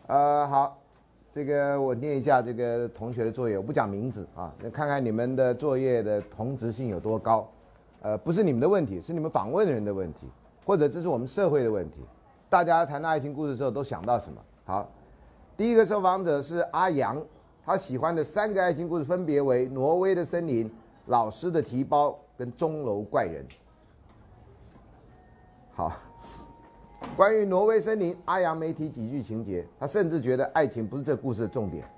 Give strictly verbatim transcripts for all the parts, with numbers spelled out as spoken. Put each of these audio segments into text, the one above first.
呃，好，这个我念一下这个同学的作业，我不讲名字啊，看看你们的作业的同质性有多高。呃，不是你们的问题，是你们访问的人的问题，或者这是我们社会的问题。大家谈到爱情故事的时候都想到什么？好，第一个受访者是阿阳，他喜欢的三个爱情故事分别为《挪威的森林》、《老师的提包》跟《钟楼怪人》。好。关于挪威森林，阿阳没提几句情节，他甚至觉得爱情不是这个故事的重点。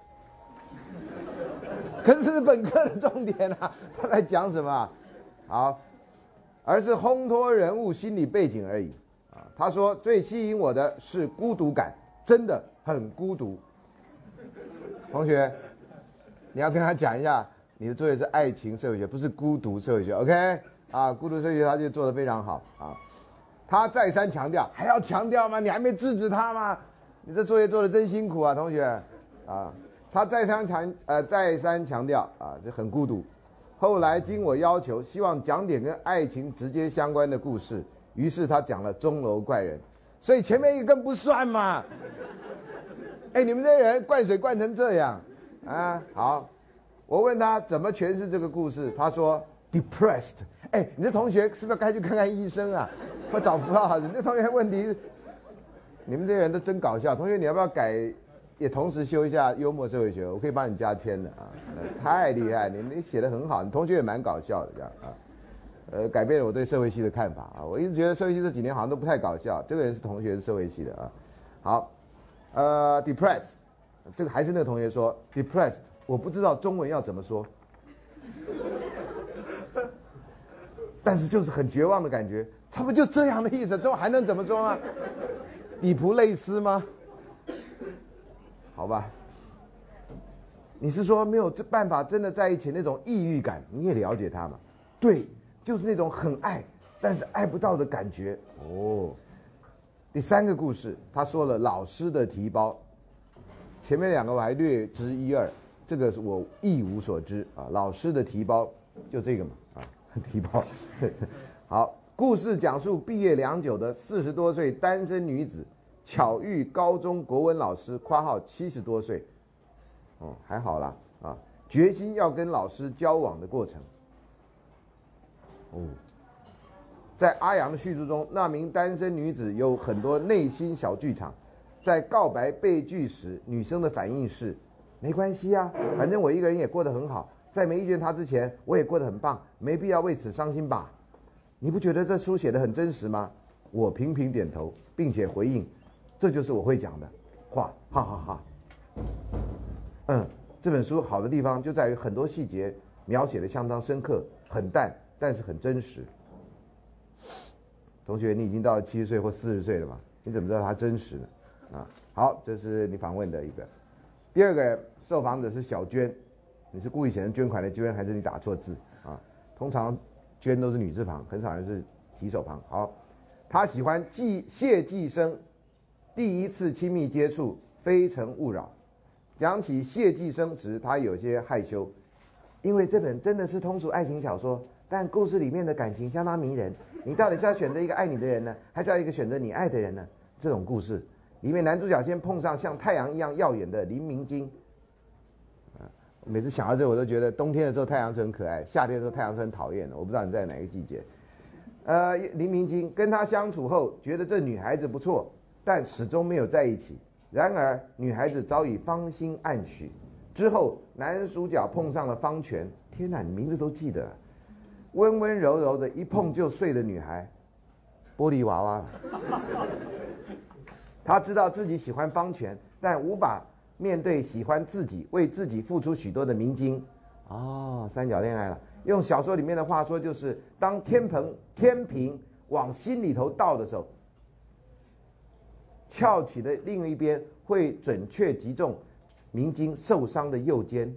可是这是本课的重点啊，他在讲什么啊？好，而是烘托人物心理背景而已啊。他说最吸引我的是孤独感，真的很孤独。同学，你要跟他讲一下，你的作业是爱情社会学，不是孤独社会学 ，OK？ 啊，孤独社会学他就做得非常好啊。他再三强调，还要强调吗？你还没制止他吗？你这作业做得真辛苦啊，同学啊！他再三强呃再三强调啊，这很孤独。后来经我要求，希望讲点跟爱情直接相关的故事，于是他讲了钟楼怪人，所以前面一个更不算嘛。哎，你们这些人灌水灌成这样啊！好，我问他怎么诠释这个故事，他说 depressed。哎，你这同学是不是该去看看医生啊？或找符号，你这同学问题，你们这些人都真搞笑。同学，你要不要改，也同时修一下幽默社会学？我可以帮你加签的啊，太厉害，你你写得很好，你同学也蛮搞笑的这样啊，呃，改变了我对社会系的看法啊。我一直觉得社会系这几年好像都不太搞笑，这个人是同学是社会系的啊。好，呃 ，depressed， 这个还是那个同学说 depressed， 我不知道中文要怎么说。但是就是很绝望的感觉，差不多就这样的意思，这还能怎么说吗？底普类斯吗？好吧，你是说没有这办法真的在一起那种抑郁感，你也了解他嘛？对，就是那种很爱但是爱不到的感觉哦。第三个故事，他说了老师的提包，前面两个我还略知一二，这个是我一无所知啊。老师的提包就这个嘛啊。提包，好，故事讲述毕业良久的四十多岁单身女子巧遇高中国文老师（括号七十多岁），哦，还好啦啊，决心要跟老师交往的过程。哦，在阿阳的叙述中，那名单身女子有很多内心小剧场，在告白被拒时，女生的反应是：没关系啊，反正我一个人也过得很好。在没遇见他之前，我也过得很棒，没必要为此伤心吧？你不觉得这书写得很真实吗？我频频点头，并且回应：这就是我会讲的话，哈哈哈。嗯，这本书好的地方就在于很多细节描写的相当深刻，很淡，但是很真实。同学，你已经到了七十岁或四十岁了嘛？你怎么知道它真实呢？啊，好，这是你访问的一个。第二个受访者是小娟。你是故意写成捐款的捐，还是你打错字啊？通常捐都是女字旁，很少人是提手旁。好，他喜欢季谢寄生，第一次亲密接触非诚勿扰。讲起谢寄生时，他有些害羞，因为这本真的是通俗爱情小说，但故事里面的感情相当迷人。你到底是要选择一个爱你的人呢，还是要一个选择你爱的人呢？这种故事里面，男主角先碰上像太阳一样耀眼的林明晶。每次想到这，我都觉得冬天的时候太阳是很可爱，夏天的时候太阳是很讨厌的。我不知道你在哪个季节。呃，林明晶跟他相处后，觉得这女孩子不错，但始终没有在一起。然而，女孩子早已芳心暗许。之后，男主角碰上了方泉，天哪，你名字都记得，温温柔柔的，一碰就碎的女孩，玻璃娃娃。他知道自己喜欢方泉，但无法面对喜欢自己、为自己付出许多的明晶。哦，三角恋爱了。用小说里面的话说，就是当天平天平往心里头倒的时候，翘起的另一边会准确击中明晶受伤的右肩。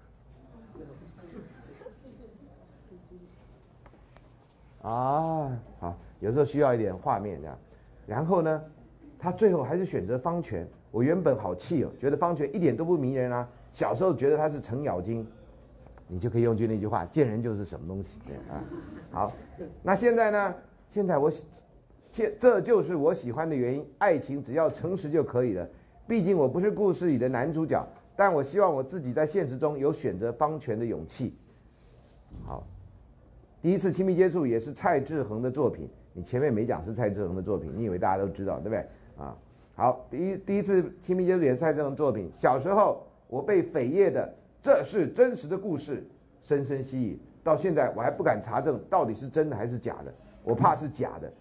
啊，好，有时候需要一点画面这样。然后呢，他最后还是选择方泉。我原本好气哦，觉得方泉一点都不迷人啊。小时候觉得他是程咬金，你就可以用句那句话：见人就是什么东西啊。好，那现在呢？现在我现这就是我喜欢的原因。爱情只要诚实就可以了， 毕竟我不是故事里的男主角，但我希望我自己在现实中有选择方权的勇气。好，第一次亲密接触也是蔡志恒的作品，你前面没讲是蔡志恒的作品，你以为大家都知道对不对啊？好，第一第一次亲密接触也是蔡志恒作品。小时候我被扉页的这是真实的故事深深吸引，到现在我还不敢查证到底是真的还是假的，我怕是假的。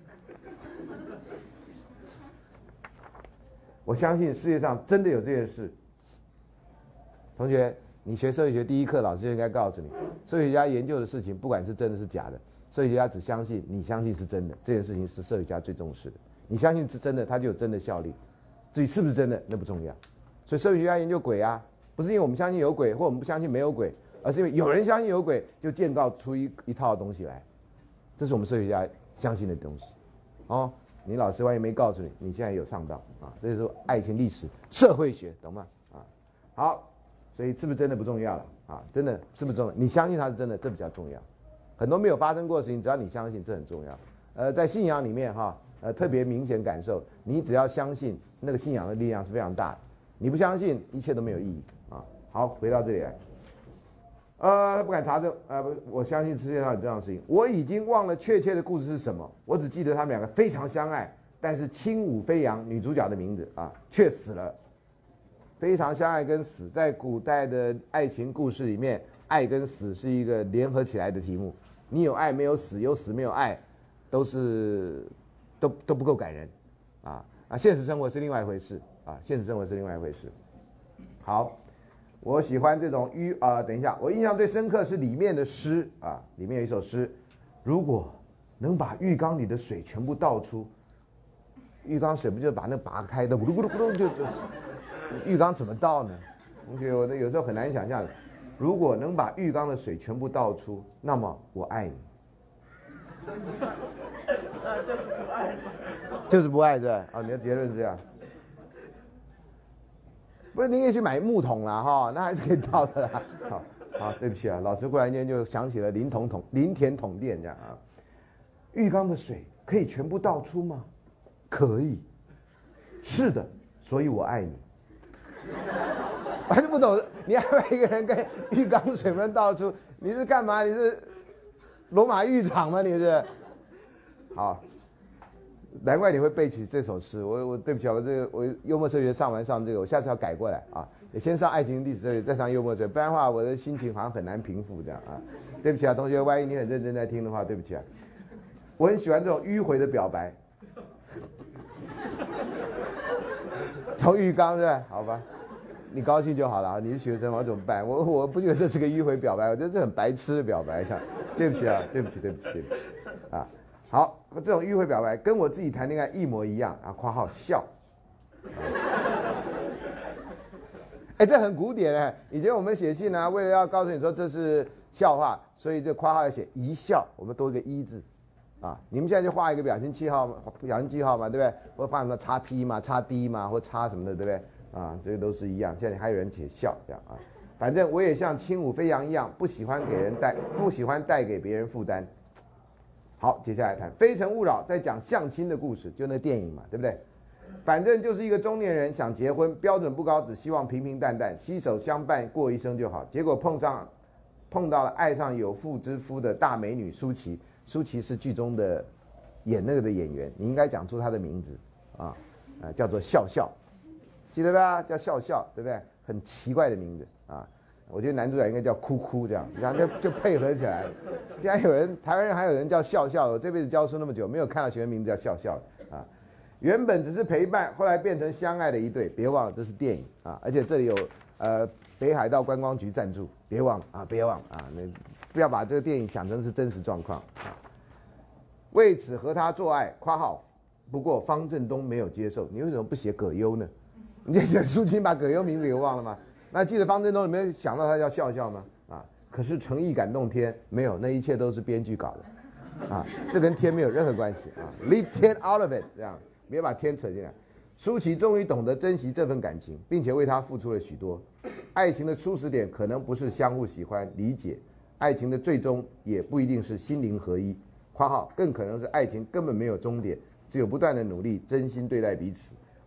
我相信世界上真的有这件事。同学，你学社会学第一课，老师就应该告诉你，社会学家研究的事情，不管是真的是假的，社会学家只相信你相信是真的，这件事情是社会学家最重视的。你相信是真的，它就有真的效力。至于是不是真的，那不重要。所以社会学家研究鬼啊，不是因为我们相信有鬼，或我们不相信没有鬼，而是因为有人相信有鬼，就建造出一一套东西来。这是我们社会学家相信的东西。哦。你老师万一没告诉你，你现在有上当啊！这就是爱情历史、社会学，懂吗？啊，好，所以是不是真的不重要了啊？真的是不是重要？你相信它是真的，这比较重要。很多没有发生过的事情，只要你相信，这很重要。呃，在信仰里面哈，呃，特别明显感受，你只要相信，那个信仰的力量是非常大的。你不相信，一切都没有意义啊。好，回到这里来。呃，不敢查证，呃，不，我相信世界上有这样的事情。我已经忘了确切的故事是什么，我只记得他们两个非常相爱，但是轻舞飞扬女主角的名字啊，却死了。非常相爱跟死，在古代的爱情故事里面，爱跟死是一个联合起来的题目。你有爱没有死，有死没有爱，都是都都不够感人，啊啊！现实生活是另外一回事啊，现实生活是另外一回事。好。我喜欢这种浴啊、呃，等一下，我印象最深刻是里面的诗啊，里面有一首诗，如果能把浴缸里的水全部倒出，浴缸水不就把那拔开的咕噜咕噜咕噜就就，浴缸怎么倒呢？同学，我有时候很难想象，如果能把浴缸的水全部倒出，那么我爱你。就是不爱，就是不爱，是吧？啊，你的结论是这样。不是，你也去买木桶啦，哈，那还是可以倒的啦。好，好，对不起啊，老师忽然间就想起了林桶桶、林田桶店这样啊。浴缸的水可以全部倒出吗？可以。是的，所以我爱你。我还是不懂，你安排一个人跟浴缸水不能倒出，你是干嘛？你是罗马浴场吗？你是？好。难怪你会背起这首诗，我我对不起啊，我这个我幽默社学上完上这个，我下次要改过来啊，也先上爱情历史社学，再上幽默社学，不然的话我的心情好像很难平复这样啊。对不起啊，同学，万一你很认真在听的话，对不起啊。我很喜欢这种迂回的表白，从浴缸是吧？好吧，你高兴就好了啊。你是学生，我怎么办？我我不觉得这是个迂回表白，我觉得这很白痴的表白，像对不起啊，对不起，对不起，对不起啊。好，这种迂回表白跟我自己谈恋爱一模一样啊！括号笑，哎，这很古典哎。以前我们写信呢，为了要告诉你说这是笑话，所以这括号要写一笑，我们多一个一字，啊，你们现在就画一个表情记号嘛，表情记号嘛，对不对？或放什么叉 P 嘛，叉 D 嘛，或叉什么的，对不对？啊，这些都是一样。现在还有人写笑这样啊。反正我也像轻舞飞扬一样，不喜欢给人带，不喜欢带给别人负担。好，接下来谈《非诚勿扰》，在讲相亲的故事，就那电影嘛，对不对？反正就是一个中年人想结婚，标准不高，只希望平平淡淡，携手相伴过一生就好。结果碰上碰到了爱上有妇之夫的大美女舒淇，舒淇是剧中的演那个的演员，你应该讲出她的名字啊，呃，叫做笑笑，记得吧？叫笑笑，对不对？很奇怪的名字啊。我觉得男主角应该叫哭哭这样，然后就就配合起来了。竟然有人，台湾人还有人叫笑笑，我这辈子教书那么久，没有看到学生名字叫笑笑啊。原本只是陪伴，后来变成相爱的一对。别忘了这是电影啊，而且这里有呃北海道观光局赞助，别忘了啊，别忘了啊，那不要把这个电影想成是真实状况啊。为此和他做爱（括号），不过方振东没有接受。你为什么不写葛优呢？你这写舒淇把葛优名字给忘了吗？那记得方振东，你没有想到他叫笑笑吗？啊，可是诚意感动天，没有，那一切都是编剧搞的，啊，这跟天没有任何关系啊 ，leave 天 out of it， 这样，别把天扯进来。舒淇终于懂得珍惜这份感情，并且为他付出了许多。爱情的初始点可能不是相互喜欢、理解，爱情的最终也不一定是心灵合一（括号）更可能是爱情根本没有终点，只有不断的努力，真心对待彼此。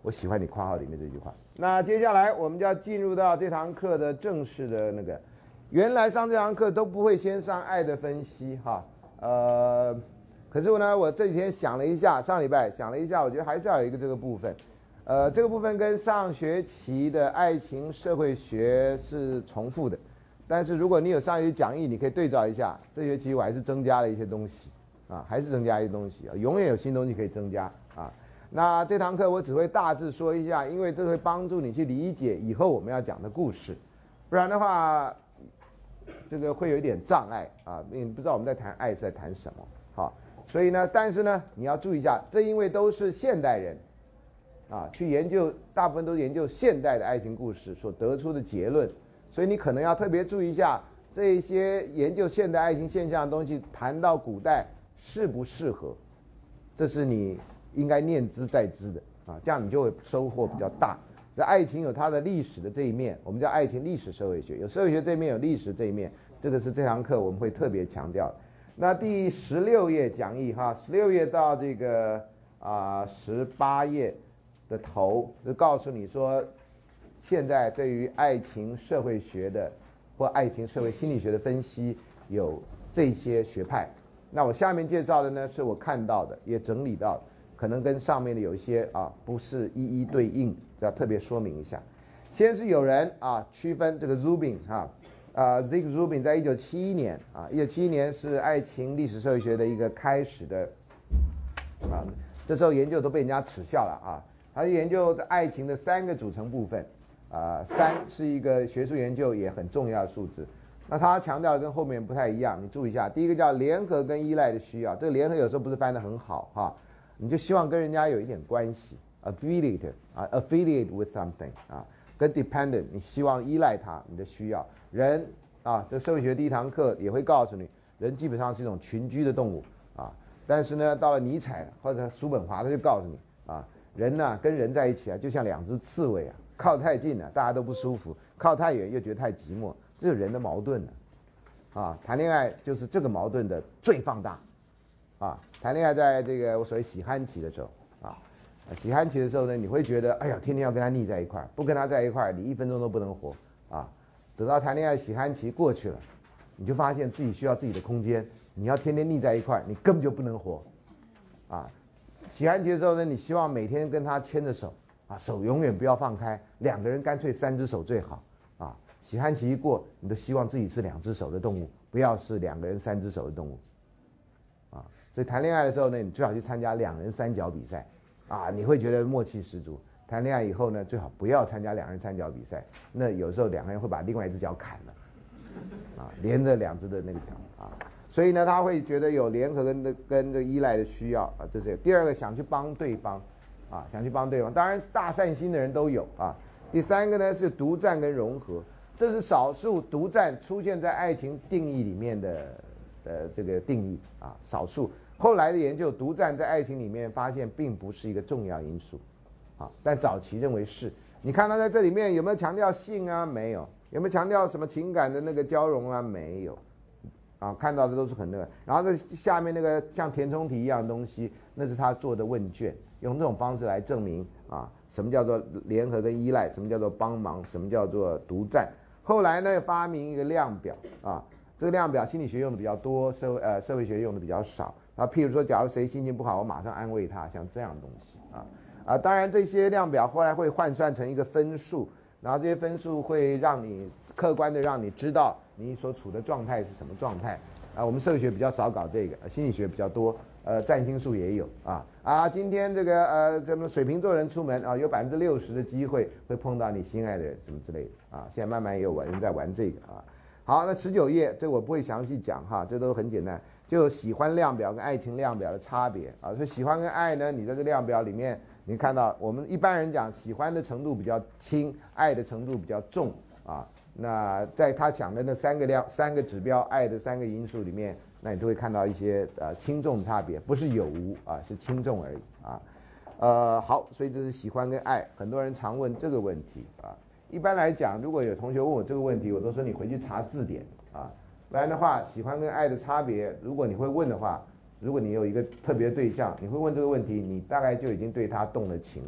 我喜欢你括号里面这句话。那接下来我们就要进入到这堂课的正式的那个，原来上这堂课都不会先上爱的分析哈，呃，可是呢，我这几天想了一下，上礼拜想了一下，我觉得还是要有一个这个部分，呃，这个部分跟上学期的爱情社会学是重复的，但是如果你有上学期讲义，你可以对照一下，这学期我还是增加了一些东西啊，还是增加一些东西啊，永远有新东西可以增加啊。那这堂课我只会大致说一下，因为这会帮助你去理解以后我们要讲的故事，不然的话，这个会有一点障碍啊，你不知道我们在谈爱是在谈什么。好，所以呢，但是呢，你要注意一下，这因为都是现代人啊，去研究，大部分都是研究现代的爱情故事所得出的结论，所以你可能要特别注意一下这些研究现代爱情现象的东西谈到古代适不适合，这是你应该念之在之的啊，这样你就会收获比较大。这爱情有它的历史的这一面，我们叫爱情历史社会学，有社会学这一面，有历史这一面，这个是这堂课我们会特别强调的。那第十六页讲义哈，十六页到这个啊十八页的头就告诉你说，现在对于爱情社会学的或爱情社会心理学的分析有这些学派。那我下面介绍的呢，是我看到的，也整理到的，可能跟上面的有一些啊不是一一对应，要特别说明一下。先是有人啊区分这个 Rubin 哈。啊 Zig Rubin 在一九七一年啊，一九七一年是爱情历史社会学的一个开始的啊，这时候研究都被人家耻笑了啊。他研究爱情的三个组成部分啊，三是一个学术研究也很重要的数字。那他强调的跟后面不太一样，你注意一下，第一个叫联合跟依赖的需要，这个联合有时候不是翻得很好哈，你就希望跟人家有一点关系 ，affiliate 啊 ，affiliate with something 啊，跟 dependent 你希望依赖他，你的需要。人啊，这社会学第一堂课也会告诉你，人基本上是一种群居的动物啊。但是呢，到了尼采或者叔本华，他就告诉你啊，人呢跟人在一起啊，就像两只刺猬啊，靠太近了大家都不舒服，靠太远又觉得太寂寞，这是人的矛盾呢。啊，谈恋爱就是这个矛盾的最放大。啊，谈恋爱在这个我所谓喜欢期的时候啊，喜欢期的时候呢，你会觉得哎呀，天天要跟他腻在一块儿，不跟他在一块儿，你一分钟都不能活啊。等到谈恋爱喜欢期过去了，你就发现自己需要自己的空间，你要天天腻在一块儿，你根本就不能活啊。喜欢期的时候呢，你希望每天跟他牵着手啊，手永远不要放开，两个人干脆三只手最好啊。喜欢期一过，你都希望自己是两只手的动物，不要是两个人三只手的动物啊。所以谈恋爱的时候呢，你最好去参加两人三角比赛啊，你会觉得默契十足。谈恋爱以后呢，最好不要参加两人三角比赛，那有时候两个人会把另外一只脚砍了，啊，连着两只的那个脚啊，所以呢，他会觉得有联合跟跟这个依赖的需要啊，这是第二个想去帮对方，啊，想去帮对方，当然大善心的人都有啊。第三个呢是独占跟融合，这是少数独占出现在爱情定义里面的的这个定义啊，少数。后来的研究，独占在爱情里面发现并不是一个重要因素。啊，但早期认为是。你看他在这里面有没有强调性啊？没有。有没有强调什么情感的那个交融啊？没有。啊，看到的都是很那个。然后这下面那个像填充题一样的东西，那是他做的问卷，用这种方式来证明啊，什么叫做联合跟依赖，什么叫做帮忙，什么叫做独占。后来呢，发明一个量表啊，这个量表心理学用的比较多，社会呃社会学用的比较少。啊，譬如说，假如谁心情不好，我马上安慰他，像这样的东西啊。啊，当然这些量表后来会换算成一个分数，然后这些分数会让你客观的让你知道你所处的状态是什么状态。啊，我们社会学比较少搞这个，心理学比较多，呃，占星术也有啊。啊，今天这个呃，什么水瓶座人出门啊，有百分之六十的机会会碰到你心爱的人，什么之类的啊。现在慢慢也有人在玩这个啊。好，那十九页这我不会详细讲哈，这都很简单，就喜欢量表跟爱情量表的差别啊。所以喜欢跟爱呢，你在这量表里面。你看到我们一般人讲喜欢的程度比较轻，爱的程度比较重啊。那在他讲的那三个量、三个指标，爱的三个因素里面，那你都会看到一些呃轻重差别，不是有无啊，是轻重而已啊。呃，好，所以这是喜欢跟爱，很多人常问这个问题啊。一般来讲，如果有同学问我这个问题，我都说你回去查字典啊，不然的话，喜欢跟爱的差别，如果你会问的话。如果你有一个特别对象，你会问这个问题，你大概就已经对他动了情了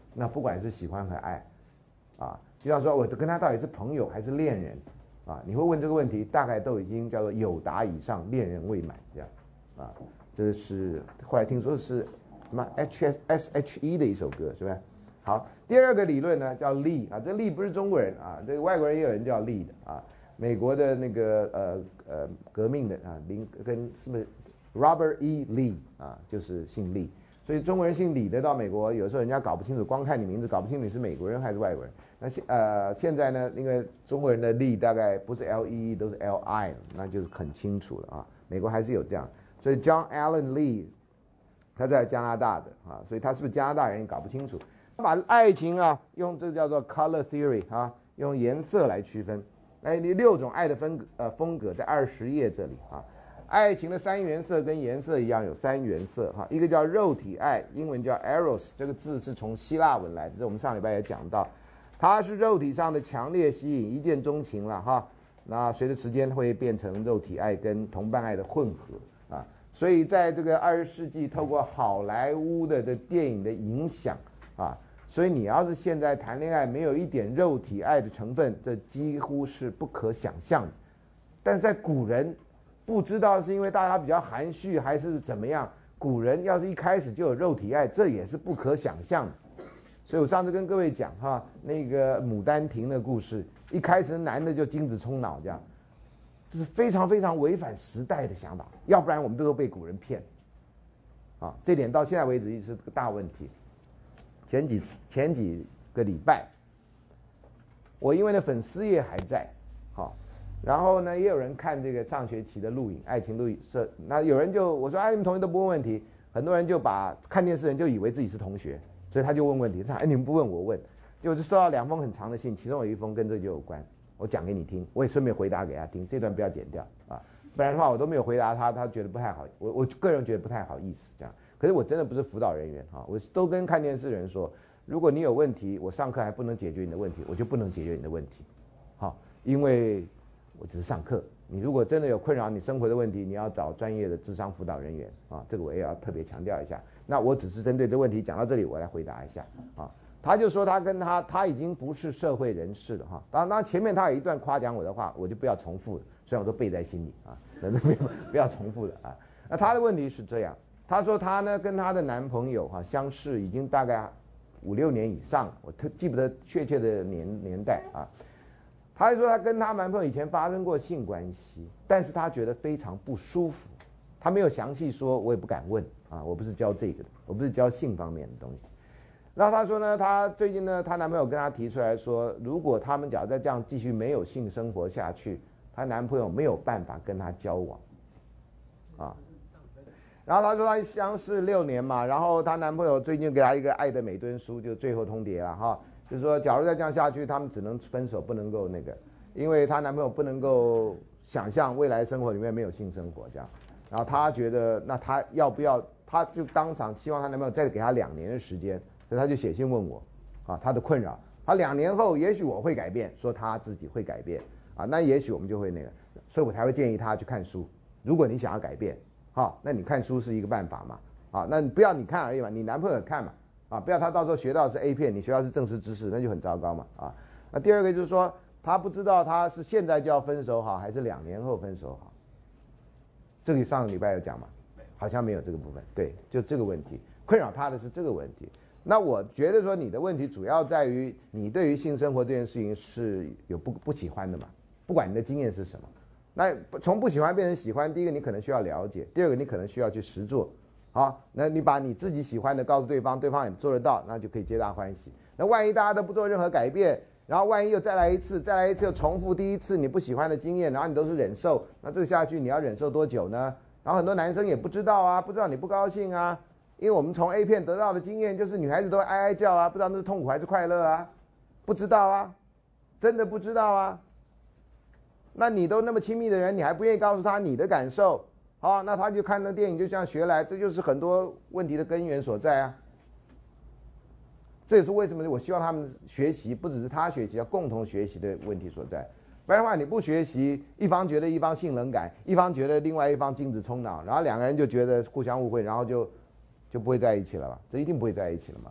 那不管是喜欢和爱，啊，就像说我跟他到底是朋友还是恋人，啊，你会问这个问题，大概都已经叫做有答以上，恋人未满这样，啊，这是后来听说是什么 H S H E 的一首歌，是吧？好，第二个理论呢叫 Lee 啊，这 Lee 不是中国人啊，这个外国人也有人叫 Lee 的啊，美国的那个呃呃革命的啊，林跟是不是 Robert E. Lee 啊，就是姓李，所以中国人姓李的到美国，有时候人家搞不清楚，光看你名字搞不清楚你是美国人还是外国人。那现呃现在呢，因为中国人的 Lee 大概不是 L E E 都是 L I， 那就是很清楚了啊。美国还是有这样，所以 John Allen Lee 他在加拿大的啊，所以他是不是加拿大人也搞不清楚。他把爱情啊用这个叫做 color theory 啊，用颜色来区分。哎，你六种爱的风格呃风格在二十页这里啊。爱情的三原色跟颜色一样，有三原色哈，一个叫肉体爱，英文叫 eros， 这个字是从希腊文来的，这我们上礼拜也讲到，它是肉体上的强烈吸引，一见钟情了哈。那随着时间会变成肉体爱跟同伴爱的混合啊，所以在这个二十世纪，透过好莱坞的这电影的影响啊，所以你要是现在谈恋爱没有一点肉体爱的成分，这几乎是不可想象的。但是在古人，不知道是因为大家比较含蓄还是怎么样，古人要是一开始就有肉体爱，这也是不可想象的。所以我上次跟各位讲哈，那个《牡丹亭》的故事，一开始男的就精子冲脑这样，这是非常非常违反时代的想法，要不然我们都都被古人骗。啊，这点到现在为止一直是个大问题。前几次前几个礼拜，我因为呢粉丝页还在，好。然后呢，也有人看这个上学期的录影，爱情录影社。那有人就我说，哎，你们同学都不问问题，很多人就把看电视人就以为自己是同学，所以他就问问题。他哎，你们不问我问，结果就收到两封很长的信，其中有一封跟这就有关，我讲给你听，我也顺便回答给他听，这段不要剪掉啊，不然的话我都没有回答他，他觉得不太好，我我个人觉得不太好意思这样。可是我真的不是辅导人员啊，我都跟看电视的人说，如果你有问题，我上课还不能解决你的问题，我就不能解决你的问题，好，因为我只是上课，你如果真的有困扰你生活的问题，你要找专业的諮商辅导人员啊，这个我也要特别强调一下。那我只是针对这问题讲到这里，我来回答一下啊。他就说他跟他他已经不是社会人士了哈。当然，当然前面他有一段夸奖我的话，我就不要重复了，虽然我都背在心里啊，那不不要重复了啊。那他的问题是这样，他说他呢跟他的男朋友哈相识已经大概五六年以上，我特记不得确切的年年代啊。他就说他跟他男朋友以前发生过性关系，但是他觉得非常不舒服，他没有详细说，我也不敢问啊，我不是教这个的，我不是教性方面的东西。然后他说呢，他最近呢，他男朋友跟他提出来说，如果他们假如再这样继续没有性生活下去，他男朋友没有办法跟他交往，啊。然后他说他相识六年嘛，然后她男朋友最近给她一个爱的美敦书，就最后通牒了哈。就是说，假如再这样下去，他们只能分手，不能够那个，因为她男朋友不能够想象未来生活里面没有性生活这样。然后她觉得，那她要不要？她就当场希望她男朋友再给她两年的时间，所以她就写信问我，啊，她的困扰。她两年后，也许我会改变，说她自己会改变，啊，那也许我们就会那个，所以我才会建议她去看书。如果你想要改变，好，那你看书是一个办法嘛，啊，那你不要你看而已嘛，你男朋友也看嘛。啊，不要他到时候学到的是 A 片，你学到是正式知识，那就很糟糕嘛啊。那第二个就是说，他不知道他是现在就要分手好，还是两年后分手好。这个上个礼拜有讲吗？好像没有这个部分。对，就这个问题，困扰他的是这个问题。那我觉得说你的问题主要在于你对于性生活这件事情是有不不喜欢的嘛，不管你的经验是什么。那从不喜欢变成喜欢，第一个你可能需要了解，第二个你可能需要去实做。好，那你把你自己喜欢的告诉对方，对方也做得到，那就可以皆大欢喜。那万一大家都不做任何改变，然后万一又再来一次，再来一次又重复第一次你不喜欢的经验，然后你都是忍受，那这个下去你要忍受多久呢？然后很多男生也不知道啊，不知道你不高兴啊，因为我们从 A 片得到的经验就是女孩子都会哀哀叫啊，不知道那是痛苦还是快乐啊，不知道啊，真的不知道啊。那你都那么亲密的人，你还不愿意告诉他你的感受？好，那他就看那电影就这样学来，这就是很多问题的根源所在啊。这也是为什么我希望他们学习，不只是他学习，要共同学习的问题所在。不然的话，你不学习，一方觉得一方性冷感，一方觉得另外一方精子冲脑，然后两个人就觉得互相误会，然后就就不会在一起了嘛，这一定不会在一起了嘛。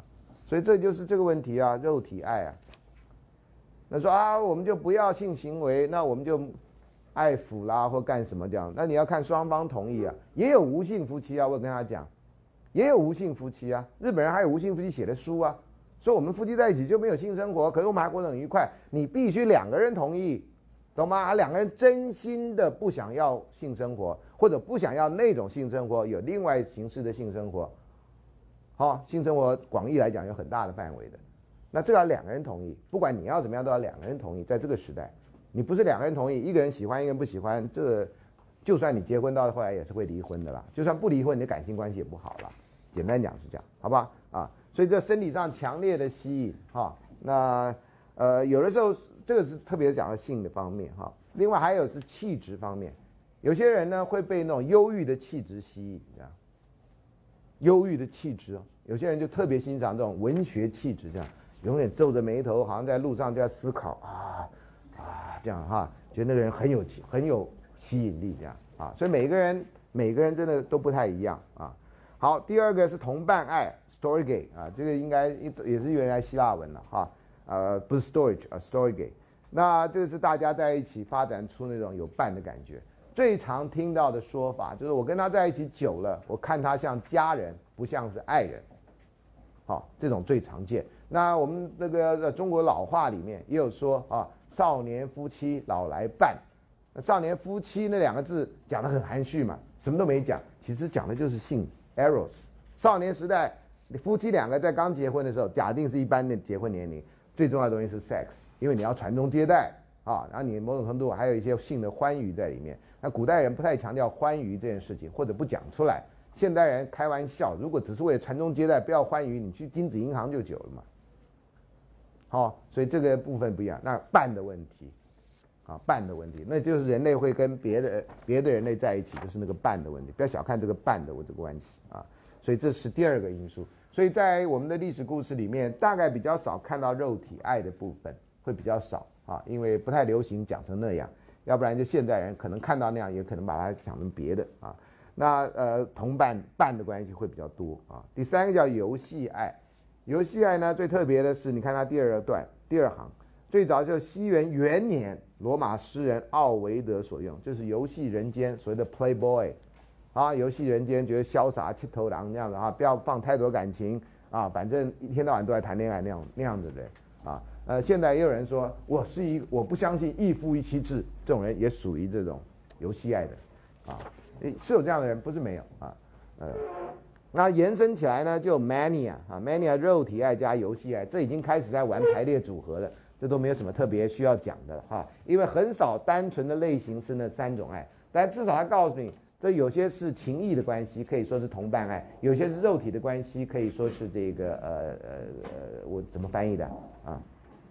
所以这就是这个问题啊，肉体爱啊。那说啊，我们就不要性行为，那我们就爱抚啦或干什么这样？那你要看双方同意啊。也有无性夫妻啊，我跟他讲，也有无性夫妻啊。日本人还有无性夫妻写的书啊，说我们夫妻在一起就没有性生活，可是我们还过得很愉快。你必须两个人同意，懂吗？啊，两个人真心的不想要性生活，或者不想要那种性生活，有另外形式的性生活。好，性生活广义来讲有很大的范围的。那这个要两个人同意，不管你要怎么样都要两个人同意。在这个时代，你不是两个人同意，一个人喜欢一个人不喜欢，这个就算你结婚到后来也是会离婚的啦。就算不离婚，你的感情关系也不好了。简单讲是这样，好不好啊？所以这身体上强烈的吸引哈，那呃有的时候这个是特别讲到性的方面哈。另外还有是气质方面，有些人呢会被那种忧郁的气质吸引，这样。忧郁的气质哦，有些人就特别欣赏这种文学气质，这样。永远皱着眉头，好像在路上就在思考啊啊这样哈，觉得那个人很有很有吸引力这样啊，所以每个人每个人真的都不太一样啊。好，第二个是同伴爱 storge 啊，这个应该也是原来希腊文了哈，呃不是 storage 啊 storge， 那这个是大家在一起发展出那种有伴的感觉。最常听到的说法就是我跟他在一起久了，我看他像家人，不像是爱人。好，这种最常见。那我们那个中国老话里面也有说啊，少年夫妻老来伴。那少年夫妻那两个字讲得很含蓄嘛，什么都没讲，其实讲的就是性 eros。少年时代，夫妻两个在刚结婚的时候，假定是一般的结婚年龄，最重要的东西是 sex， 因为你要传宗接代啊，然后你某种程度还有一些性的欢愉在里面。那古代人不太强调欢愉这件事情，或者不讲出来。现代人开玩笑，如果只是为了传宗接代，不要欢愉，你去金子银行就久了嘛。好，所以这个部分不一样。那伴的问题，啊，伴的问题，那就是人类会跟别的别的人类在一起，就是那个伴的问题。不要小看这个伴的这个关系啊。所以这是第二个因素。所以在我们的历史故事里面，大概比较少看到肉体爱的部分，会比较少啊，因为不太流行讲成那样。要不然就现代人可能看到那样，也可能把它讲成别的啊。那呃同伴伴的关系会比较多啊。第三个叫游戏爱，游戏爱呢最特别的是，你看它第二段第二行，最早就是西元元年罗马诗人奥维德所用，就是游戏人间所谓的 playboy 啊，游戏人间觉得潇洒剃头狼那样的啊，不要放太多感情啊，反正一天到晚都在谈恋爱那样那样的人啊。呃，现在也有人说我是一我不相信一夫一妻制，这种人也属于这种游戏爱的啊。是有这样的人，不是没有啊，呃，那延伸起来呢，就 mania 啊 ，mania 肉体爱加游戏爱，这已经开始在玩排列组合了，这都没有什么特别需要讲的哈，因为很少单纯的类型是那三种爱，但至少他告诉你，这有些是情谊的关系，可以说是同伴爱；有些是肉体的关系，可以说是这个呃呃呃，我怎么翻译的啊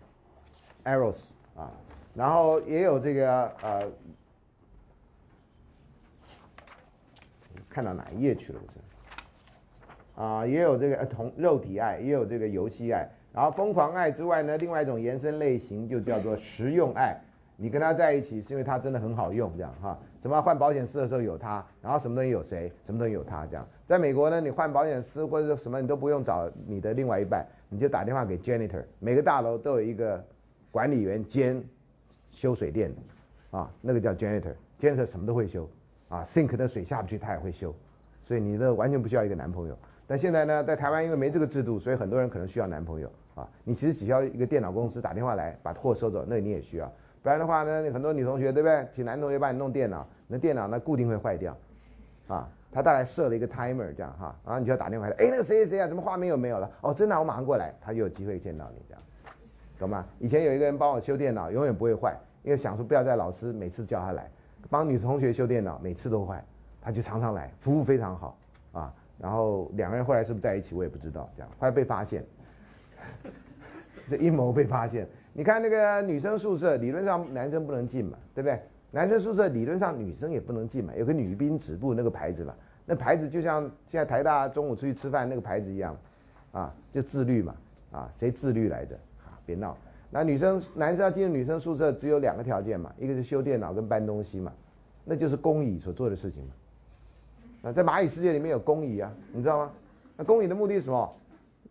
，eros 啊，然后也有这个呃。看到哪一页去了？不是啊，也有这个同肉体爱，也有这个游戏爱。然后疯狂爱之外呢，另外一种延伸类型就叫做实用爱。你跟他在一起是因为他真的很好用，这样哈。什么换保险丝的时候有他，然后什么东西有谁，什么东西有他这样。在美国呢，你换保险丝或者什么，你都不用找你的另外一半，你就打电话给 janitor。每个大楼都有一个管理员兼修水电的啊，那个叫 janitor。janitor 什么都会修。啊 ，sink 的水下不去，他也会修，所以你这完全不需要一个男朋友。但现在呢，在台湾因为没这个制度，所以很多人可能需要男朋友啊。你其实只需要一个电脑公司打电话来把货收走，那你也需要。不然的话呢，很多女同学对不对？请男同学帮你弄电脑，那电脑呢固定会坏掉，啊，他大概设了一个 timer 这样哈，然后你就要打电话来，哎，那个谁谁谁啊，怎么画面有没有了？哦，真的、啊，我马上过来，他就有机会见到你这样，懂吗？以前有一个人帮我修电脑，永远不会坏，因为想说不要在老师每次叫他来。帮女同学修电脑，每次都坏，他就常常来，服务非常好啊。然后两个人后来是不是在一起，我也不知道。这样后来被发现，这阴谋被发现。你看那个女生宿舍，理论上男生不能进嘛，对不对？男生宿舍理论上女生也不能进嘛，有个女兵止步那个牌子嘛，那牌子就像现在台大中午出去吃饭那个牌子一样，啊，就自律嘛，啊，谁自律来的？啊，别闹。那女生男生要进入女生宿舍只有两个条件嘛，一个是修电脑跟搬东西嘛，那就是工蚁所做的事情嘛。那在蚂蚁世界里面有工蚁啊，你知道吗？那工蚁的目的是什么？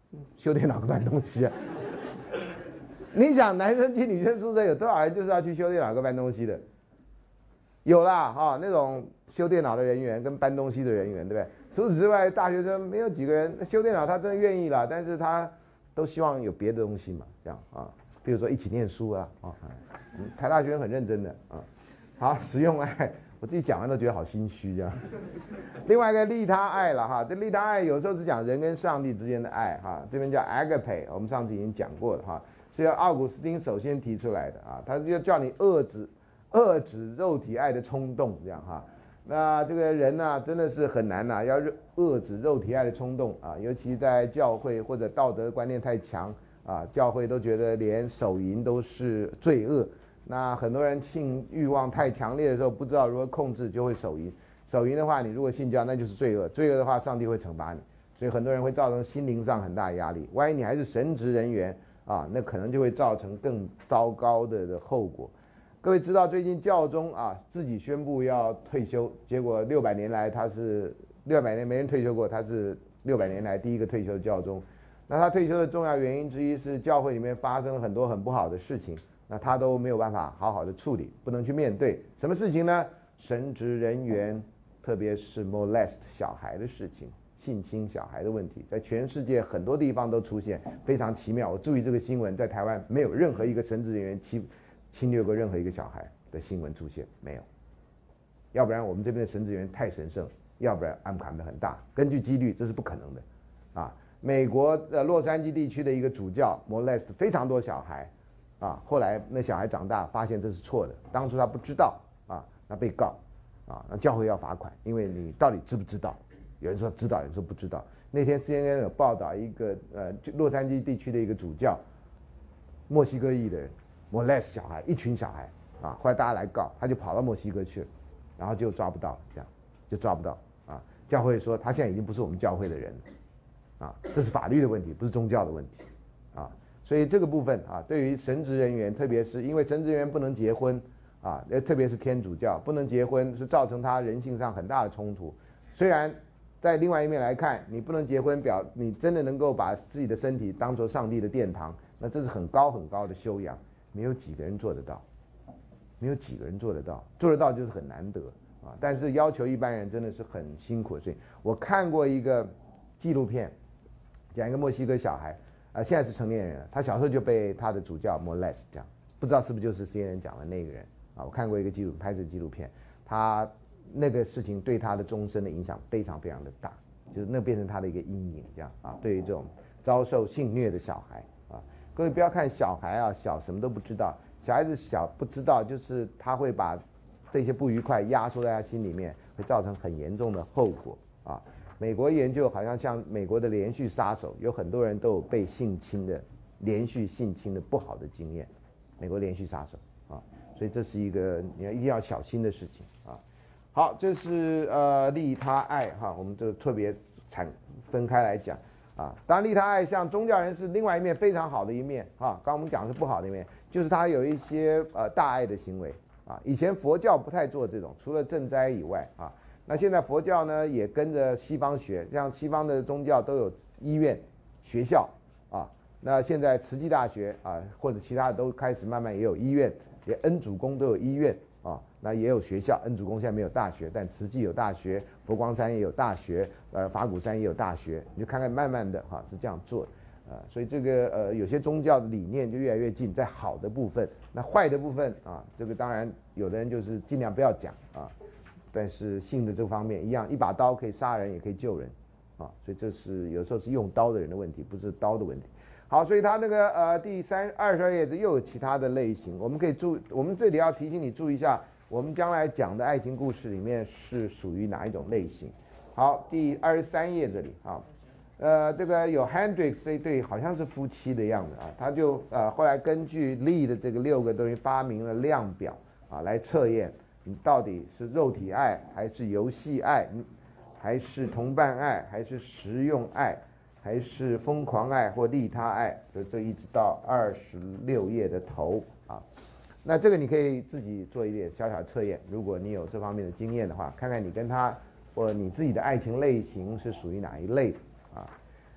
修电脑跟搬东西啊。你想男生去女生宿舍有多少人就是要去修电脑跟搬东西的？有啦哈、哦，那种修电脑的人员跟搬东西的人员，对不对？除此之外，大学生没有几个人修电脑，他真的愿意啦，但是他都希望有别的东西嘛，这样啊，比如说一起念书啊啊，嗯，台大学生很认真的啊。好，实用爱，我自己讲完都觉得好心虚这样。另外一个利他爱了哈，这利他爱有时候是讲人跟上帝之间的爱哈，这边叫 agape， 我们上次已经讲过了哈。是要奥古斯丁首先提出来的啊，他就叫你遏制遏制肉体爱的冲动，这样哈。那这个人呢、啊，真的是很难呐、啊，要遏制肉体爱的冲动啊，尤其在教会或者道德观念太强啊，教会都觉得连手淫都是罪恶。那很多人性欲望太强烈的时候，不知道如何控制，就会手淫。手淫的话，你如果信教，那就是罪恶。罪恶的话，上帝会惩罚你，所以很多人会造成心灵上很大的压力。万一你还是神职人员。啊，那可能就会造成更糟糕的的后果。各位知道，最近教宗啊自己宣布要退休，结果六百年来他是六百年没人退休过，他是六百年来第一个退休的教宗。那他退休的重要原因之一是教会里面发生了很多很不好的事情，那他都没有办法好好的处理，不能去面对。什么事情呢？神职人员，特别是 molest 小孩的事情。性侵小孩的问题，在全世界很多地方都出现，非常奇妙。我注意这个新闻，在台湾没有任何一个神职人员侵侵略过任何一个小孩的新闻出现，没有。要不然我们这边的神职人员太神圣，要不然安卡的很大。根据几率，这是不可能的。啊，美国的洛杉矶地区的一个主教 molest 非常多小孩，啊，后来那小孩长大发现这是错的，当初他不知道啊，那被告，啊，那教会要罚款，因为你到底知不知道？有人说知道，有人说不知道。那天 C N N 有报道一个呃洛杉矶地区的一个主教，墨西哥裔的人 molest 小孩，一群小孩啊，后来大家来告，他就跑到墨西哥去了，然后就抓不到，这样就抓不到啊。教会说他现在已经不是我们教会的人了，啊，这是法律的问题，不是宗教的问题啊。所以这个部分啊，对于神职人员，特别是因为神职人员不能结婚啊，特别是天主教不能结婚，是造成他人性上很大的冲突。虽然在另外一面来看，你不能结婚，表你真的能够把自己的身体当作上帝的殿堂，那这是很高很高的修养，没有几个人做得到，没有几个人做得到，做得到就是很难得啊。但是要求一般人真的是很辛苦。所以我看过一个纪录片，讲一个墨西哥小孩，啊、呃，现在是成年人了，他小时候就被他的主教 molest 这样，不知道是不是就是 C N N 讲的那个人啊？我看过一个纪录拍摄纪录片，他。那个事情对他的终身的影响非常非常的大，就是那变成他的一个阴影，这样啊。对于这种遭受性虐的小孩啊，各位不要看小孩啊，小什么都不知道，小孩子小不知道，就是他会把这些不愉快压缩在他心里面，会造成很严重的后果啊。美国研究好像像美国的连续杀手，有很多人都有被性侵的连续性侵的不好的经验，美国连续杀手啊，所以这是一个你要一定要小心的事情啊。好，这是呃利他爱哈，我们就特别产分开来讲啊。当然，利他爱像宗教人是另外一面非常好的一面啊。刚刚我们讲的是不好的一面，就是他有一些呃大爱的行为啊。以前佛教不太做这种，除了赈灾以外啊。那现在佛教呢也跟着西方学，像西方的宗教都有医院、学校啊。那现在慈济大学啊或者其他的都开始慢慢也有医院，连恩主公都有医院。啊，那也有学校，恩主公现在没有大学，但慈济有大学，佛光山也有大学，呃，法鼓山也有大学，你就看看，慢慢的哈、啊、是这样做的，呃，所以这个呃有些宗教的理念就越来越近，在好的部分，那坏的部分啊，这个当然有的人就是尽量不要讲啊，但是性的这方面一样，一把刀可以杀人，也可以救人，啊，所以这是有时候是用刀的人的问题，不是刀的问题。好，所以他那个呃第三二十二页子又有其他的类型，我们可以注，我们这里要提醒你注意一下，我们将来讲的爱情故事里面是属于哪一种类型。好，第二十三页这里啊，呃，这个有 Hendricks 这一对好像是夫妻的样子啊，他就呃后来根据 Lee 的这个六个东西发明了量表啊，来测验你到底是肉体爱还是游戏爱，还是同伴爱还是实用爱。还是疯狂爱或利他爱，就这一直到二十六页的头啊。那这个你可以自己做一点小小测验，如果你有这方面的经验的话，看看你跟他或你自己的爱情类型是属于哪一类啊。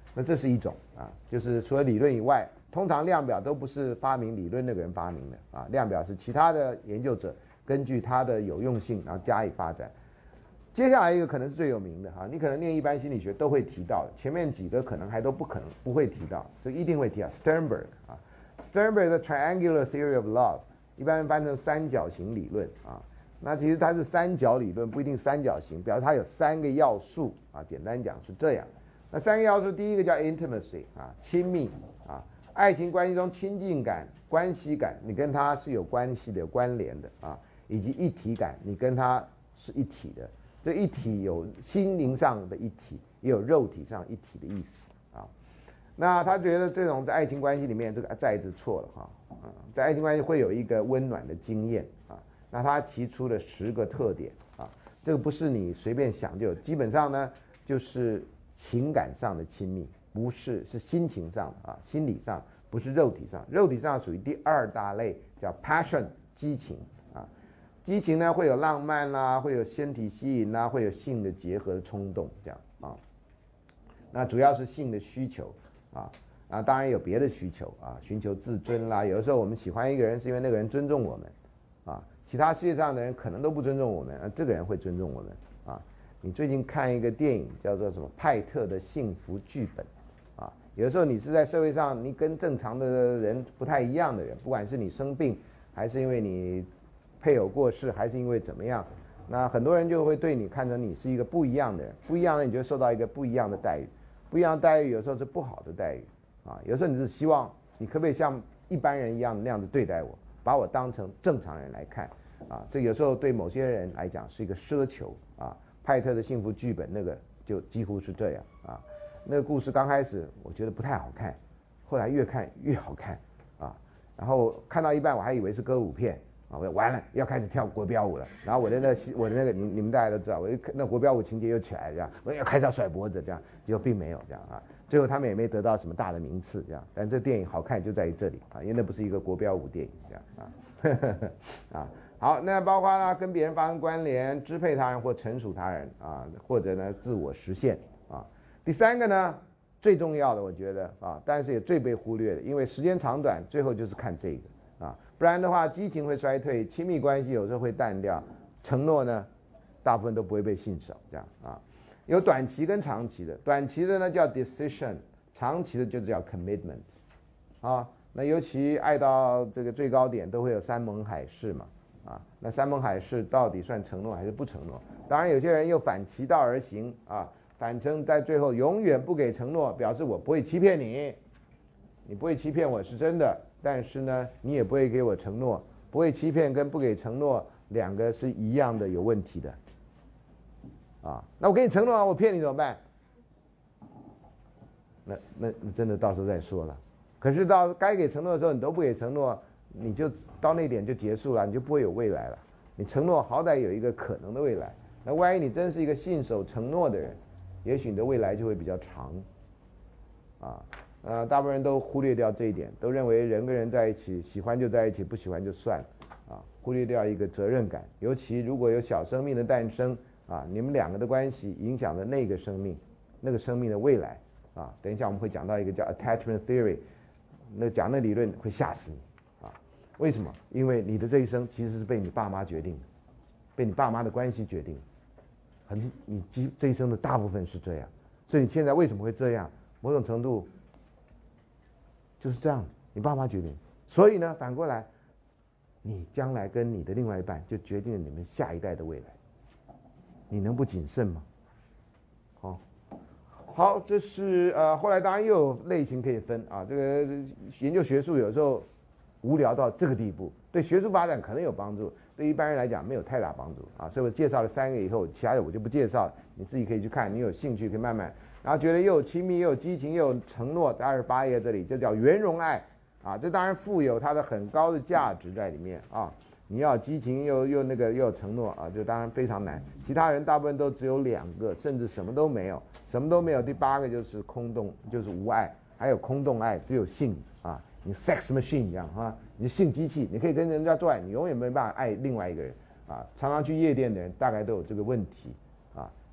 那这是一种啊，就是除了理论以外，通常量表都不是发明理论那个人发明的啊，量表是其他的研究者根据它的有用性然后加以发展。接下来一个可能是最有名的哈，你可能念一般心理学都会提到，前面几个可能还都不可能不会提到，这一定会提到 Sternberg 啊 ，Sternberg 的 Triangular Theory of Love 一般翻成三角形理论啊，那其实它是三角理论，不一定三角形，表示它有三个要素啊，简单讲是这样。那三个要素，第一个叫 intimacy 啊，亲密啊，爱情关系中亲近感、关系感，你跟他是有关系的、有关联的啊，以及一体感，你跟他是一体的。这一体有心灵上的一体，也有肉体上一体的意思啊。那他觉得这种在爱情关系里面，这个再一次错了哈啊，在爱情关系会有一个温暖的经验啊。那他提出了十个特点啊，这个不是你随便想就有，基本上呢就是情感上的亲密，不是是心情上的啊，心理上不是肉体上，肉体上属于第二大类，叫 passion 激情。激情呢会有浪漫啦，会有身体吸引啦，会有性的结合的冲动这样啊。那主要是性的需求啊啊，当然有别的需求啊，寻求自尊啦。有的时候我们喜欢一个人是因为那个人尊重我们啊，其他世界上的人可能都不尊重我们，啊，这个人会尊重我们啊。你最近看一个电影叫做什么《派特的幸福剧本》啊，有的时候你是在社会上你跟正常的人不太一样的人，不管是你生病还是因为你配偶过世还是因为怎么样，那很多人就会对你看成你是一个不一样的人，不一样的你就受到一个不一样的待遇，不一样的待遇有时候是不好的待遇啊，有时候你是希望你可不可以像一般人一样那样子对待我，把我当成正常人来看啊，这有时候对某些人来讲是一个奢求啊。派特的幸福剧本那个就几乎是这样啊，那个故事刚开始我觉得不太好看，后来越看越好看啊，然后看到一半我还以为是歌舞片。啊，我完了，要开始跳国标舞了。然后我的那我的那个，你你们大家都知道，我那国标舞情节又起来这样，我要开始要甩脖子这样，结果并没有这样啊。最后他们也没得到什么大的名次这样，但这电影好看就在于这里啊，因为那不是一个国标舞电影这样啊。呵呵呵啊，好，那包括呢跟别人发生关联、支配他人或臣属他人啊，或者呢自我实现啊。第三个呢最重要的，我觉得啊，但是也最被忽略的，因为时间长短，最后就是看这个。啊，不然的话，激情会衰退，亲密关系有时候会淡掉，承诺呢，大部分都不会被信守，这样啊。有短期跟长期的，短期的呢叫 decision， 长期的就叫 commitment， 啊，那尤其爱到这个最高点，都会有山盟海誓嘛，啊，那山盟海誓到底算承诺还是不承诺？当然，有些人又反其道而行啊，反正在最后永远不给承诺，表示我不会欺骗你，你不会欺骗我是真的。但是呢，你也不会给我承诺，不会欺骗跟不给承诺两个是一样的有问题的，啊，那我给你承诺啊，我骗你怎么办？那那那真的到时候再说了。可是到该给承诺的时候，你都不给承诺，你就到那点就结束了，你就不会有未来了。你承诺好歹有一个可能的未来，那万一你真是一个信守承诺的人，也许你的未来就会比较长，啊。呃，大部分人都忽略掉这一点，都认为人跟人在一起，喜欢就在一起，不喜欢就算了，啊，忽略掉一个责任感。尤其如果有小生命的诞生，啊，你们两个的关系影响了那个生命，那个生命的未来，啊，等一下我们会讲到一个叫 attachment theory， 那讲那理论会吓死你，啊，为什么？因为你的这一生其实是被你爸妈决定的，被你爸妈的关系决定的，很，你这一生的大部分是这样，所以你现在为什么会这样？某种程度。就是这样，你爸妈决定，所以呢，反过来，你将来跟你的另外一半就决定了你们下一代的未来，你能不谨慎吗？好，好，这是呃，后来当然又有类型可以分啊，这个研究学术有时候无聊到这个地步，对学术发展可能有帮助，对一般人来讲没有太大帮助啊。所以我介绍了三个以后，其他的我就不介绍，你自己可以去看，你有兴趣可以慢慢。然后觉得又有亲密又有激情又有承诺，在二十八页这里就叫圆融爱啊，这当然富有它的很高的价值在里面啊。你要激情又又那个又有承诺啊，就当然非常难。其他人大部分都只有两个，甚至什么都没有，什么都没有。第八个就是空洞，就是无爱，还有空洞爱，只有性啊，你 sex machine 一样啊，你性机器，你可以跟人家做爱，你永远没办法爱另外一个人啊。常常去夜店的人大概都有这个问题啊。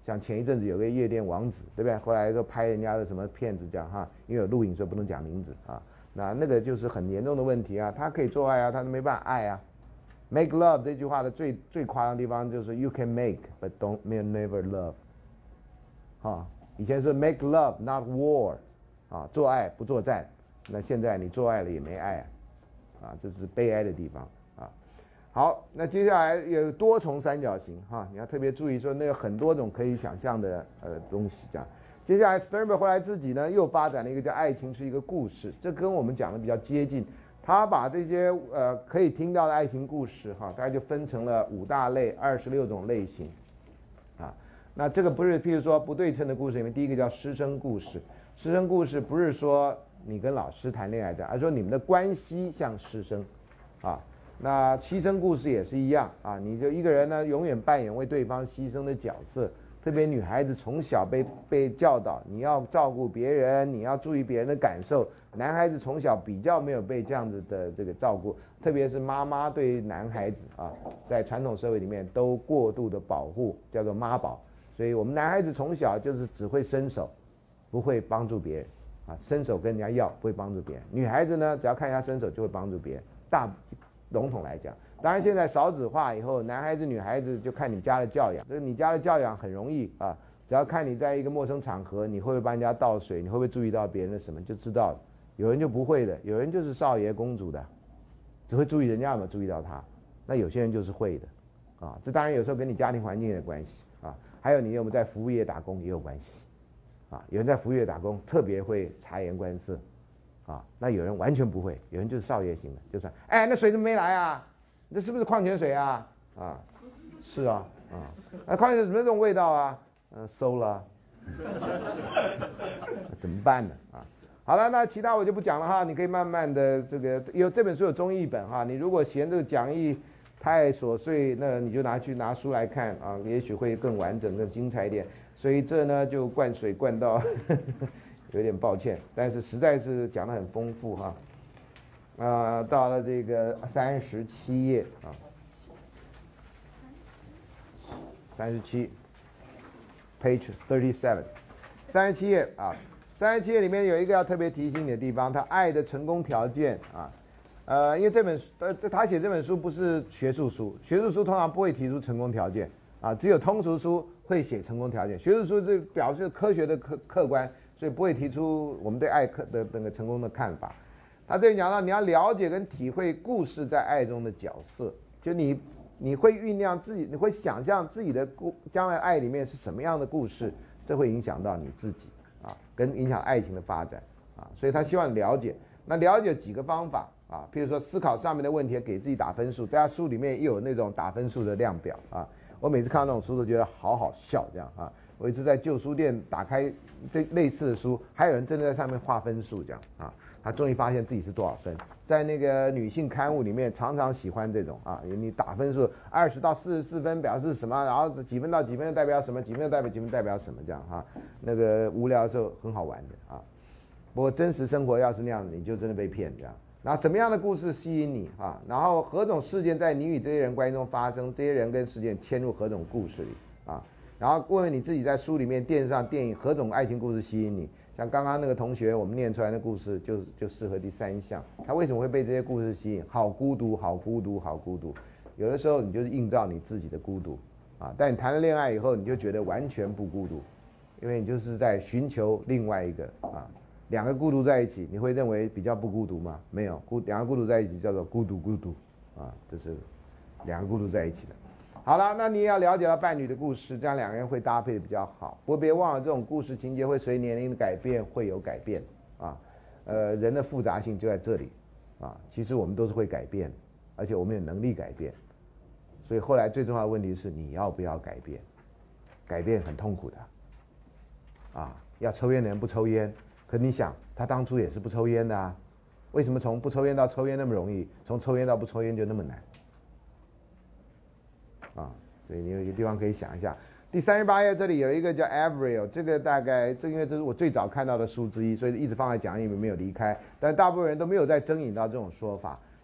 像前一阵子有个夜店王子，对不对？后来就拍人家的什么片子这样哈，因为有录影所以不能讲名字啊。那那个就是很严重的问题啊，他可以做爱啊，他没办法爱啊。Make love 这句话的最最夸张的地方就是 you can make but don't never love。啊，以前是 make love not war， 啊，做爱不作战。那现在你做爱了也没爱啊，啊，这是悲哀的地方啊。好，那接下来有多重三角形哈，你要特别注意说那有很多种可以想象的呃东西这样。接下来 Sternberg 后来自己呢又发展了一个叫爱情是一个故事，这跟我们讲的比较接近。他把这些呃可以听到的爱情故事哈，大概就分成了五大类，二十六种类型啊。那这个不是譬如说不对称的故事里面，第一个叫师生故事。师生故事不是说你跟老师谈恋爱这样，而是说你们的关系像师生啊。那牺牲故事也是一样啊，你就一个人呢永远扮演为对方牺牲的角色。特别女孩子从小被被教导你要照顾别人，你要注意别人的感受。男孩子从小比较没有被这样子的这个照顾，特别是妈妈对男孩子啊，在传统社会里面都过度的保护，叫做妈宝。所以我们男孩子从小就是只会伸手，不会帮助别人啊，伸手跟人家要不会帮助别人。女孩子呢，只要看人家伸手就会帮助别人。大笼统来讲，当然现在少子化以后，男孩子女孩子就看你家的教养。就是你家的教养很容易啊，只要看你在一个陌生场合，你会不会帮人家倒水，你会不会注意到别人的什么，就知道了。有人就不会的，有人就是少爷公主的，只会注意人家有没有注意到他。那有些人就是会的，啊，这当然有时候跟你家庭环境有关系啊，还有你有没有在服务业打工也有关系，啊，有人在服务业打工特别会察言观色。啊，那有人完全不会，有人就是少爷型的，就算，哎，那水怎么没来啊？这是不是矿泉水啊？啊，是啊，啊，那矿泉水怎么这种味道啊？嗯、呃，馊了，怎么办呢？啊，好了，那其他我就不讲了哈，你可以慢慢的这个，有这本书有中译本哈，你如果嫌这个讲义太琐碎，那你就拿去拿书来看啊，也许会更完整、更精彩一点。所以这呢就灌水灌到。有点抱歉，但是实在是讲得很丰富哈。啊、呃，到了这个三十七页啊，三十七 ，page thirty seven， 三十七页啊，三十七页里面有一个要特别提醒你的地方，他爱的成功条件啊，呃，因为这本书，呃，他写这本书不是学术书，学术书通常不会提出成功条件啊，只有通俗书会写成功条件，学术书这表示科学的客客观。所以不会提出我们对爱的那个成功的看法。他这里讲到你要了解跟体会故事在爱中的角色，就你你会酝酿自己，你会想象自己的故将来爱里面是什么样的故事，这会影响到你自己啊，跟影响爱情的发展啊。所以他希望了解，那了解几个方法啊，譬如说思考上面的问题，给自己打分数，在他书里面也有那种打分数的量表啊。我每次看到那种书都觉得好好笑这样啊。我一直在旧书店打开这类似的书，还有人真的在上面画分数这样啊，他终于发现自己是多少分。在那个女性刊物里面，常常喜欢这种啊，你打分数二十到四十四分表示什么，然后几分到几分代表什么，几分代表几分代表什么这样哈、啊。那个无聊的时候很好玩的啊。不过真实生活要是那样，你就真的被骗这样。然后怎么样的故事吸引你啊？然后何种事件在你与这些人关系中发生？这些人跟事件嵌入何种故事里啊？然后问问你自己在书里面、电视上、电影何种爱情故事吸引你？像刚刚那个同学我们念出来的故事就，就适合第三项。他为什么会被这些故事吸引？好孤独，好孤独，好孤独。有的时候你就是映照你自己的孤独啊，但你谈了恋爱以后，你就觉得完全不孤独，因为你就是在寻求另外一个啊。两个孤独在一起，你会认为比较不孤独吗？没有，孤两个孤独在一起叫做孤独孤独啊，这是两个孤独在一起的。好了，那你也要了解到伴侣的故事，这样两个人会搭配的比较好。不过别忘了，这种故事情节会随年龄的改变会有改变啊。呃，人的复杂性就在这里啊。其实我们都是会改变，而且我们有能力改变。所以后来最重要的问题是你要不要改变？改变很痛苦的啊。要抽烟的人不抽烟，可你想他当初也是不抽烟的啊，为什么从不抽烟到抽烟那么容易，从抽烟到不抽烟就那么难？啊，所以你有一个地方可以想一下。第三十八页这里有一个叫 Avril， 这个大概这因为这是我最早看到的书之一，所以一直放在讲义里面没有离开。但大部分人都没有再征引到这种说法。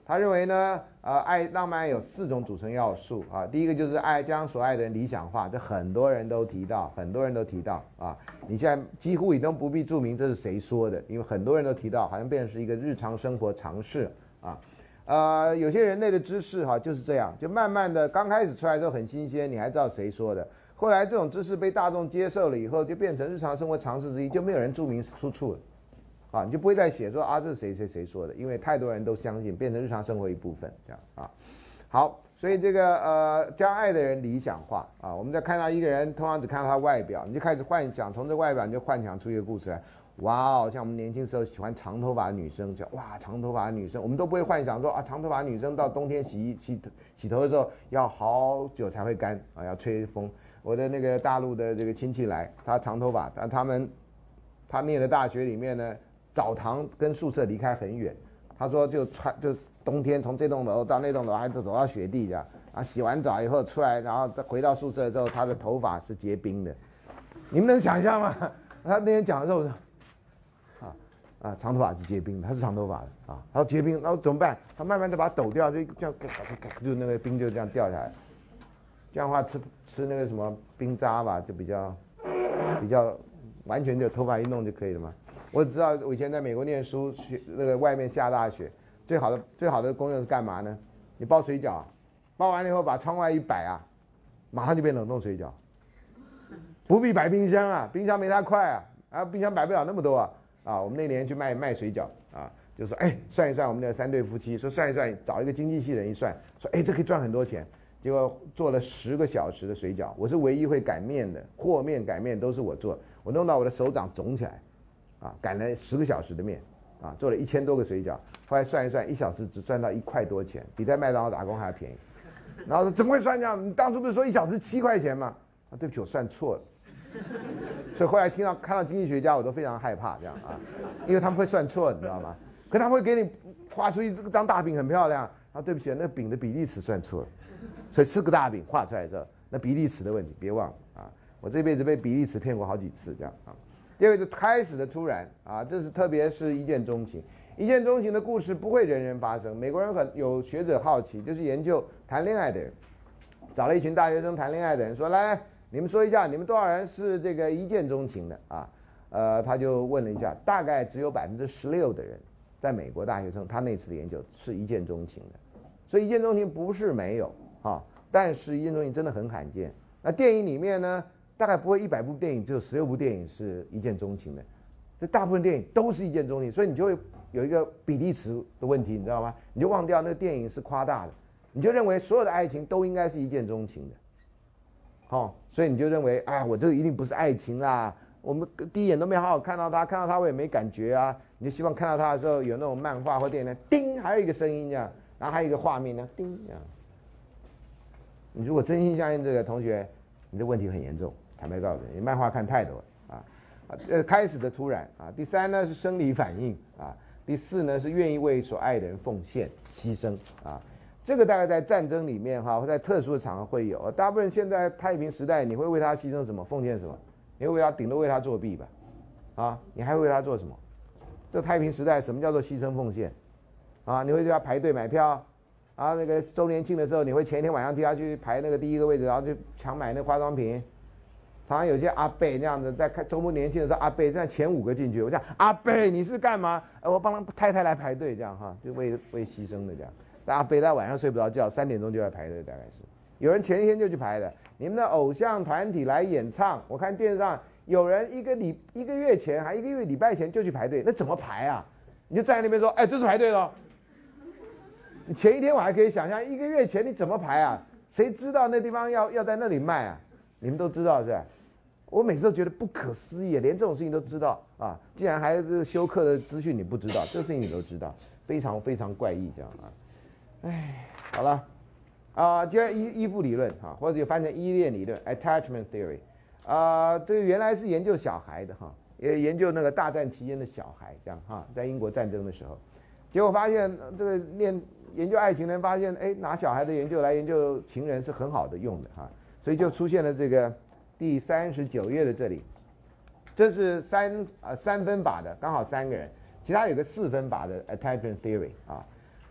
他认为呢，呃，爱浪漫有四种组成要素啊。第一个就是爱将所爱的人理想化，这很多人都提到，很多人都提到啊。你现在几乎已经不必注明这是谁说的，因为很多人都提到，好像变成是一个日常生活常识啊。呃，有些人类的知识哈、啊、就是这样，就慢慢的刚开始出来的时候很新鲜，你还知道谁说的。后来这种知识被大众接受了以后，就变成日常生活常识之一，就没有人注明出处了。啊，你就不会再写说啊，这是谁谁谁说的，因为太多人都相信，变成日常生活一部分，这样啊。好，所以这个呃，将爱的人理想化啊，我们在看到一个人，通常只看到他外表，你就开始幻想，从这外表你就幻想出一个故事来。哇哦，像我们年轻时候喜欢长头发的女生，就哇，长头发的女生，我们都不会幻想说啊，长头发的女生到冬天洗洗洗头的时候要好久才会干啊，要吹风。我的那个大陆的这个亲戚来，他长头发，但他们他念的大学里面呢。澡堂跟宿舍离开很远，他说就穿就冬天从这栋楼到那栋楼还走到雪地这样，啊洗完澡以后出来，然后再回到宿舍之后，他的头发是结冰的，你们能想象吗？他那天讲的时候，我说啊啊长头发是结冰的，他是长头发的啊，他说结冰，然后怎么办？他慢慢的把它抖掉，就这样就那个冰就这样掉下来，这样的话吃吃那个什么冰渣吧，就比较比较完全就头发一弄就可以了嘛。我只知道我以前在美国念书，学那个外面下大雪，最好的最好的功用是干嘛呢？你包水饺，包完了以后把窗外一摆啊，马上就变冷冻水饺，不必摆冰箱啊，冰箱没它快啊，啊冰箱摆不了那么多啊啊！我们那年去卖卖水饺啊，就说哎算一算，我们那三对夫妻说算一算，找一个经济系人一算，说哎这可以赚很多钱，结果做了十个小时的水饺，我是唯一会擀面的，和面擀面都是我做，我弄到我的手掌肿起来。啊，擀了十个小时的面，啊，做了一千多个水饺，后来算一算，一小时只赚到一块多钱，比在麦当劳打工还要便宜。然后说怎么会算这样？你当初不是说一小时七块钱吗？啊，对不起，我算错了。所以后来听到看到经济学家，我都非常害怕这样啊，因为他们会算错，你知道吗？可他们会给你画出一张大饼很漂亮，啊，对不起，那饼的比例尺算错了，所以四个大饼画出来之后，那比例尺的问题，别忘了啊，我这辈子被比例尺骗过好几次这样啊。第二个是开始的突然啊，这是特别是一见钟情。一见钟情的故事不会人人发生。美国人很有学者好奇，就是研究谈恋爱的人，找了一群大学生谈恋爱的人，说来，你们说一下，你们多少人是这个一见钟情的啊？呃，他就问了一下，大概只有百分之十六的人，在美国大学生他那次的研究是一见钟情的。所以一见钟情不是没有啊，但是一见钟情真的很罕见。那电影里面呢？大概不会一百部电影只有十六部电影是一见钟情的，这大部分电影都是一见钟情，所以你就会有一个比例尺的问题，你知道吗？你就忘掉那个电影是夸大的，你就认为所有的爱情都应该是一见钟情的，好、哦，所以你就认为啊，我这个一定不是爱情啦，我们第一眼都没好好看到他，看到他我也没感觉啊，你就希望看到他的时候有那种漫画或电影，叮，还有一个声音这样，然后还有一个画面呢，叮这样。你如果真心相信这个同学，你的问题很严重。坦白告诉你，你漫画看太多了啊，呃，开始的突然啊。第三呢是生理反应啊，第四呢是愿意为所爱的人奉献牺牲啊。这个大概在战争里面哈，或在特殊的场合会有。大部分现在太平时代，你会为他牺牲什么？奉献什么？你会为他顶多为他作弊吧？啊，你还会为他做什么？这太平时代什么叫做牺牲奉献？啊，你会为他排队买票？啊，那个周年庆的时候，你会前一天晚上替他去排那个第一个位置，然后去抢买那个化妆品。常常有些阿伯那样子，在看周末年庆的时候，阿伯这样前五个进去，我讲阿伯你是干嘛？呃，我帮他太太来排队，这样哈，就为为牺牲的这样。但阿伯在晚上睡不着觉，三点钟就要排队，大概是。有人前一天就去排的。你们的偶像团体来演唱，我看电视上有人一个礼一个月前还一个月礼拜前就去排队，那怎么排啊？你就站在那边说，哎，这是排队咯。你前一天我还可以想象，一个月前你怎么排啊？谁知道那地方要要在那里卖啊？你们都知道是吧？我每次都觉得不可思议，连这种事情都知道啊！竟然还是休克的资讯你不知道，这个事情你都知道，非常非常怪异这样啊！哎，好了，啊，接下来依依附理论哈，或者就翻成依恋理论 （attachment theory） 啊，这个原来是研究小孩的哈，也研究那个大战期间的小孩这样哈，在英国战争的时候，结果发现这个念研究爱情的人发现，哎，拿小孩的研究来研究情人是很好的用的哈。所以就出现了这个第三十九页的这里，这是三呃三分法的，刚好三个人，其他有个四分法的 attachment theory 啊，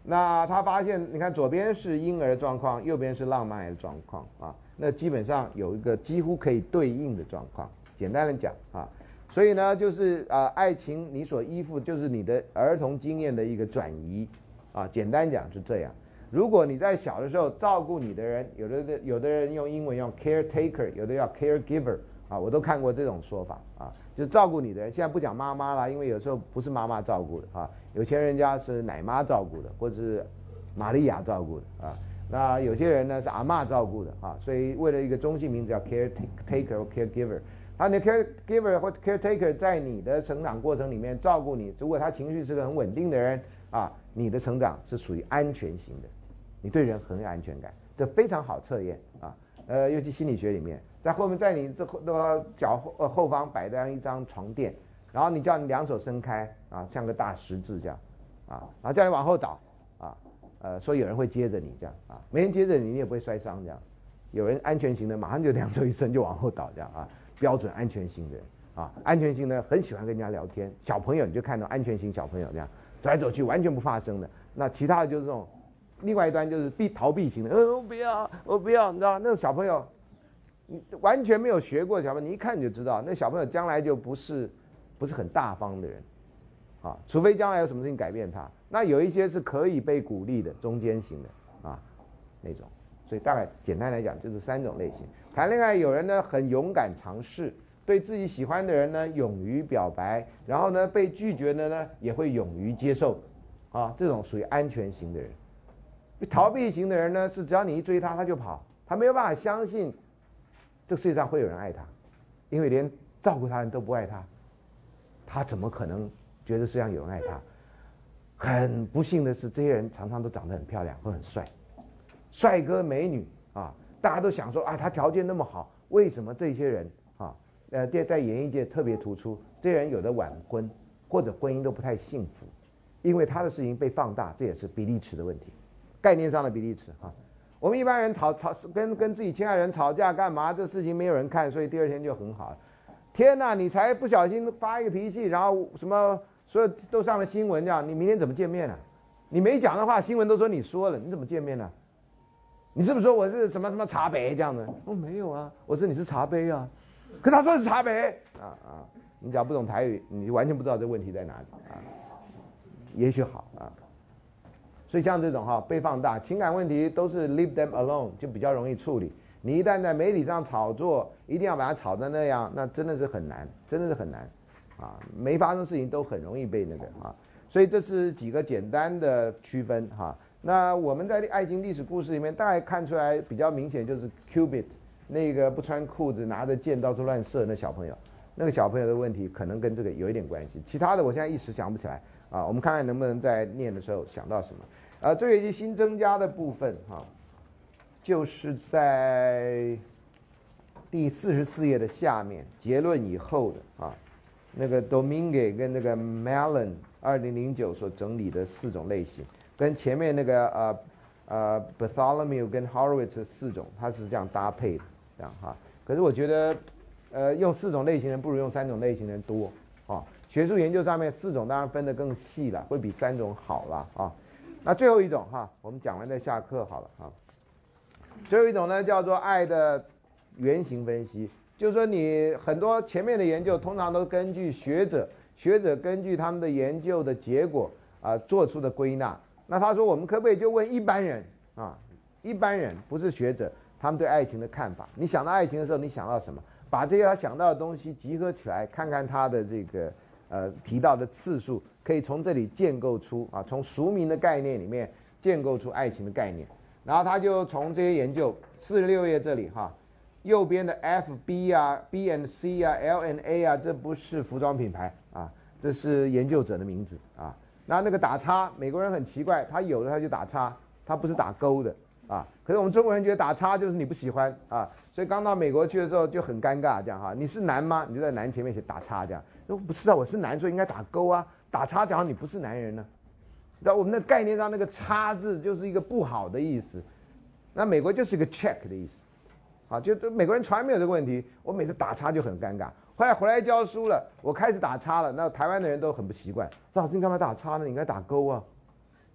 那他发现，你看左边是婴儿的状况，右边是浪漫的状况啊，那基本上有一个几乎可以对应的状况。简单的讲啊，所以呢，就是啊、呃，爱情你所依附就是你的儿童经验的一个转移啊。简单讲是这样。如果你在小的时候照顾你的人，有的有的人用英文用 caretaker， 有的叫 caregiver 啊，我都看过这种说法啊，就照顾你的人。现在不讲妈妈啦，因为有时候不是妈妈照顾的啊，有钱人家是奶妈照顾的，或者是玛利亚照顾的啊。那有些人呢是阿嬷照顾的啊，所以为了一个中性名字叫 caretaker 或 caregiver。他的 caregiver 或 caretaker 在你的成长过程里面照顾你，如果他情绪是个很稳定的人啊，你的成长是属于安全型的，你对人很有安全感，这非常好测验啊。呃，尤其心理学里面，在后面在你这个脚后呃后方摆上一张床垫，然后你叫你两手伸开啊，像个大十字这样啊，然后叫你往后倒啊，呃，说有人会接着你这样啊，没人接着你，你也不会摔伤这样。有人安全型的，马上就两手一伸就往后倒这样啊。标准安全型的人啊，安全型的很喜欢跟人家聊天。小朋友你就看到安全型小朋友这样走来走去完全不怕生的。那其他的就是这种，另外一端就是避逃避型的，呃，我不要，我不要，你知道那个小朋友，完全没有学过的小朋友，你一看你就知道，那小朋友将来就不是不是很大方的人，啊，除非将来有什么事情改变他。那有一些是可以被鼓励的，中间型的啊那种。所以大概简单来讲就是三种类型。谈恋爱有人呢很勇敢尝试，对自己喜欢的人呢勇于表白，然后呢被拒绝的呢也会勇于接受，啊，这种属于安全型的人。逃避型的人呢是只要你一追他他就跑，他没有办法相信这个世界上会有人爱他，因为连照顾他人都不爱他，他怎么可能觉得世界上有人爱他？很不幸的是，这些人常常都长得很漂亮或很帅。帅哥美女啊，大家都想说啊，他条件那么好，为什么这些人啊，呃，在演艺界特别突出？这些人有的晚婚，或者婚姻都不太幸福，因为他的事情被放大，这也是比例尺的问题，概念上的比例尺啊。我们一般人吵吵跟跟自己亲爱的人吵架干嘛？这事情没有人看，所以第二天就很好了。天哪，你才不小心发一个脾气，然后什么所有都上了新闻，这样你明天怎么见面啊？你没讲的话，新闻都说你说了，你怎么见面呢、啊？你是不是说我是什么什么茶杯这样的？哦，没有啊，我说你是茶杯啊，可他说是茶杯啊啊！你只要不懂台语，你完全不知道这问题在哪里啊。也许好啊，所以像这种哈被放大情感问题都是 leave them alone， 就比较容易处理。你一旦在媒体上炒作，一定要把它炒成那样，那真的是很难，真的是很难啊！没发生事情都很容易被那个啊，所以这是几个简单的区分哈。那我们在爱情历史故事里面，大概看出来比较明显就是 Cupid 那个不穿裤子拿着箭到处乱射那小朋友，那个小朋友的问题可能跟这个有一点关系。其他的我现在一时想不起来啊，我们看看能不能在念的时候想到什么。啊，这有一些新增加的部分哈，就是在第四十四页的下面结论以后的啊，那个 Domingue 跟那个 Mellon 二零零九所整理的四种类型。跟前面那个呃呃 Bartholomew 跟 Horowitz 四种，它是这样搭配的，这样哈。可是我觉得，呃，用四种类型人不如用三种类型人多啊。学术研究上面四种当然分得更细了，会比三种好了啊。那最后一种哈，我们讲完再下课好了啊。最后一种呢叫做爱的原型分析，就是说你很多前面的研究通常都根据学者，学者根据他们的研究的结果啊做出的归纳。那他说，我们可不可以就问一般人啊？一般人不是学者，他们对爱情的看法。你想到爱情的时候，你想到什么？把这些他想到的东西集合起来，看看他的这个呃提到的次数，可以从这里建构出啊，从俗民的概念里面建构出爱情的概念。然后他就从这些研究，四十六页这里哈，右边的 F B 啊、B and C 啊、L and A 啊，这不是服装品牌啊，这是研究者的名字啊。然后那个打叉，美国人很奇怪，他有的他就打叉，他不是打勾的啊。可是我们中国人觉得打叉就是你不喜欢啊，所以刚到美国去的时候就很尴尬，这样哈，你是男吗？你就在男前面写打叉这样。说不是啊，我是男，所以应该打勾啊，打叉讲你不是男人呢。你知道我们的概念上那个叉字就是一个不好的意思，那美国就是一个 check 的意思，好，就美国人从来没有这个问题，我每次打叉就很尴尬。后来回来教书了，我开始打叉了，那台湾的人都很不习惯。老师，你干嘛打叉呢？你应该打勾啊！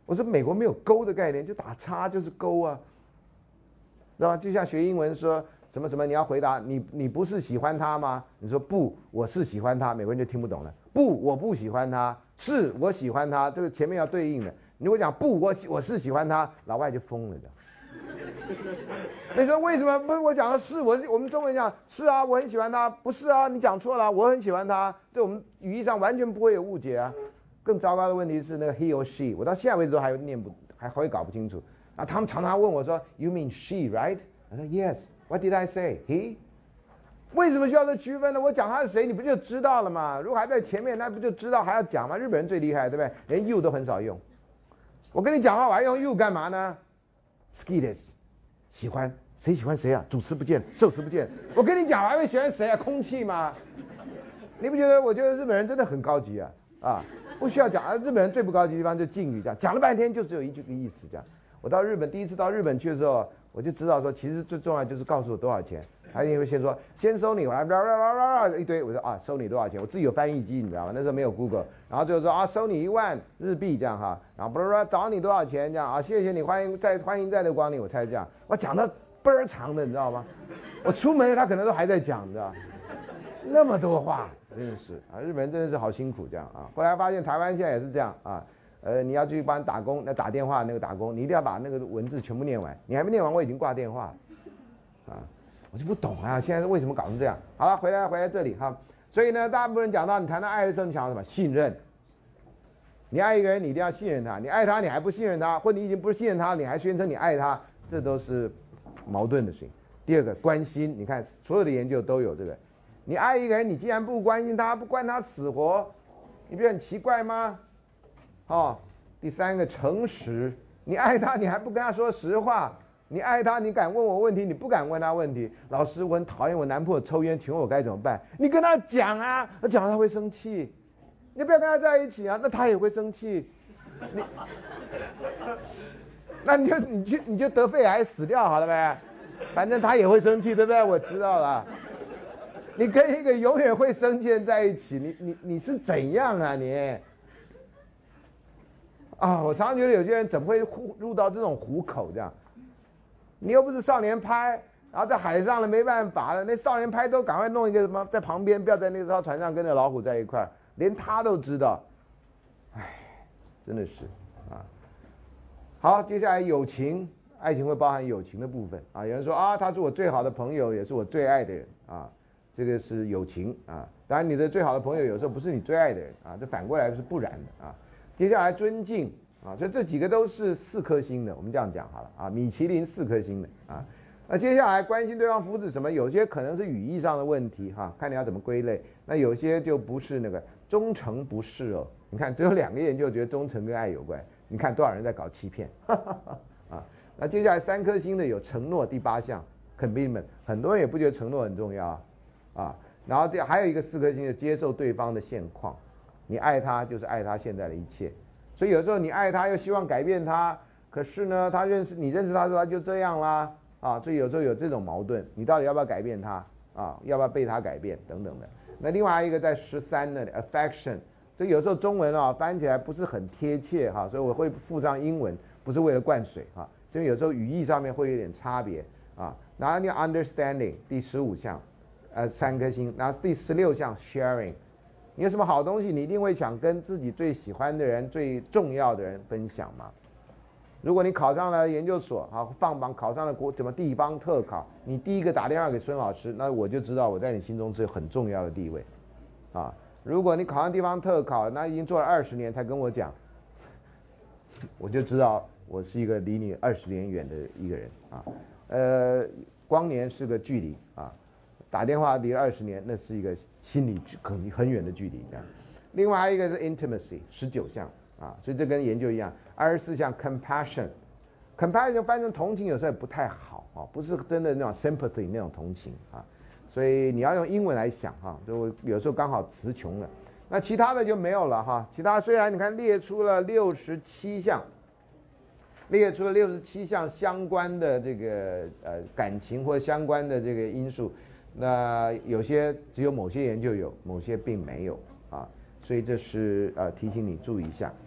我说美国没有勾的概念，就打叉就是勾啊，知道吗？就像学英文说什么什么，你要回答你你不是喜欢他吗？你说不，我是喜欢他，美国人就听不懂了。不，我不喜欢他，是我喜欢他，这个前面要对应的。你如果讲不，我我是喜欢他，老外就疯了的。你说为什么不是我讲的是我我们中文讲是啊，我很喜欢他，不是啊，你讲错了，我很喜欢他，对我们语义上完全不会有误解啊。更糟糕的问题是那个 he or she， 我到现在为止都还念不还还会搞不清楚啊。他们常常问我说 You mean she right？ 我说 Yes。What did I say? He？ 为什么需要这区分呢？我讲他是谁，你不就知道了吗？如果还在前面，那不就知道还要讲吗？日本人最厉害，对不对？连 you 都很少用。我跟你讲话，我还用 you 干嘛呢 ？Skides， 喜欢谁喜欢谁啊？主持不见，受持不见。我跟你讲，我还会喜欢谁啊？空气吗？你不觉得？我觉得日本人真的很高级啊！啊，不需要讲啊。日本人最不高级的地方就敬语，这样讲了半天就只有一句个意思，这样。我到日本第一次到日本去的时候，我就知道说，其实最重要就是告诉我多少钱。他因为先说先收你，我来一堆，我说啊收你多少钱？我自己有翻译机，你知道吗？那时候没有 Google， 然后最后说啊收你一万日币这样哈，然后不是说找你多少钱这样啊？谢谢你，欢迎再欢迎再度光临，我才这样。我讲的倍儿长的，你知道吗？我出门他可能都还在讲，你知道，那么多话，真的是啊，日本人真的是好辛苦这样啊。后来发现台湾现在也是这样啊。呃，你要去帮打工，那打电话那个打工，你一定要把那个文字全部念完。你还没念完，我已经挂电话了，啊，我就不懂啊，现在为什么搞成这样？好了，回来回来这里哈。所以呢，大部分人讲到你谈到爱的时候，你想要什么？信任。你爱一个人，你一定要信任他。你爱他，你还不信任他，或你已经不是信任他，你还宣称你爱他，这都是矛盾的事情。第二个，关心。你看所有的研究都有这个。你爱一个人，你既然不关心他，不管他死活，你不是很奇怪吗？哦，第三个诚实，你爱他，你还不跟他说实话？你爱他，你敢问我问题，你不敢问他问题。老师，我很讨厌我男朋友抽烟，请问我该怎么办？你跟他讲啊，他讲他会生气，你不要跟他在一起啊，那他也会生气。你，那你就你就你就得肺癌死掉好了呗，反正他也会生气，对不对？我知道了。你跟一个永远会生气的人在一起，你你你是怎样啊你？啊，我常常觉得有些人怎么会入到这种虎口这样？你又不是少年派，然后在海上了没办法了，那少年派都赶快弄一个什么在旁边，不要在那艘船上跟着老虎在一块儿，连他都知道，唉，真的是啊。好，接下来友情，爱情会包含友情的部分啊。有人说啊，他是我最好的朋友，也是我最爱的人啊，这个是友情啊。当然，你的最好的朋友有时候不是你最爱的人啊，这反过来是不然的啊。接下来尊敬啊，所以这几个都是四颗星的，我们这样讲好了啊，米其林四颗星的啊。那接下来关心对方福祉什么？有些可能是语义上的问题哈，看你要怎么归类。那有些就不是那个忠诚不是哦。你看只有两个研究觉得忠诚跟爱有关，你看多少人在搞欺骗啊？那接下来三颗星的有承诺，第八项 commitment， 很多人也不觉得承诺很重要啊啊。然后第还有一个四颗星的接受对方的现况。你爱他就是爱他现在的一切，所以有时候你爱他又希望改变他，可是呢，他认识你认识他的时候他就这样啦啊，所以有时候有这种矛盾，你到底要不要改变他啊？要不要被他改变等等的。那另外一个在十三呢 ，affection， 这有时候中文啊翻起来不是很贴切哈，所以我会附上英文，不是为了灌水哈，所以有时候语义上面会有点差别啊。然后你 understanding 第十五项，呃三颗星，然后第十六项 sharing。你有什么好东西，你一定会想跟自己最喜欢的人、最重要的人分享吗？如果你考上了研究所，啊，放榜考上了国什么地方特考，你第一个打电话给孙老师，那我就知道我在你心中是有很重要的地位，啊，如果你考上地方特考，那已经做了二十年才跟我讲，我就知道我是一个离你二十年远的一个人啊，呃，光年是个距离啊。打电话离了二十年，那是一个心理很很远的距离这样。另外一个是 intimacy， 十九项啊，所以这跟研究一样。二十四项 compassion，compassion 翻成同情有时候也不太好啊，不是真的那种 sympathy 那种同情啊，所以你要用英文来想哈，就有时候刚好词穷了。那其他的就没有了哈，其他虽然你看列出了六十七项，列出了六十七项相关的这个呃感情或相关的这个因素。那有些只有某些研究有，某些并没有啊，所以这是呃提醒你注意一下。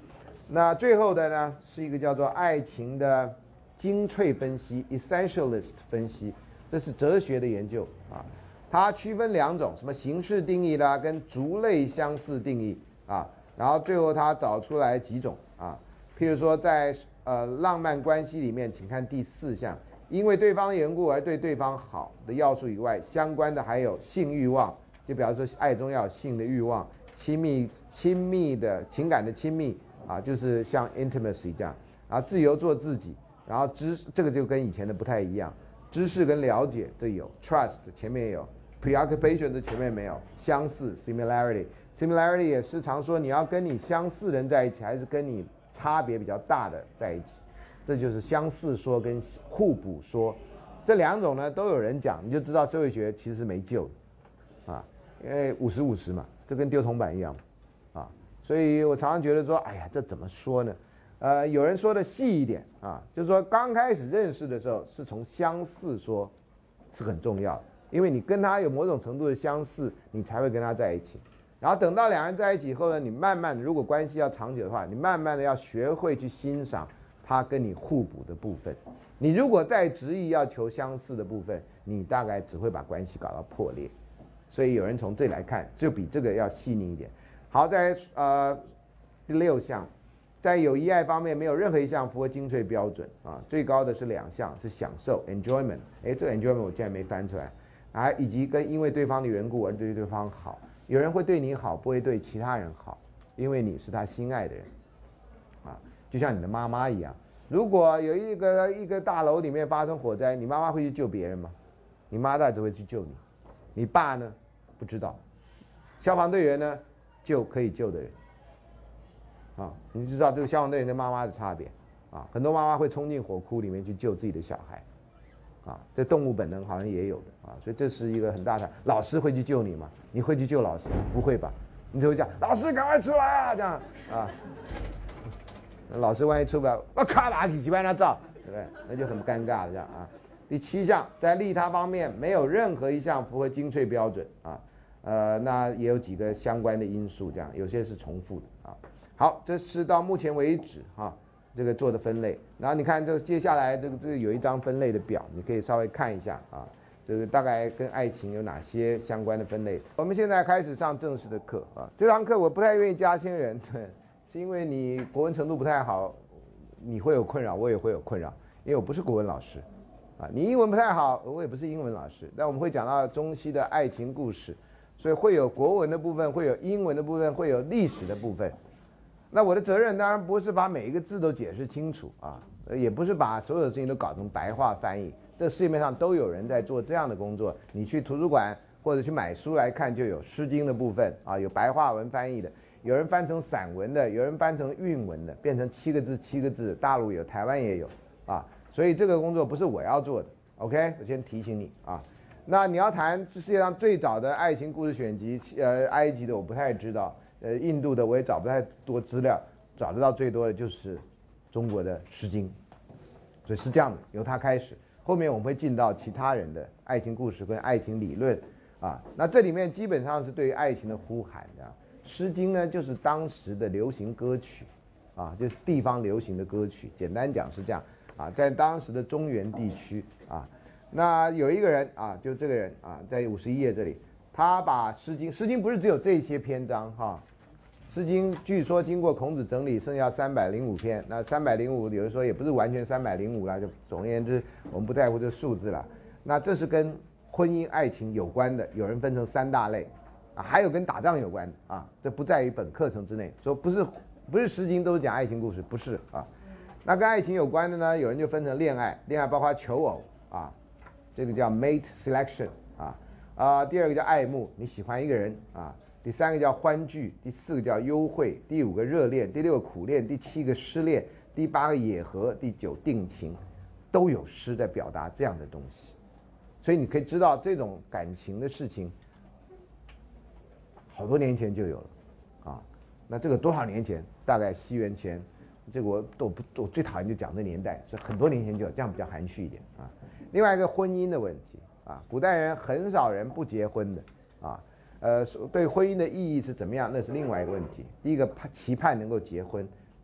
那最后的呢是一个叫做爱情的精粹分析 （essentialist 分析），这是哲学的研究啊。它区分两种，什么形式定义啦，跟族类相似定义啊。然后最后它找出来几种啊，譬如说在呃浪漫关系里面，请看第四项，因为对方的缘故而对对方好的要素以外，相关的还有性欲望，就比方说爱中要有性的欲望，亲密亲密的情感的亲密啊，就是像 intimacy 这样，然后自由做自己，然后知这个就跟以前的不太一样，知识跟了解这有 trust 前面也有 preoccupation 的前面没有，相似 similarity similarity 也时常说你要跟你相似人在一起，还是跟你差别比较大的在一起，这就是相似说跟互补说，这两种呢都有人讲，你就知道社会学其实是没救的啊，因为五十五十嘛，这跟丢铜板一样啊，所以我常常觉得说，哎呀，这怎么说呢？呃，有人说的细一点啊，就是说刚开始认识的时候是从相似说是很重要的，因为你跟他有某种程度的相似，你才会跟他在一起。然后等到两人在一起以后呢，你慢慢的，如果关系要长久的话，你慢慢的要学会去欣赏他跟你互补的部分。你如果再执意要求相似的部分，你大概只会把关系搞到破裂。所以有人从这里来看，就比这个要细腻一点。好，在呃第六项，在友谊爱方面没有任何一项符合精粹标准啊，最高的是两项，是享受 enjoyment， 哎，这个 enjoyment 我竟然没翻出来，啊，以及跟因为对方的缘故而对对方好。有人会对你好，不会对其他人好，因为你是他心爱的人，啊，就像你的妈妈一样。如果有一个一个大楼里面发生火灾，你妈妈会去救别人吗？你妈大只会去救你，你爸呢？不知道。消防队员呢？救可以救的人，啊，你就知道这个消防队员跟妈妈的差别，啊，很多妈妈会冲进火窟里面去救自己的小孩。啊，这动物本能好像也有的啊，所以这是一个很大的。老师会去救你吗？你会去救老师？不会吧？你就会讲老师赶快出来啊，这样啊。老师万一出不来，我咔吧起班他照，对不对？那就很尴尬了这样啊。第七项，在利他方面没有任何一项符合精粹标准啊，呃，那也有几个相关的因素，这样有些是重复的啊。好，这是到目前为止哈。啊这个做的分类，然后你看这接下来这个这个有一张分类的表，你可以稍微看一下啊，这个大概跟爱情有哪些相关的分类。我们现在开始上正式的课啊，这堂课我不太愿意加签人，对，是因为你国文程度不太好，你会有困扰，我也会有困扰，因为我不是国文老师啊，你英文不太好，我也不是英文老师，但我们会讲到中西的爱情故事，所以会有国文的部分，会有英文的部分，会有历史的部分。那我的责任当然不是把每一个字都解释清楚啊，也不是把所有的事情都搞成白话翻译。这市面上都有人在做这样的工作。你去图书馆或者去买书来看，就有《诗经》的部分啊，有白话文翻译的，有人翻成散文的，有人翻成韵文的，变成七个字七个字，大陆有，台湾也有啊。所以这个工作不是我要做的 ，OK？ 我先提醒你啊。那你要谈世界上最早的爱情故事选集，呃，埃及的我不太知道。呃，印度的我也找不太多资料，找得到最多的就是中国的《诗经》，所以是这样的，由它开始，后面我们会进到其他人的爱情故事跟爱情理论啊。那这里面基本上是对于爱情的呼喊的，《诗经》呢就是当时的流行歌曲啊，就是地方流行的歌曲，简单讲是这样啊，在当时的中原地区啊，那有一个人啊，就这个人啊，在五十一页这里，他把《诗经》，《诗经》不是只有这些篇章哈。《诗经》据说经过孔子整理，剩下三百零五篇。那三百零五，有人说也不是完全三百零五啦，就总而言之，我们不在乎这数字了。那这是跟婚姻、爱情有关的，有人分成三大类啊，还有跟打仗有关的啊，这不在于本课程之内。说不是不是《诗经》都是讲爱情故事，不是啊。那跟爱情有关的呢，有人就分成恋爱，恋爱包括求偶啊，这个叫 mate selection 啊啊，第二个叫爱慕，你喜欢一个人啊。第三个叫欢聚，第四个叫幽会，第五个热恋，第六个苦恋，第七个失恋，第八个野合，第九定情，都有诗在表达这样的东西。所以你可以知道这种感情的事情，好多年前就有了啊。那这个多少年前？大概西元前，这个我都不，我最讨厌就讲这年代，所以很多年前就有，这样比较含蓄一点啊。另外一个婚姻的问题啊，古代人很少人不结婚的啊。呃，对婚姻的意义是怎么样？那是另外一个问题。第一个期盼能够结婚，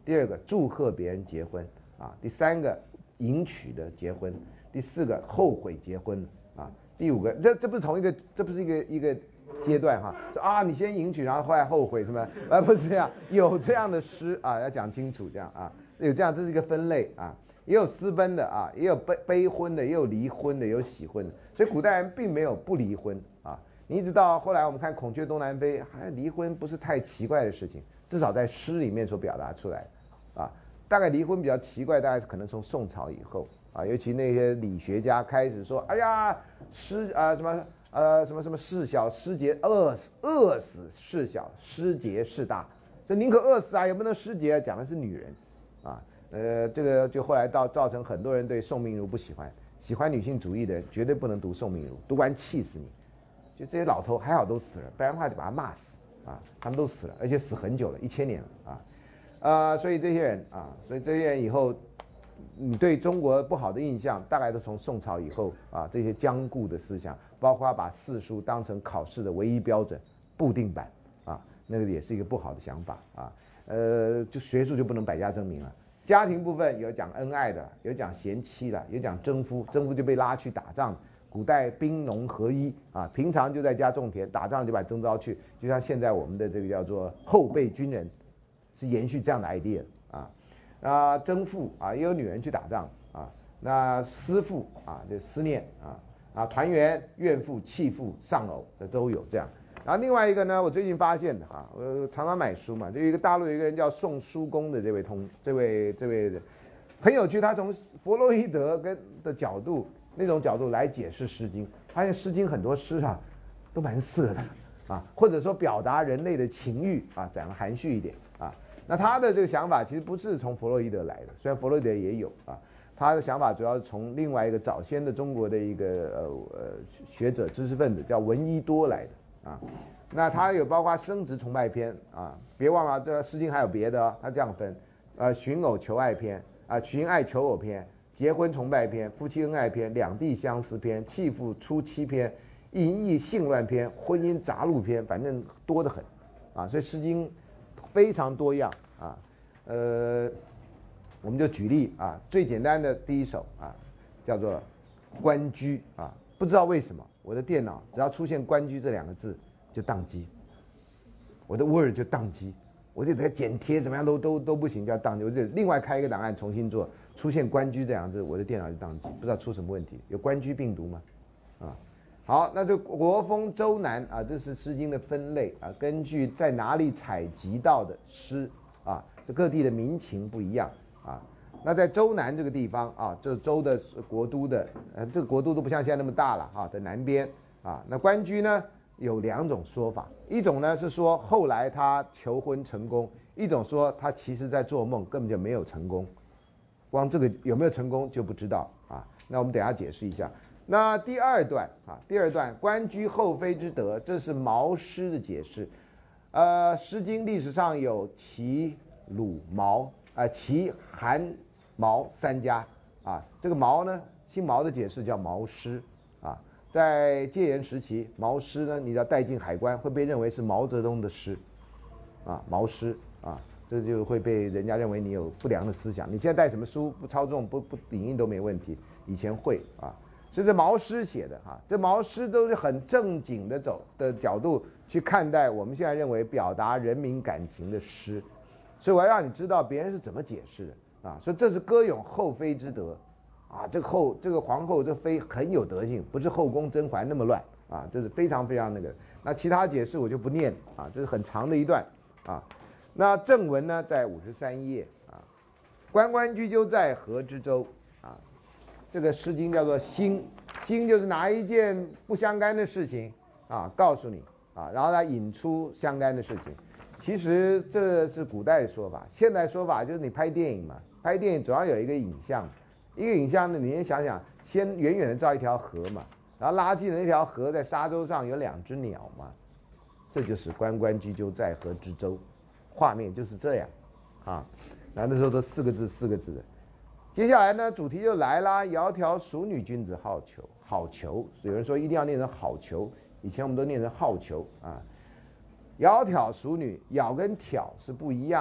第二个祝贺别人结婚啊，第三个迎娶的结婚，第四个后悔结婚啊，第五个这这不是同一个，这不是一个一个阶段哈，啊你先迎娶，然后后来后悔什么？而不是这样，有这样的诗啊，要讲清楚这样啊，有这样，这是一个分类啊，也有私奔的啊，也有悲悲婚的，也有离婚的，也有喜婚的，所以古代人并没有不离婚啊。你一直到后来我们看孔雀东南飞，还离婚不是太奇怪的事情，至少在诗里面所表达出来啊。大概离婚比较奇怪，大概是可能从宋朝以后啊，尤其那些理学家开始说，哎呀，诗啊什么呃什么什么事小失节，饿死饿死事小，失节事大，就宁可饿死啊，也不能失节，讲的是女人啊。呃，这个就后来到造成很多人对宋明儒不喜欢，喜欢女性主义的人绝对不能读宋明儒，读完气死你。就这些老头还好都死了，不然的话就把他骂死啊！他们都死了，而且死很久了，一千年了啊！呃，所以这些人啊，所以这些人以后，你对中国不好的印象，大概都从宋朝以后啊，这些僵固的思想，包括把四书当成考试的唯一标准、固定版啊，那个也是一个不好的想法啊。呃，就学术就不能百家争鸣了。家庭部分有讲恩爱的，有讲贤妻的，有讲征夫，征夫就被拉去打仗。古代兵农合一啊，平常就在家种田，打仗就把征召去，就像现在我们的这个叫做后备军人，是延续这样的 idea 啊。啊，征父啊，也有女人去打仗啊。那思妇啊，就思念啊啊，团圆、怨妇、弃妇、丧偶的都有这样。然后另外一个呢，我最近发现的哈，我常常买书嘛，就有一个大陆有一个人叫宋叔公的这位同这位这位很有趣，他从弗洛伊德跟的角度。那种角度来解释《诗经》，发现《诗经》很多诗啊，都蛮色的啊，或者说表达人类的情欲啊，讲得含蓄一点啊。那他的这个想法其实不是从弗洛伊德来的，虽然弗洛伊德也有啊，他的想法主要是从另外一个早先的中国的一个呃呃学者、知识分子叫闻一多来的啊。那他有包括生殖崇拜篇啊，别忘了这《诗经》还有别的、哦，他这样分，呃，寻偶求爱篇啊，寻爱求偶篇。结婚崇拜篇、夫妻恩爱篇、两地相思篇、弃妇出妻篇、淫逸性乱篇、婚姻杂录篇，反正多得很，啊，所以《诗经》非常多样啊。呃，我们就举例啊，最简单的第一首啊，叫做《关雎》啊，不知道为什么我的电脑只要出现“关雎”这两个字就宕机，我的 Word 就宕机，我就得剪贴怎么样都都都不行，叫宕机，我就另外开一个档案重新做。出现关雎这两个字，我的电脑就宕机，不知道出什么问题。有关雎病毒吗？啊，好，那就国风周南啊，这是《诗经》的分类啊，根据在哪里采集到的诗啊，这各地的民情不一样啊。那在周南这个地方啊，这周的国都的，呃，这个国都都不像现在那么大了啊，在南边啊。那关雎呢有两种说法，一种呢是说后来他求婚成功，一种说他其实在做梦，根本就没有成功。光这个有没有成功就不知道啊，那我们等一下解释一下。那第二段啊，第二段关雎后妃之德，这是毛诗的解释。呃，《诗经》历史上有齐、鲁、毛，呃，齐、韩、毛三家啊。这个毛呢，姓毛的解释叫毛诗啊。在戒严时期，毛诗呢，你要带进海关，会被认为是毛泽东的诗啊，毛诗啊。这就会被人家认为你有不良的思想。你现在带什么书不操纵不不影印都没问题，以前会啊。所以这毛诗写的哈，这毛诗都是很正经的走的角度去看待我们现在认为表达人民感情的诗。所以我要让你知道别人是怎么解释的啊。所以这是歌咏后妃之德啊，这个后这个皇后这妃很有德性，不是后宫甄嬛那么乱啊，这是非常非常那个。那其他解释我就不念啊，这是很长的一段啊。那正文呢，在五十三页啊。关关雎鸠，在河之洲啊。这个《诗经》叫做兴，兴就是拿一件不相干的事情啊告诉你啊，然后它引出相干的事情。其实这是古代的说法，现代说法就是你拍电影嘛，拍电影总要有一个影像，一个影像呢，你先想想，先远远的照一条河嘛，然后拉近了那条河，在沙洲上有两只鸟嘛，这就是关关雎鸠，在河之洲。画面就是这样，啊，那那时候都四个字四个字的。接下来呢，主题就来啦，窈窕淑女，君子好逑。好逑，有人说一定要念成好逑，以前我们都念成好逑啊。窈窕淑女，窈跟挑是不一样的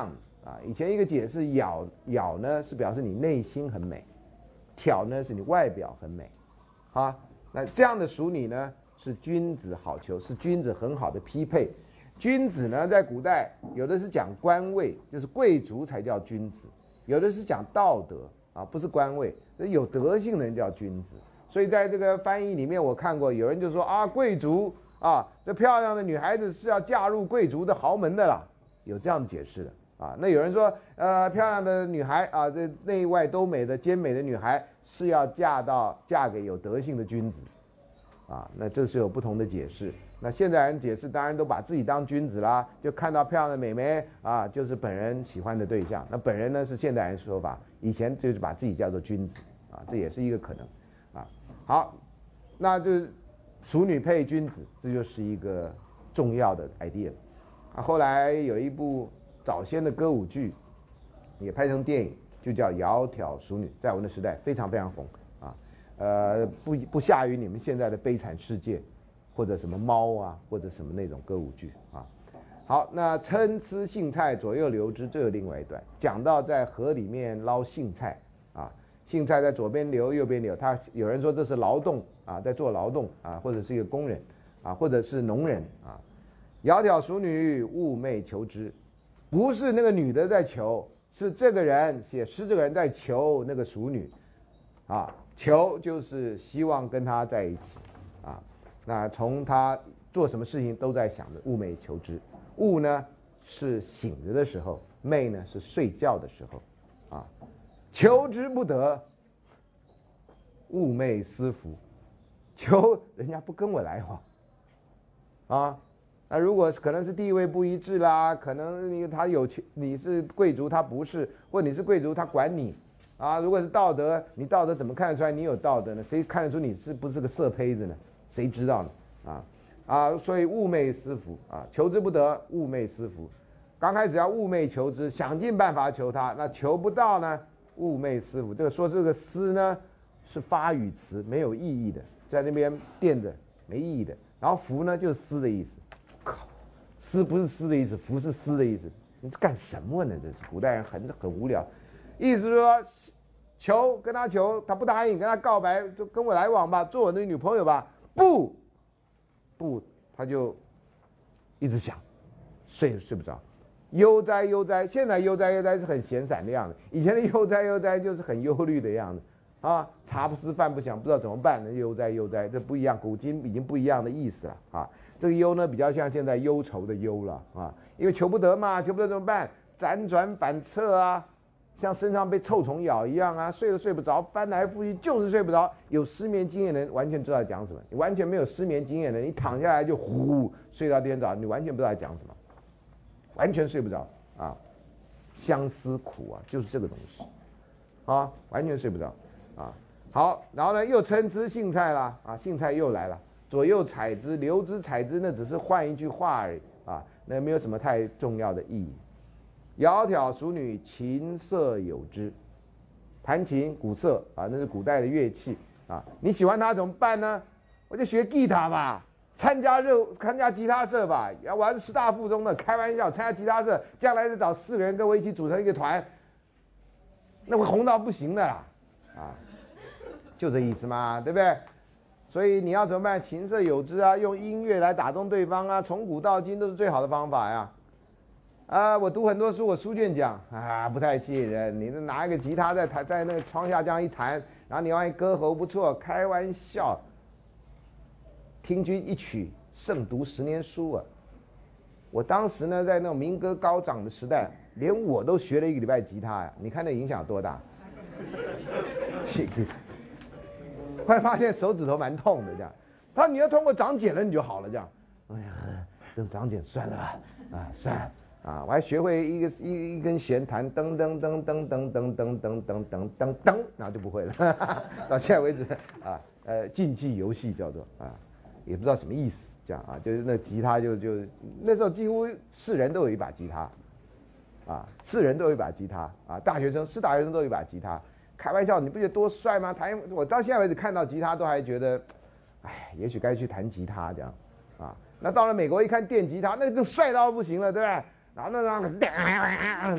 啊。以前一个解释，咬咬呢是表示你内心很美，挑呢是你外表很美，啊，那这样的淑女呢是君子好逑，是君子很好的匹配。君子呢在古代有的是讲官位，就是贵族才叫君子，有的是讲道德啊，不是官位，有德性的人叫君子。所以在这个翻译里面，我看过有人就说啊，贵族啊，这漂亮的女孩子是要嫁入贵族的豪门的啦，有这样解释的啊。那有人说，呃，漂亮的女孩啊，这内外都美的兼美的女孩是要嫁到嫁给有德性的君子，啊，那这是有不同的解释。那现在人解释当然都把自己当君子啦，就看到漂亮的美眉啊，就是本人喜欢的对象。那本人呢是现代人说法，以前就是把自己叫做君子啊，这也是一个可能啊。好，那就是淑女配君子，这就是一个重要的 idea 啊。后来有一部早先的歌舞剧也拍成电影，就叫《窈窕淑女》，在我们的时代非常非常红啊。呃，不不下于你们现在的《悲惨世界》或者什么猫啊，或者什么那种歌舞剧啊。好，那参差荇菜，左右流之，这有另外一段，讲到在河里面捞荇菜啊。荇菜在左边流右边流，他有人说这是劳动啊，在做劳动啊，或者是一个工人啊，或者是农人啊。窈窕淑女，寤寐求之，不是那个女的在求，是这个人写诗这个人在求那个淑女啊，求就是希望跟她在一起啊。那从他做什么事情都在想着寤寐求之，寤呢是醒着的时候，寐呢是睡觉的时候啊。求之不得，寤寐思服，求人家不跟我来往啊。那如果可能是地位不一致啦，可能你他有钱，你是贵族他不是，或者你是贵族他管你啊。如果是道德，你道德怎么看得出来你有道德呢？谁看得出你是不是个色胚子呢？谁知道呢？啊啊，所以寤寐思服啊，求之不得，寤寐思服。刚开始要寤寐求之，想尽办法求他，那求不到呢？寤寐思服，这个说这个思呢是发语词，没有意义的，在那边垫着没意义的。然后服呢就是思的意思，靠，思不是思的意思，服是思的意思。你这干什么呢？这是古代人很很无聊，意思是说求跟他求，他不答应，跟他告白，就跟我来往吧，做我的女朋友吧。不，不，他就一直想，睡睡不着。悠哉悠哉，现在悠哉悠哉是很闲散的样子，以前的悠哉悠哉就是很忧虑的样子啊，茶不思饭不想，不知道怎么办呢，悠哉悠哉，这不一样，古今已经不一样的意思了啊。这个忧呢比较像现在忧愁的忧了啊，因为求不得嘛，求不得怎么办？辗转反侧啊，像身上被臭虫咬一样啊，睡都睡不着，翻来覆去就是睡不着。有失眠经验的人完全知道讲什么，你完全没有失眠经验的人，你躺下来就呼睡到第二天早上，你完全不知道讲什么。完全睡不着啊，相思苦啊，就是这个东西啊，完全睡不着啊。好，然后呢，又参差荇菜啦啊，荇菜又来了，左右采之，流之采之，那只是换一句话而已啊，那没有什么太重要的意义。窈窕淑女，琴瑟友之，弹琴鼓瑟啊，那是古代的乐器啊。你喜欢它怎么办呢？我就学吉他吧。参加热参加吉他社吧，我还是师大附中的，开玩笑，参加吉他社，将来是找四个人跟我一起组成一个团，那会红到不行的啦，啊，就这意思嘛，对不对？所以你要怎么办？琴瑟友之啊，用音乐来打动对方啊，从古到今都是最好的方法呀。啊，我读很多书，我书卷奖啊，不太吸引人。你拿一个吉他在弹，在那个窗下这样一弹，然后你万一歌喉不错，开玩笑。听君一曲，胜读十年书啊！我当时呢，在那种民歌高涨的时代，连我都学了一个礼拜吉他呀！你看那影响多大？后来发现手指头蛮痛的，这样。他说你要通过长茧了，你就好了，这样。哎呀，这种长茧算了吧，啊，算了啊！我还学会一个一一根弦弹噔噔噔噔噔噔噔噔噔噔噔噔，然后就不会了。到现在为止啊，呃，竞技游戏叫做啊。也不知道什么意思，这样啊，就是那吉他就就那时候几乎是人都有一把吉他，啊，是人都有一把吉他啊，大学生是大学生都有一把吉他，开玩笑，你不觉得多帅吗？弹我到现在为止看到吉他都还觉得，哎，也许该去弹吉他这样，啊，那到了美国一看电吉他，那更帅到不行了，对不对？然后那那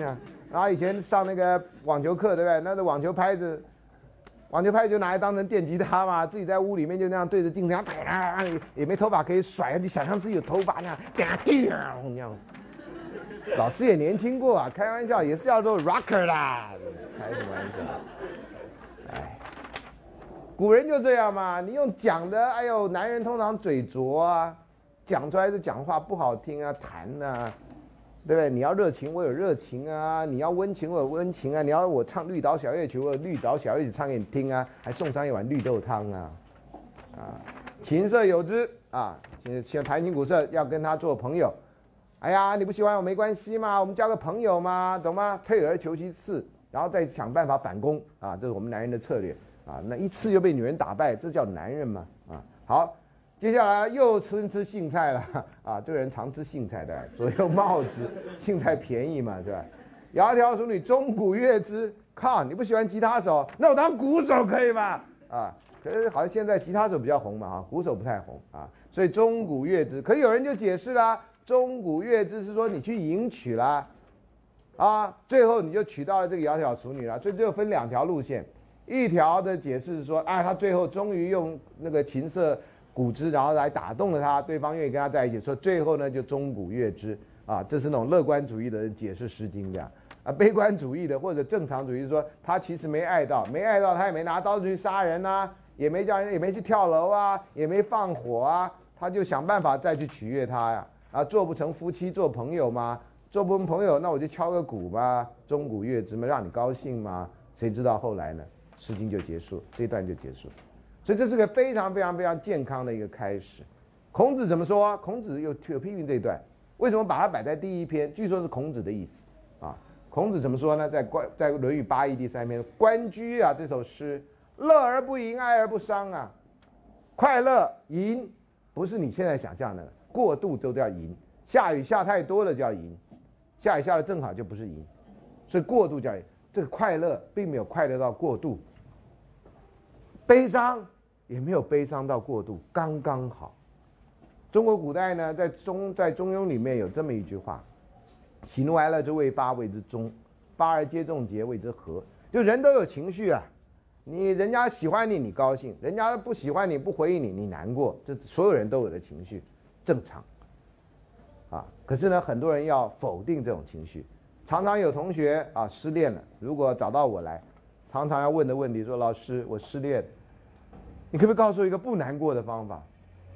然后以前上那个网球课，对不对？那个网球拍子，网球拍就拿来当成电吉他嘛，自己在屋里面就那样对着镜子，这样也没头发可以甩，你想象自己有头发那样，那样。老师也年轻过啊，开玩笑也是叫做 rocker 啦，开什么玩笑？哎，古人就这样嘛，你用讲的，哎呦，男人通常嘴拙啊，讲出来的讲话不好听啊，弹啊，对不对？你要热情，我有热情啊；你要温情，我有温情啊；你要我唱绿岛小夜曲，我有绿岛小夜曲唱给你听啊，还送上一碗绿豆汤啊，啊，琴瑟友之啊，现弹琴鼓瑟要跟他做朋友。哎呀，你不喜欢我没关系嘛，我们交个朋友嘛，懂吗？退而求其次，然后再想办法反攻啊，这是我们男人的策略啊。那一次就被女人打败，这叫男人嘛啊。好，接下来又吃吃杏菜了啊，这个人常吃杏菜的，左右芼之，杏菜便宜嘛，是吧？窈窕淑女，钟鼓乐之。靠，你不喜欢吉他手，那我当鼓手可以吗？啊，可是好像现在吉他手比较红嘛，哈，鼓手不太红啊，所以钟鼓乐之。可是有人就解释啦。钟鼓乐之是说你去迎娶啦，啊，最后你就娶到了这个窈窕淑女了，所以就分两条路线，一条的解释是说，哎，他最后终于用那个琴瑟鼓之，然后来打动了他，对方愿意跟他在一起，说最后呢就钟鼓乐之，啊，这是那种乐观主义的人解释《诗经》这样，啊，悲观主义的或者正常主义是说他其实没爱到，没爱到他也没拿刀子去杀人啊，也没叫人，也没去跳楼啊，也没放火啊，他就想办法再去取悦他呀。啊，做不成夫妻做朋友吗？做不成朋友，那我就敲个鼓吧，钟鼓乐之嘛，让你高兴吗？谁知道后来呢？《诗经》就结束，这一段就结束。所以这是个非常非常非常健康的一个开始。孔子怎么说？孔子又有批评这一段，为什么把它摆在第一篇？据说是孔子的意思啊。孔子怎么说呢？在关在《论语八义》第三篇，《关雎》啊这首诗，乐而不淫，哀而不伤啊。快乐淫不是你现在想象的。过度都叫淫，下雨下太多了叫淫，下雨下的正好就不是淫，所以过度叫淫。这个快乐并没有快乐到过度，悲伤也没有悲伤到过度，刚刚好。中国古代呢，在中在中庸里面有这么一句话：喜怒哀乐之未发，谓之中；发而皆中节，谓之和。就人都有情绪啊，你人家喜欢你，你高兴；人家不喜欢你，不回应你，你难过。这所有人都有的情绪。正常，啊，可是呢，很多人要否定这种情绪。常常有同学啊失恋了，如果找到我来，常常要问的问题说：“老师，我失恋，你可不可以告诉我一个不难过的方法？”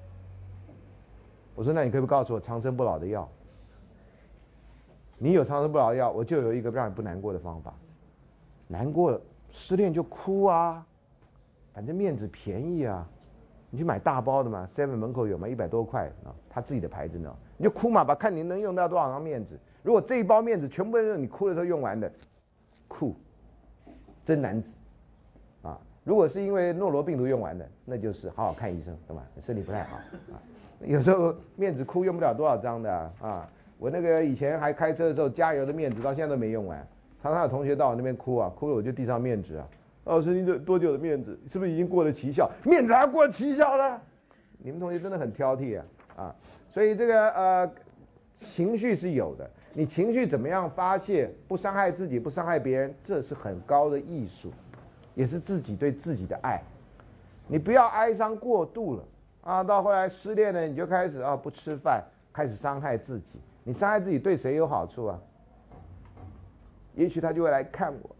我说：“那你可不可以告诉我长生不老的药？你有长生不老的药，我就有一个让你不难过的方法。难过了，失恋就哭啊，反正面子便宜啊。”你去买大包的嘛 ，seven 门口有嘛，一百多块啊，他自己的牌子呢，你就哭嘛，把看你能用到多少张面纸。如果这一包面纸全部都是你哭的时候用完的，酷，真男子，啊，如果是因为诺罗病毒用完的，那就是好好看医生，对吧？身体不太好啊。有时候面纸哭用不了多少张的啊，啊我那个以前还开车的时候加油的面纸到现在都没用完，常常有同学到我那边哭啊，哭了我就递上面纸啊。老师，你这多久的面子？是不是已经过了期效？面子还过了期效了？你们同学真的很挑剔啊！啊，所以这个呃，情绪是有的。你情绪怎么样发泄，不伤害自己，不伤害别人，这是很高的艺术，也是自己对自己的爱。你不要哀伤过度了啊！到后来失恋了，你就开始啊不吃饭，开始伤害自己。你伤害自己对谁有好处啊？也许他就会来看我。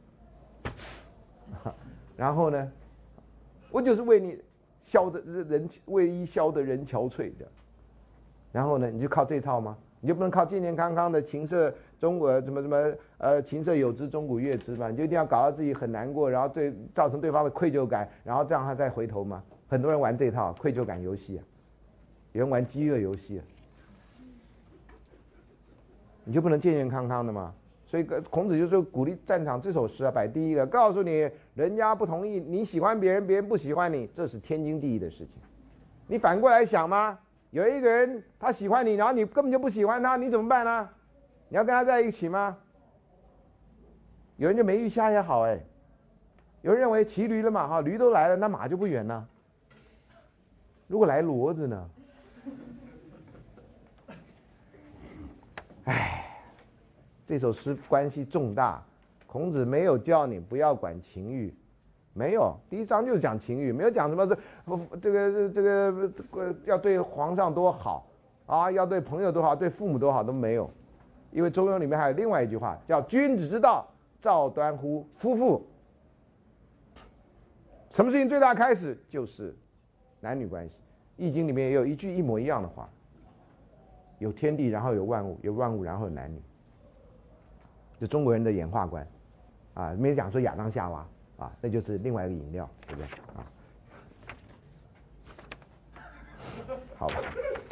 然后呢，我就是为你消的人为伊消的人憔悴的。然后呢，你就靠这套吗？你就不能靠健健康康的琴瑟中国什么什么呃琴瑟友之钟鼓乐之嘛？你就一定要搞到自己很难过，然后对造成对方的愧疚感，然后这样他再回头吗？很多人玩这套愧疚感游戏啊，有人玩饥饿游戏啊，你就不能健健康康的吗？所以孔子就说鼓励战场这首诗啊，摆第一个，告诉你人家不同意，你喜欢别人，别人不喜欢你，这是天经地义的事情。你反过来想吗？有一个人他喜欢你，然后你根本就不喜欢他，你怎么办呢？你要跟他在一起吗？有人就没鱼虾也好哎，有人认为骑驴了嘛，哈，驴都来了，那马就不远了。如果来骡子呢？哎。 这首诗关系重大。孔子没有叫你不要管情欲，没有，第一章就是讲情欲，没有讲什么这个这个这个要对皇上多好啊，要对朋友多好，对父母多好都没有。因为《中庸》里面还有另外一句话叫“君子之道，赵端乎夫妇”。什么事情最大开始就是男女关系。《易经》里面也有一句一模一样的话：有天地，然后有万物；有万物，然后有男女。就中国人的演化观，啊，没讲说亚当夏娃啊，那就是另外一个饮料，对不对啊？好吧。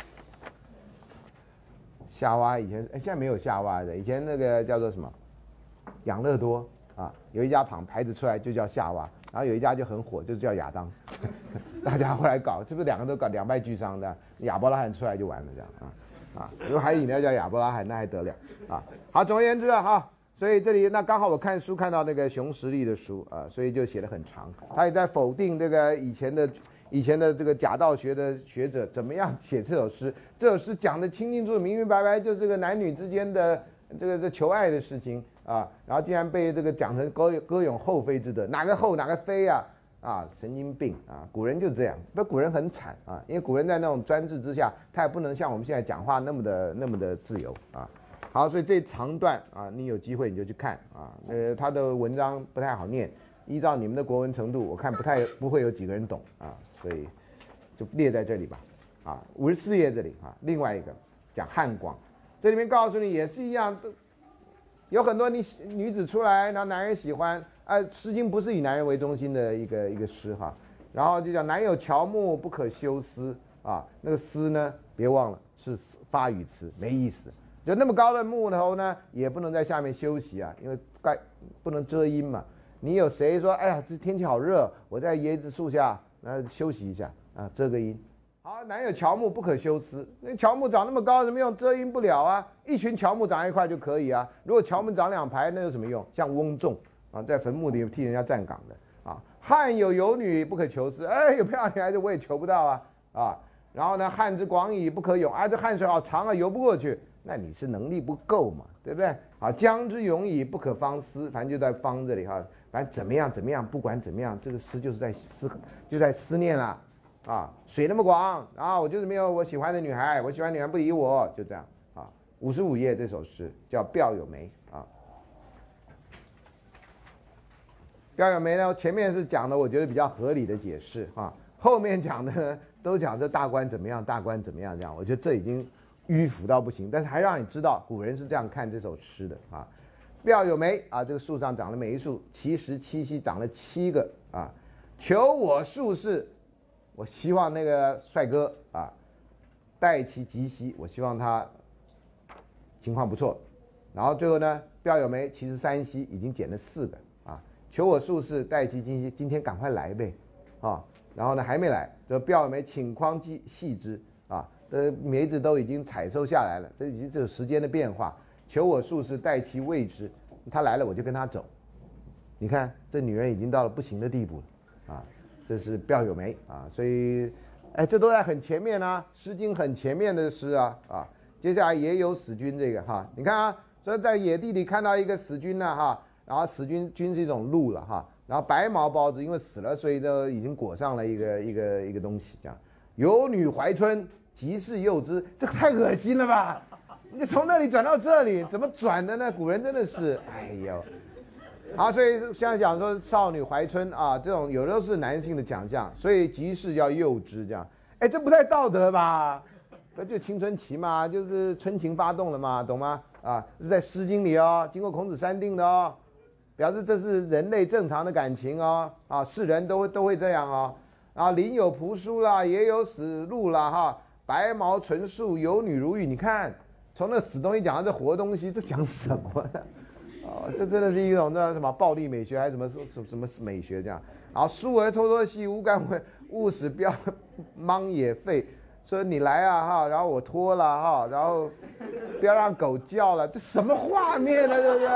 夏娃以前，哎，现在没有夏娃的，以前那个叫做什么？养乐多啊，有一家厂牌子出来就叫夏娃，然后有一家就很火，就叫亚当。大家后来搞，是不是两个都搞两败俱伤的？亚伯拉罕出来就完了这样啊啊！如果还有饮料叫亚伯拉罕，那还得了啊？好，总而言之啊哈，所以这里那刚好我看书看到那个熊十力的书啊，所以就写得很长，他也在否定这个以前的。以前的这个假道学的学者怎么样写这首诗？这首诗讲的清清楚楚、明明白白，就是个男女之间的这个这求爱的事情啊。然后竟然被这个讲成歌歌咏后妃之德，哪个后哪个妃啊？啊，神经病啊！古人就这样，不，古人很惨啊，因为古人在那种专制之下，他也不能像我们现在讲话那么的那么的自由啊。好，所以这长段啊，你有机会你就去看啊。呃，他的文章不太好念，依照你们的国文程度，我看不太不会有几个人懂啊。所以就列在这里吧，啊，五十四页这里啊，另外一个讲汉广，这里面告诉你也是一样，有很多你女子出来，然后男人喜欢，啊，《诗经》不是以男人为中心的一个一个诗哈，然后就讲男有乔木不可休思啊，那个思呢，别忘了是发语词，没意思，就那么高的木头呢，也不能在下面休息啊，因为盖不能遮阴嘛。你有谁说，哎呀，这天气好热，我在椰子树下。那休息一下啊，遮个阴。好，男有乔木不可休思。那乔木长那么高，什么用？遮阴不了啊。一群乔木长一块就可以啊。如果乔木长两排，那有什么用？像翁仲啊，在坟墓里替人家站岗的啊。汉有游女不可求思，哎，有漂亮女孩子我也求不到啊啊。然后呢，汉之广矣不可泳，啊，这汉水好长啊，游不过去。那你是能力不够嘛，对不对？好，江之永矣不可方思，反正就在方这里哈。反正怎么样怎么样，不管怎么样，这个诗就是在思，就在思念了，啊，水那么广，啊，我就是没有我喜欢的女孩，我喜欢女孩不理我，就这样啊。五十五页这首诗叫《表有梅》啊，《表有梅》呢，前面是讲的我觉得比较合理的解释啊，后面讲的呢都讲这大官怎么样，大官怎么样这样，我觉得这已经迂腐到不行，但是还让你知道古人是这样看这首诗的啊。表有梅啊，这个树上长了梅树，其实七夕长了七个啊。求我术士，我希望那个帅哥啊，待其吉兮，我希望他情况不错。然后最后呢，表有梅，其实三兮，已经减了四个啊。求我术士，待其吉兮，今天赶快来呗啊。然后呢还没来，这表有梅，请匡击细之啊，这梅子都已经采收下来了，这已经只有时间的变化。求我术士，待其未之，他来了我就跟他走。你看这女人已经到了不行的地步了啊！这是表有梅啊，所以，哎，这都在很前面啊，《诗经》很前面的诗啊啊。接下来也有死君这个哈，你看啊，所以在野地里看到一个死君呢哈，然后死君君是一种鹿了哈，然后白毛包子因为死了，所以都已经裹上了一个一个一个东西这样。有女怀春，即是诱之，这个太恶心了吧！你从那里转到这里，怎么转的呢？古人真的是，哎呦，好，所以现在讲说少女怀春啊，这种有的都是男性的奖项，所以即是要诱之这样，哎，这不太道德吧？那就青春期嘛，就是春情发动了嘛，懂吗？啊，是在《诗经》里哦，经过孔子删定的哦，表示这是人类正常的感情哦，啊，是人都会都会这样哦，啊，林有仆书啦，也有死鹿啦，哈，白毛纯素，有女如玉，你看。从那死东西讲到这活东西，这讲什么呢？哦，这真的是一种那什么暴力美学，还是什么什么什么美学这样？然后疏而脱脱兮，无干为勿使表芒也废。说你来啊哈，然后我脱了哈，然后不要让狗叫了，这什么画面呢？对不对？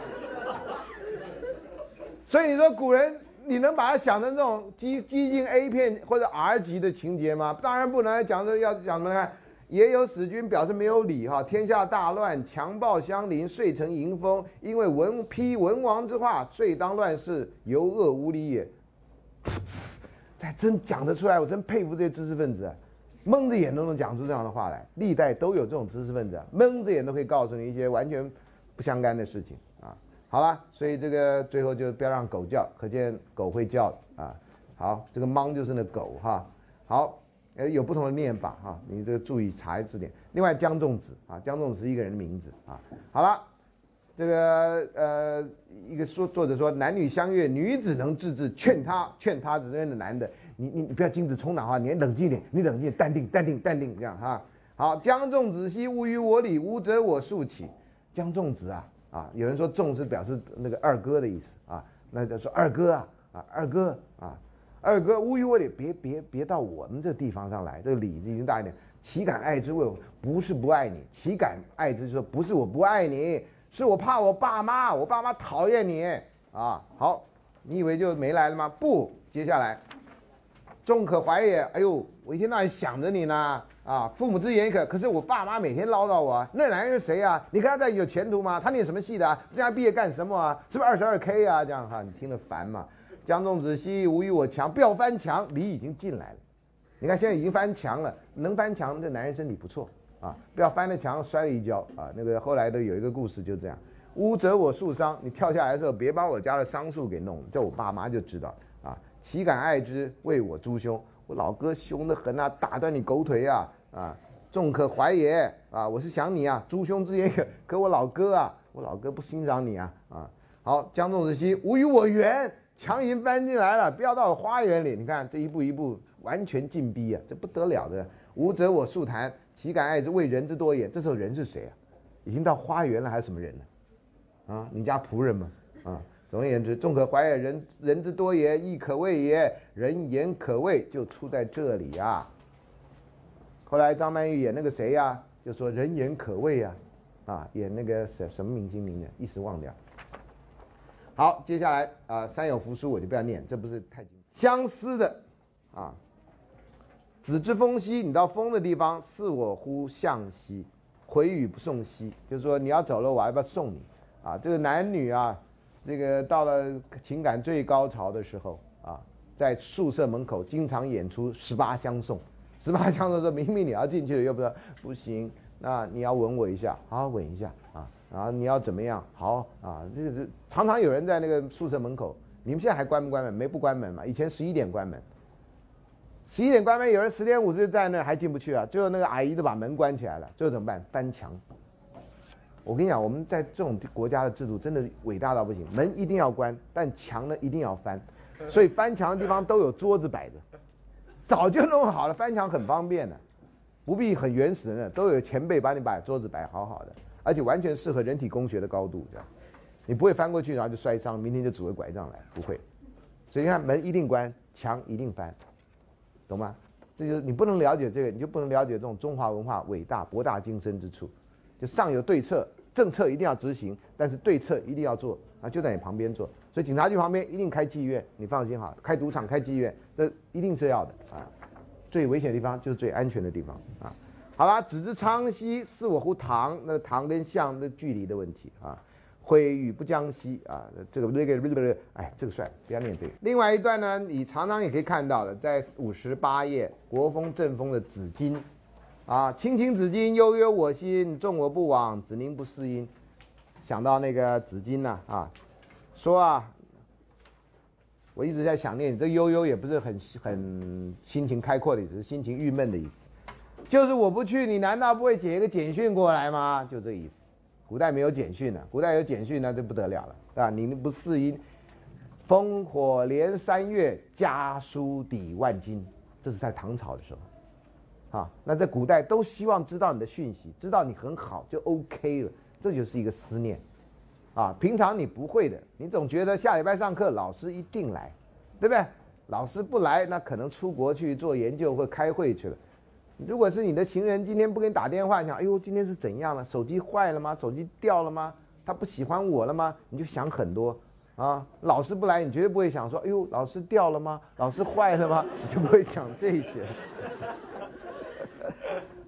所以你说古人，你能把它想成这种激激进 A 片或者 R 级的情节吗？当然不能，讲说要讲什么呢？ 也有使君表示没有理哈，天下大乱，强暴相邻，遂成迎风。因为文批文王之话，遂当乱世，尤恶无理也。这真讲得出来，我真佩服这些知识分子啊，蒙着眼都能讲出这样的话来。历代都有这种知识分子啊，蒙着眼都可以告诉你一些完全不相干的事情啊。好了，所以这个最后就不要让狗叫，可见狗会叫啊。好，这个mang就是那狗哈。好。呃，有不同的念法哈，你这个注意查字典。另外，姜仲子啊，姜仲子是一个人的名字啊。好了，这个呃，一个说作者说，男女相悦，女子能制止，劝他劝他之间的男的，你你你不要精子冲脑啊，你冷静一点，你冷静，淡定淡定淡定这样哈。好，姜仲子兮，勿与我理，吾则我数起。姜仲子啊啊，有人说仲是表示那个二哥的意思啊，那就说二哥啊啊二哥啊。二哥，勿与我理，别别别到我们这地方上来，这个理已经大一点。岂敢爱之？为我不是不爱你，岂敢爱之？说不是我不爱你，是我怕我爸妈，我爸妈讨厌你啊。好，你以为就没来了吗？不，接下来，仲可怀也。哎呦，我一天到晚想着你呢啊，父母之言可，可是我爸妈每天唠叨我，那男人是谁啊？你跟他在有前途吗？他念什么系的啊？人家毕业干什么啊？是不是二十二 K 啊？这样哈，你听得烦嘛？姜仲子兮，吾与我强，不要翻墙。理已经进来了，你看现在已经翻墙了，能翻墙，这男人身体不错啊，不要翻了墙摔了一跤啊。那个后来的有一个故事就这样，吾折我树桑，你跳下来的时候别把我家的桑树给弄了，叫我爸妈就知道啊。岂敢爱之？为我诛凶，我老哥凶得很啊，打断你狗腿啊啊！仲可怀也啊，我是想你啊，诛凶之言可可我老哥啊，我老哥不欣赏你啊啊。好，姜仲子兮，吾与我远。强行搬进来了，不要到花园里。你看这一步一步完全进逼啊，这不得了的。吾则我数谈，岂敢爱之？为人之多也。这时候人是谁啊？已经到花园了，还是什么人呢？啊，你家仆人吗？啊，总而言之，仲可怀也，人人之多也，亦可畏也。人言可畏，就出在这里啊。后来张曼玉演那个谁呀、啊，就说人言可畏啊，啊，演那个什什么明星名人，一时忘掉。好，接下来啊、呃，三有扶疏我就不要念，这不是太经相思的啊。子之风兮，你到风的地方，似我乎向兮，回语不送兮，就是说你要走了，我还要不要送你啊？这个男女啊，这个到了情感最高潮的时候啊，在宿舍门口经常演出十八相送。十八相送说明明你要进去了，又不说不行，那你要吻我一下，好好吻一下啊。然后你要怎么样？好啊，这个是常常有人在那个宿舍门口，你们现在还关不关门？没不关门嘛？以前十一点关门，十一点关门，有人十点五十在那还进不去啊。最后那个阿姨都把门关起来了，最后怎么办？翻墙。我跟你讲，我们在这种国家的制度真的伟大到不行，门一定要关，但墙呢一定要翻，所以翻墙的地方都有桌子摆着，早就弄好了，翻墙很方便的，不必很原始的呢，都有前辈帮你把桌子摆好好的。而且完全适合人体工学的高度，这样，你不会翻过去然后就摔伤，明天就拄个拐杖来，不会。所以你看门一定关，墙一定翻，懂吗？这就是你不能了解这个，你就不能了解这种中华文化伟大博大精深之处。就上有对策，政策一定要执行，但是对策一定要做啊，就在你旁边做。所以警察局旁边一定开妓院，你放心好，开赌场、开妓院，那一定是要的啊。最危险的地方就是最安全的地方啊。好了，子之昌兮，似我乎唐，那个唐跟象的距离的问题啊。挥语不将兮啊，这个那个哎，这个帅，不要念这个。另外一段呢，你常常也可以看到的，在五十八页，国风正风的子衿啊，青青子衿，悠悠我心，众我不往，子宁不嗣音。想到那个子衿呢啊，说啊，我一直在想念你，这悠悠也不是很很心情开阔的意思，是心情郁闷的意思。就是我不去，你难道不会写一个简讯过来吗？就这意思。古代没有简讯了，古代有简讯那就不得了了，对吧？你不嗣音，烽火连三月，家书抵万金，这是在唐朝的时候，啊，那在古代都希望知道你的讯息，知道你很好就 OK 了，这就是一个思念，啊，平常你不会的，你总觉得下礼拜上课老师一定来，对不对？老师不来，那可能出国去做研究或开会去了。如果是你的情人今天不给你打电话，想哎呦今天是怎样了？手机坏了吗？手机掉了吗？他不喜欢我了吗？你就想很多啊。老师不来，你绝对不会想说哎呦老师掉了吗？老师坏了吗？你就不会想这些。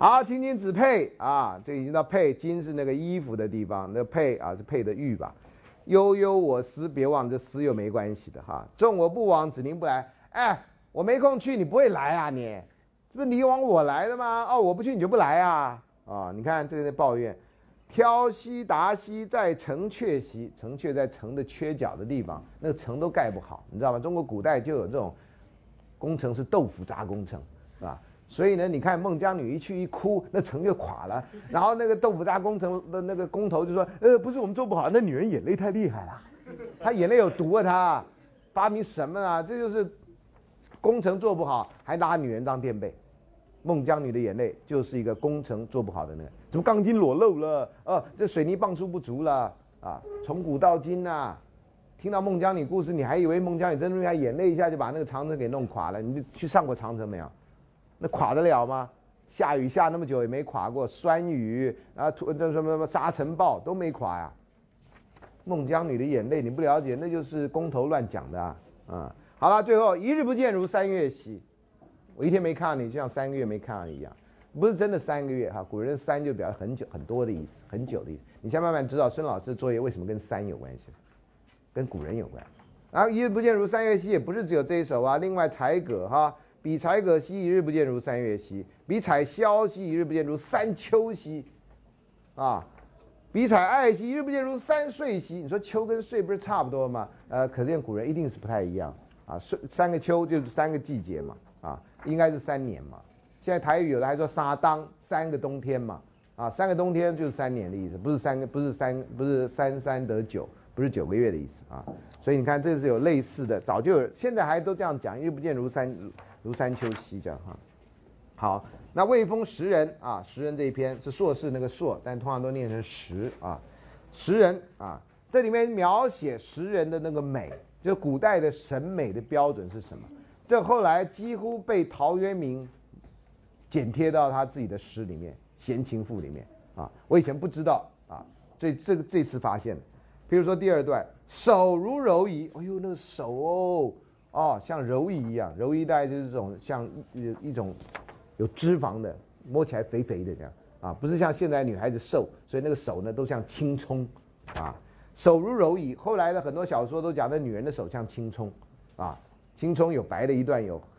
好，青金子佩啊，这已经到佩，金是那个衣服的地方，那佩啊是佩的玉吧。悠悠我思，别忘这思又没关系的哈。众我不往，只您不来。哎，我没空去，你不会来啊你？这不是你往我来的吗？哦，我不去你就不来啊？啊，你看这个在抱怨。挑西达西在城阙西，城阙在城的缺角的地方，那个城都盖不好，你知道吗？中国古代就有这种工程是豆腐渣工程，是吧？所以呢，你看孟姜女一去一哭，那城就垮了。然后那个豆腐渣工程的那个工头就说：“呃，不是我们做不好，那女人眼泪太厉害了，她眼泪有毒啊！她发明什么啊？这就是工程做不好，还拿女人当垫背。孟姜女的眼泪就是一个工程做不好的那个，怎么钢筋裸露了？呃，这水泥磅数不足了啊！从古到今啊，听到孟姜女故事，你还以为孟姜女真的眼泪一下就把那个长城给弄垮了？你去上过长城没有？那垮得了吗？下雨下那么久也没垮过，酸雨啊，土这什么什么沙尘暴都没垮呀。孟姜女的眼泪你不了解，那就是工头乱讲的啊。嗯，好了，最后一日不见如三月兮，我一天没看到你，就像三个月没看到你一样，不是真的三个月哈。古人三就表示很久很多的意思，很久的意思。你现在慢慢知道孙老师的作业为什么跟三有关系，跟古人有关。然后一日不见如三月兮也不是只有这一首啊，另外采葛哈。比采葛兮，一日不见如三月兮；比采萧兮，一日不见如三秋兮。啊，比采艾兮，一日不见如三岁兮。你说秋跟岁不是差不多吗？呃，可见古人一定是不太一样啊。岁三个秋就是三个季节嘛，啊，应该是三年嘛。现在台语有的还说三当三个冬天嘛，啊，三个冬天就是三年的意思，不是三个，不是三，不是三三得九，不是九个月的意思啊。所以你看，这是有类似的，早就有，现在还都这样讲，一日不见如三。如三秋兮这样哈。好，那魏风识人啊，识人这一篇是硕士那个硕，但通常都念成识啊。识人啊，这里面描写识人的那个美，就古代的审美的标准是什么？这后来几乎被陶渊明剪贴到他自己的诗里面，《闲情赋》里面啊。我以前不知道啊，这这个这次发现的。比如说第二段，手如柔夷，哎呦，那个手哦。哦，像柔夷一样，柔夷大概就是这种像一一种有脂肪的，摸起来肥肥的这样啊，不是像现在女孩子瘦，所以那个手呢都像青葱啊，手如柔夷。后来的很多小说都讲那女人的手像青葱啊，青葱有白的一段有，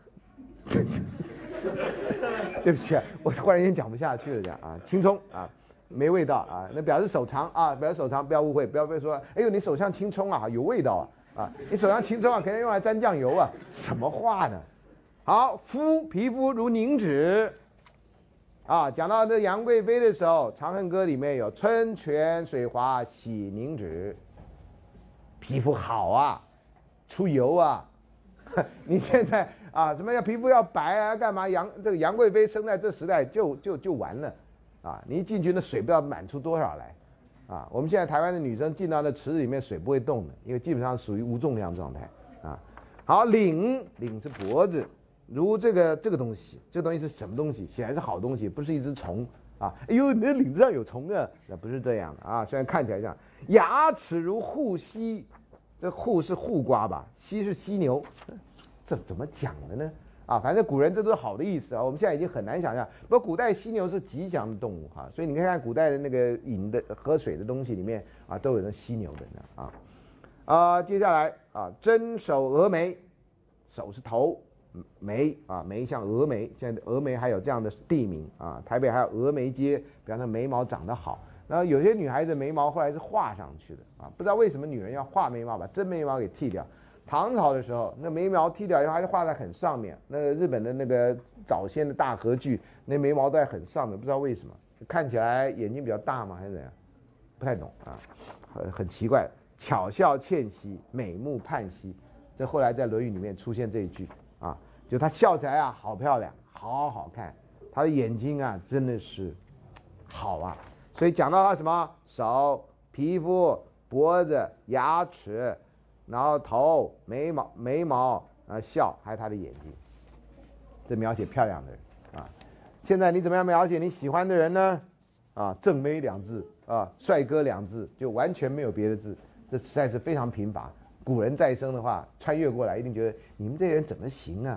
对不起啊，我忽然间讲不下去了这样啊，青葱啊。没味道啊，那表示手长啊，表示手长，不要误会，不要被说，哎呦你手像青葱啊，有味道啊。啊，你手上青葱啊，可能用来沾酱油啊，什么话呢？好，肤皮肤如凝脂，啊，讲到这杨贵妃的时候，《长恨歌》里面有春泉水滑洗凝脂，皮肤好啊，出油啊。你现在啊，什么要皮肤要白啊，干嘛？杨这个杨贵妃生在这时代就就就完了，啊，你一进去那水不知道满出多少来。啊，我们现在台湾的女生进到那池子里面，水不会动的，因为基本上属于无重量状态啊。好，领领是脖子，如这个这个东西，这个东西是什么东西？显然是好东西，不是一只虫啊。哎呦，你的领子上有虫啊，那不是这样的啊。虽然看起来这样，牙齿如护犀，这护是护瓜吧，犀是犀牛，这怎么讲的呢？啊，反正古人这都是好的意思啊，我们现在已经很难想象。不过古代犀牛是吉祥的动物哈、啊，所以你看看古代的那个饮的喝水的东西里面啊，都有那犀牛的啊。啊，接下来啊，针首峨眉，首是头，眉啊眉像峨眉，现在峨眉还有这样的地名啊，台北还有峨眉街，比方说眉毛长得好。然后有些女孩子眉毛后来是画上去的啊，不知道为什么女人要画眉毛，把真眉毛给剃掉。唐朝的时候，那眉毛剃掉以后还是画在很上面。那个日本的那个早先的大和剧，那眉毛都在很上面，不知道为什么，看起来眼睛比较大吗，还是怎样？不太懂啊，很很奇怪。巧笑倩兮，美目盼兮，这后来在《论语》里面出现这一句啊，就她笑起来啊，好漂亮，好好看，她的眼睛啊，真的是好啊。所以讲到她什么手、皮肤、脖子、牙齿。然后头、眉毛、眉毛啊笑，还有他的眼睛，这描写漂亮的人啊。现在你怎么样描写你喜欢的人呢？啊，正妹两字啊，帅哥两字，就完全没有别的字，这实在是非常贫乏。古人再生的话，穿越过来一定觉得你们这些人怎么行啊？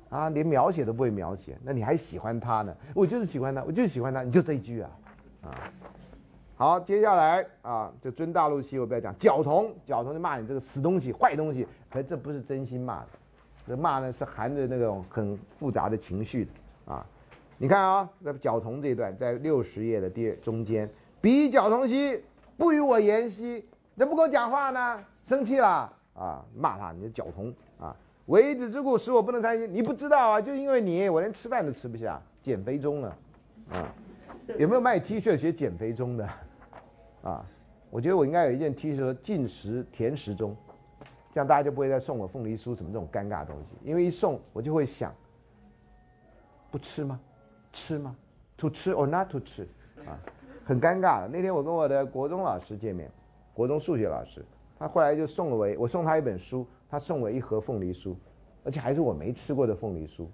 啊，连描写都不会描写，那你还喜欢他呢？我就是喜欢他，我就是喜欢他，你就这一句啊，啊，好，接下来啊，这尊大陆西我不要讲，角童，角童就骂你这个死东西、坏东西，可是这不是真心骂的，这骂呢是含着那种很复杂的情绪的啊。你看啊，那角童这一段在六十页的第二中间，彼角童兮，不与我言兮，这不跟我讲话呢，生气了啊，骂他，你是角童啊。为子之故，使我不能参心。你不知道啊，就因为你，我连吃饭都吃不下，减肥中了，啊，有没有卖 T 恤写减肥中的？啊，我觉得我应该有一件 T 恤说进食甜食中，这样大家就不会再送我凤梨酥什么这种尴尬的东西，因为一送我就会想，不吃吗？吃吗 ？To 吃 or not to 吃？啊，很尴尬的。那天我跟我的国中老师见面，国中数学老师，他后来就送了我，我送他一本书。他送我一盒凤梨酥，而且还是我没吃过的凤梨酥。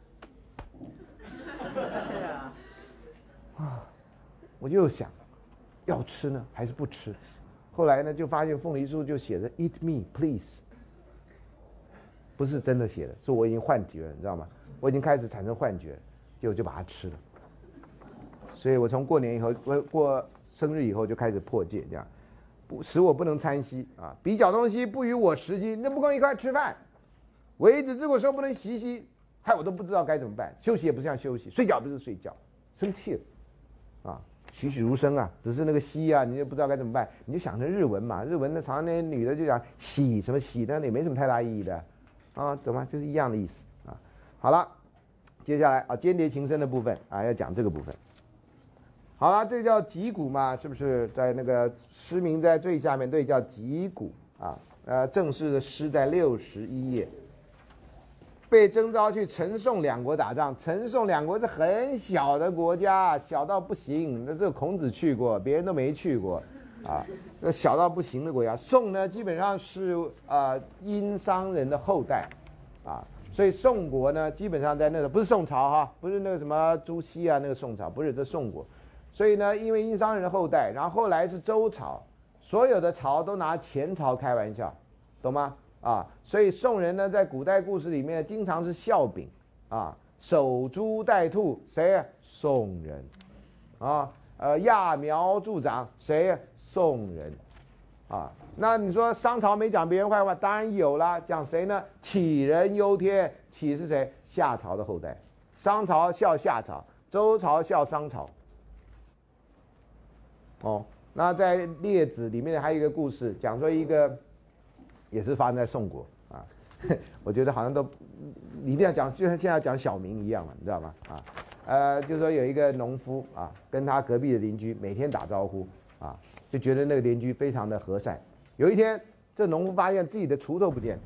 啊，我就想，要吃呢还是不吃？后来呢，就发现凤梨酥就写着 "Eat me, please"， 不是真的写的，是我已经幻觉了，你知道吗？我已经开始产生幻觉，结果就把它吃了。所以我从过年以后，我过生日以后就开始破戒，这样。使我不能参息啊！彼角东西不与我食兮，那不跟我一块吃饭。为子之果时不能息兮，害我都不知道该怎么办。休息也不像休息，睡觉不是睡觉，生气了啊！栩栩如生啊，只是那个息啊，你就不知道该怎么办，你就想成日文嘛，日文的常常那些女的就讲喜什么喜，但也没什么太大意义的啊，懂吗？就是一样的意思啊。好了，接下来啊，间谍情深的部分啊，要讲这个部分。好了，这叫击鼓嘛，是不是在那个诗名在最下面？对，叫击鼓啊。呃，正式的诗在六十一页。被征召去陈宋两国打仗，陈宋两国是很小的国家，小到不行。那这个孔子去过，别人都没去过啊。这小到不行的国家，宋呢基本上是呃殷商人的后代啊，所以宋国呢基本上在那个不是宋朝哈，不是那个什么朱熹啊那个宋朝，不是这宋国。所以呢，因为殷商人的后代，然后后来是周朝，所有的朝都拿前朝开玩笑，懂吗？啊，所以宋人呢，在古代故事里面经常是笑柄，啊，守株待兔，谁呀？宋人，啊，呃，揠苗助长，谁呀？宋人，啊，那你说商朝没讲别人坏话，当然有啦，讲谁呢？杞人忧天，杞是谁？夏朝的后代，商朝笑夏朝，周朝笑商朝。哦，那在《列子》里面还有一个故事，讲说一个也是发生在宋国啊，我觉得好像都一定要讲，就像现在讲小明一样嘛，你知道吗？啊，呃，就是说有一个农夫啊，跟他隔壁的邻居每天打招呼啊，就觉得那个邻居非常的和善。有一天，这农夫发现自己的锄头不见，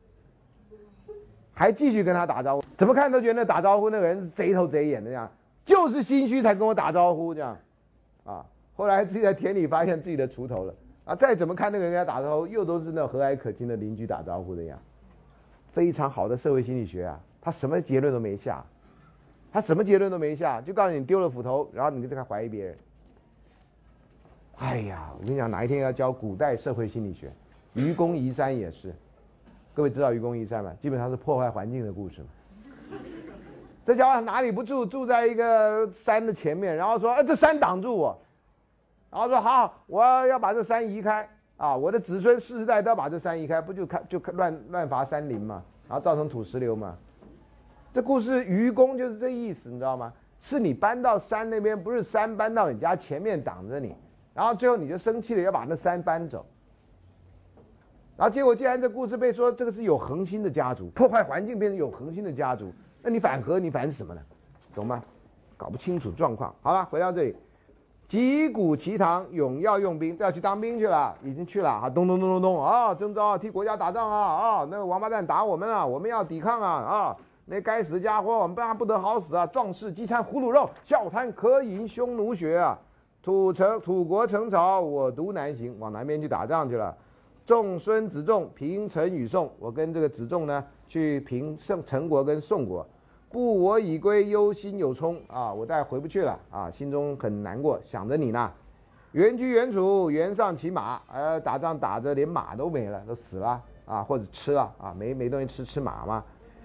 还继续跟他打招呼，怎么看都觉得打招呼那个人是贼头贼眼的这样，就是心虚才跟我打招呼这样，啊。后来自己在田里发现自己的锄头了啊！再怎么看那个人家打招呼，又都是那和蔼可亲的邻居打招呼的样，非常好的社会心理学啊！他什么结论都没下，他什么结论都没下，就告诉你丢了斧头，然后你就在怀疑别人。哎呀，我跟你讲，哪一天要教古代社会心理学，愚公移山也是。各位知道愚公移山吗？基本上是破坏环境的故事嘛。这家伙哪里不住，住在一个山的前面，然后说：“哎，这山挡住我。”然后说好，我要把这山移开啊！我的子孙世代都要把这山移开，不就开就乱乱伐山林嘛，然后造成土石流嘛。这故事愚公就是这意思，你知道吗？是你搬到山那边，不是山搬到你家前面挡着你，然后最后你就生气了，要把那山搬走。然后结果既然这故事被说这个是有恒心的家族，破坏环境变成有恒心的家族，那你反核你反什么呢？懂吗？搞不清楚状况。好了，回到这里。击鼓齐堂，勇要用兵，这要去当兵去了，已经去了啊！咚咚咚咚咚啊！征召啊，替国家打仗啊！啊，那个王八蛋打我们啊，我们要抵抗啊！啊，那该死的家伙，我们不然不得好死啊！壮士饥餐胡虏肉，笑谈渴饮匈奴血啊！土城土国城朝，我独南行，往南边去打仗去了。仲孙子仲平陈与宋，我跟这个子仲呢去平宋陈国跟宋国。不我已归，忧心有冲啊！我再回不去了啊，心中很难过，想着你呢。原居原处，原上骑马，呃，打仗打着连马都没了，都死了啊，或者吃了啊，没没东西吃，吃马嘛。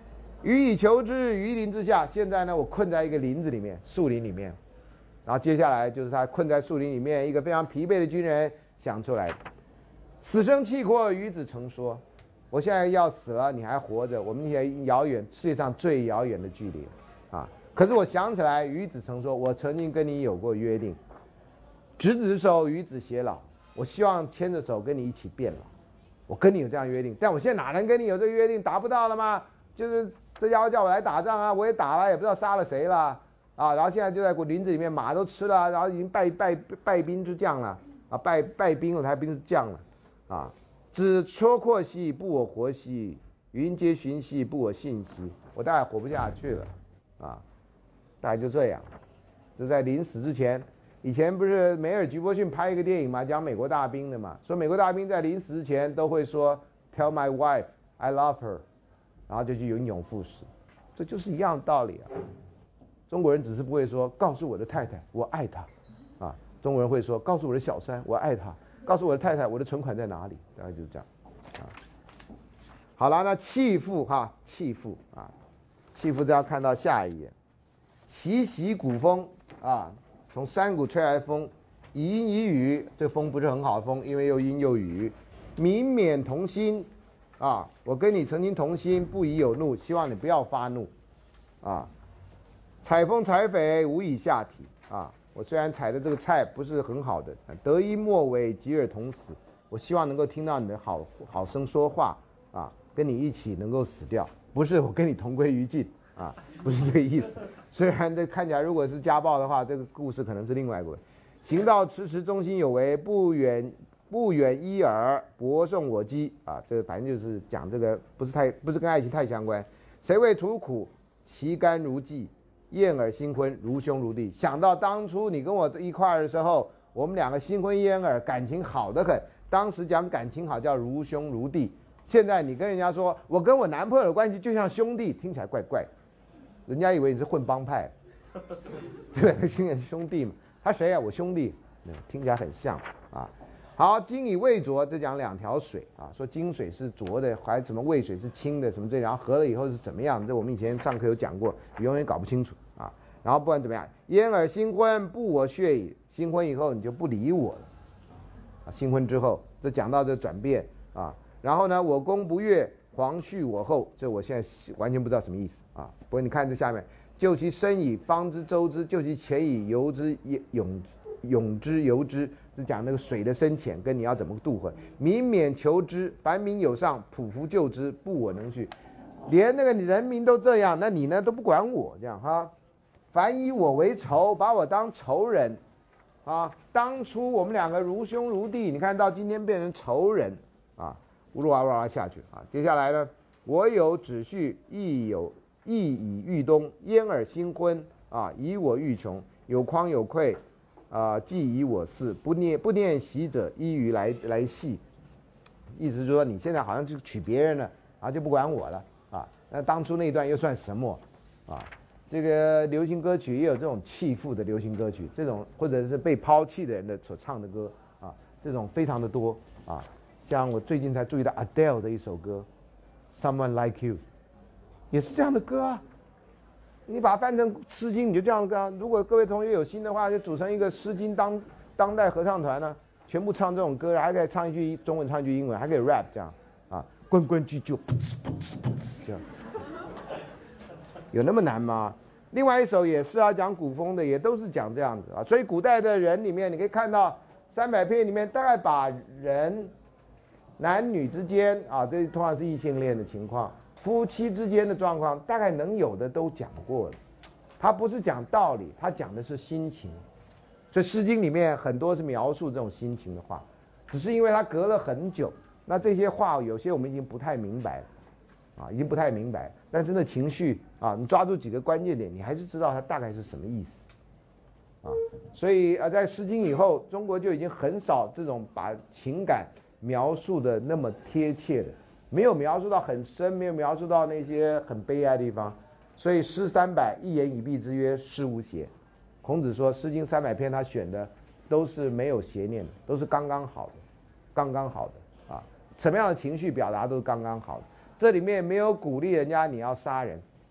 予以求之，于林之下。现在呢，我困在一个林子里面，树林里面。然后接下来就是他困在树林里面，一个非常疲惫的军人想出来的。死生契阔，与子成说。我现在要死了，你还活着，我们现在遥远，世界上最遥远的距离啊！可是我想起来，与子成说，我曾经跟你有过约定，执子之手，与子偕老。我希望牵着手跟你一起变老。我跟你有这样约定，但我现在哪能跟你有这个约定？达不到了吗？就是这家伙叫我来打仗啊，我也打了，也不知道杀了谁了啊！然后现在就在林子里面，马都吃了，然后已经败败败兵之将了啊，败败兵了，他兵是将了啊！子秋阔兮，不我活兮；云皆寻兮，不我信兮。我大概活不下去了啊！大概就这样。就在临死之前，以前不是梅尔吉波逊拍一个电影嘛，讲美国大兵的嘛，说美国大兵在临死之前都会说 "Tell my wife I love her"， 然后就去英勇赴死，这就是一样的道理啊。中国人只是不会说告诉我的太太我爱她，啊，中国人会说告诉我的小三我爱她。告诉我的太太，我的存款在哪里？大概就是这样，啊，好了，那弃妇哈，弃妇啊，弃妇，这要看到下一页，习习古风啊，从山谷吹来的风，以阴以雨，这风不是很好的风，因为又阴又雨。民免同心啊，我跟你曾经同心，不宜有怒，希望你不要发怒啊。采风采斐，无以下体啊。我虽然采的这个菜不是很好的，得一莫为，及尔同死。我希望能够听到你的好好声说话啊，跟你一起能够死掉，不是我跟你同归于尽啊，不是这个意思。虽然这看起来如果是家暴的话，这个故事可能是另外一个。行道迟迟，忠心有为，不远不远依尔，博送我机啊，这个反正就是讲这个不是太不是跟爱情太相关。谁为图苦，其甘如鲫。燕尔新婚，如兄如弟。想到当初你跟我一块儿的时候，我们两个新婚燕尔，感情好得很。当时讲感情好叫如兄如弟，现在你跟人家说我跟我男朋友的关系就像兄弟，听起来怪怪，人家以为你是混帮派，对，现在是兄弟嘛。他谁啊？我兄弟，听起来很像啊。好，金以渭浊，这讲两条水啊，说金水是浊的，还什么渭水是清的，什么这，然后合了以后是怎么样？这我们以前上课有讲过，永远搞不清楚啊。然后不管怎么样，燕尔新婚，不我血矣。新婚以后你就不理我了啊。新婚之后，这讲到这转变啊。然后呢，我公不悦，皇恤我后，这我现在完全不知道什么意思啊。不过你看这下面，就其身以方之周之，就其前以游之永永之游之。是讲那个水的深浅跟你要怎么渡河。民免求之，凡民有上，匍匐救之，不我能续。连那个人民都这样，那你呢都不管我这样哈？凡以我为仇，把我当仇人啊！当初我们两个如兄如弟，你看到今天变成仇人啊！呜噜哇哇哇下去啊！接下来呢，我有子婿，亦有亦以欲东，燕尔新婚啊，以我欲穷，有匡有愧。啊，既以我嗣，不念不念习者，依于来来系。意思是说，你现在好像就娶别人了，啊，就不管我了啊。那当初那一段又算什么啊？这个流行歌曲也有这种弃妇的流行歌曲，这种或者是被抛弃的人的所唱的歌啊，这种非常的多啊。像我最近才注意到 Adele 的一首歌《Someone Like You》，也是这样的歌啊。你把它翻成诗经，你就这样歌。如果各位同学有心的话，就组成一个诗经当当代合唱团呢、啊，全部唱这种歌，还可以唱一句中文，唱一句英文，还可以 rap 这样啊，滚滚唧唧，噗呲噗呲噗呲这样，有那么难吗？另外一首也是啊，讲古风的，也都是讲这样子啊。所以古代的人里面，你可以看到三百篇里面，大概把人男女之间啊，这通常是异性恋的情况。夫妻之间的状况，大概能有的都讲过了。他不是讲道理，他讲的是心情。所以《诗经》里面很多是描述这种心情的话，只是因为它隔了很久，那这些话有些我们已经不太明白了，啊，已经不太明白。但是那情绪啊，你抓住几个关键点，你还是知道它大概是什么意思。啊，所以啊，在《诗经》以后，中国就已经很少这种把情感描述的那么贴切的。没有描述到很深，没有描述到那些很悲哀的地方，所以诗三百，一言以蔽之曰诗无邪。孔子说，《诗经》三百篇他选的都是没有邪念的，都是刚刚好的，刚刚好的啊，什么样的情绪表达都是刚刚好的。这里面没有鼓励人家你要杀人，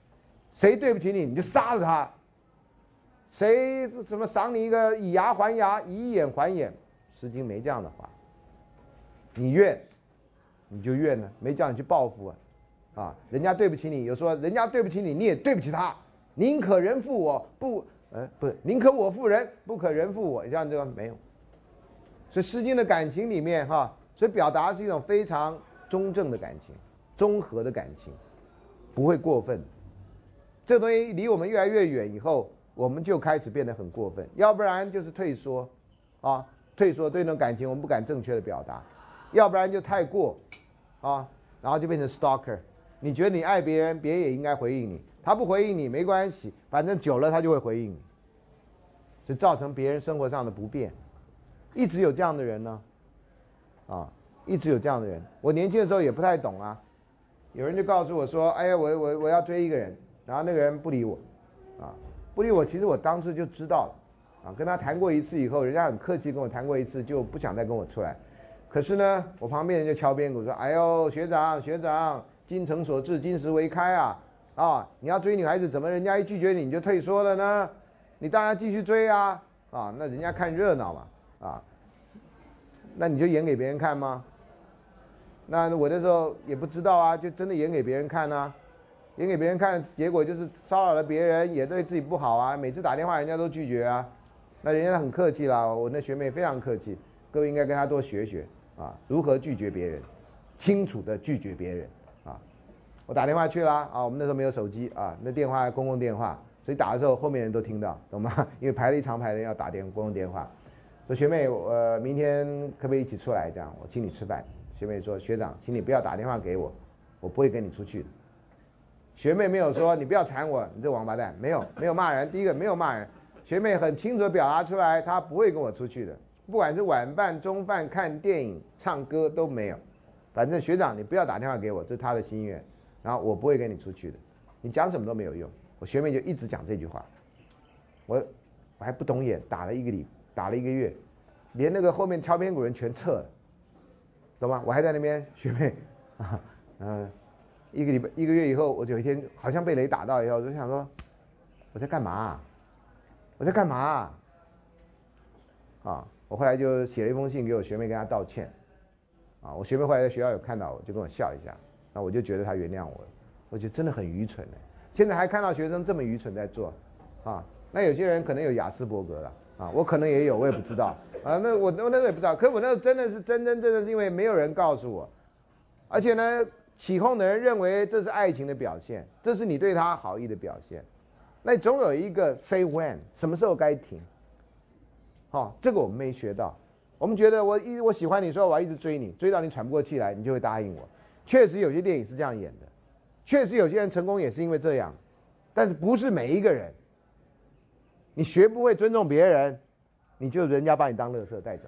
谁对不起你，你就杀了他。谁什么赏你一个以牙还牙，以眼还眼，诗经没这样的话。你怨，你就怨呢，没叫你去报复啊。啊，人家对不起你，有说人家对不起你，你也对不起他。宁可人负我，不，呃，不是，宁可我负人，不可人负我。像这个没有。所以《诗经》的感情里面哈，所以表达是一种非常中正的感情，中和的感情，不会过分。这东西离我们越来越远以后，我们就开始变得很过分，要不然就是退缩，啊，退缩对那种感情我们不敢正确的表达，要不然就太过，啊，然后就变成 stalker。你觉得你爱别人，别人也应该回应你，他不回应你没关系，反正久了他就会回应你，就造成别人生活上的不便。一直有这样的人呢，啊，一直有这样的人。我年轻的时候也不太懂啊，有人就告诉我说，哎呀，我我我要追一个人，然后那个人不理我，啊，不理我，其实我当时就知道了，啊，跟他谈过一次以后，人家很客气跟我谈过一次，就不想再跟我出来。可是呢，我旁边人就敲边鼓说，哎呦，学长学长，精诚所至，金石为开啊，啊，你要追女孩子，怎么人家一拒绝你你就退缩了呢？你当然继续追啊，啊，那人家看热闹嘛，啊，那你就演给别人看吗？那我那时候也不知道啊，就真的演给别人看啊，演给别人看，结果就是骚扰了别人，也对自己不好啊。每次打电话人家都拒绝啊，那人家很客气啦，我那学妹非常客气，各位应该跟她多学学啊，如何拒绝别人，清楚的拒绝别人啊。我打电话去啦啊，我们那时候没有手机啊，那电话公共电话，所以打的时候后面人都听到，懂吗？因为排了一长排的人要打电公共电话，说学妹，呃，明天可不可以一起出来？这样我请你吃饭。学妹说，学长，请你不要打电话给我，我不会跟你出去的。学妹没有说你不要缠我，你这王八蛋，没有没有骂人。第一个没有骂人，学妹很清楚的表达出来，她不会跟我出去的，不管是晚饭、中饭、看电影、唱歌都没有。反正学长你不要打电话给我，这是她的心愿，然后我不会跟你出去的，你讲什么都没有用。我学妹就一直讲这句话，我我还不懂眼，打了一个礼，打了一个月，连那个后面敲边鼓人全撤了。懂吗？我还在那边，学妹，啊，嗯，一个礼拜一个月以后，我有一天好像被雷打到以后，我就想说，我在干嘛、啊？我在干嘛、啊？啊，我后来就写了一封信给我学妹，跟她道歉。啊，我学妹后来在学校有看到我，就跟我笑一下，那我就觉得她原谅我了。我觉得真的很愚蠢的，现在还看到学生这么愚蠢在做，啊，那有些人可能有雅斯伯格了。啊，我可能也有，我也不知道啊。那我我那个也不知道，可我那个真的是真真正正是因为没有人告诉我，而且呢，起哄的人认为这是爱情的表现，这是你对他好意的表现，那总有一个 say when， 什么时候该停？好、哦，这个我们没学到。我们觉得我一我喜欢你，说我要一直追你，追到你喘不过气来，你就会答应我。确实有些电影是这样演的，确实有些人成功也是因为这样，但是不是每一个人。你学不会尊重别人，你就人家把你当垃圾带走。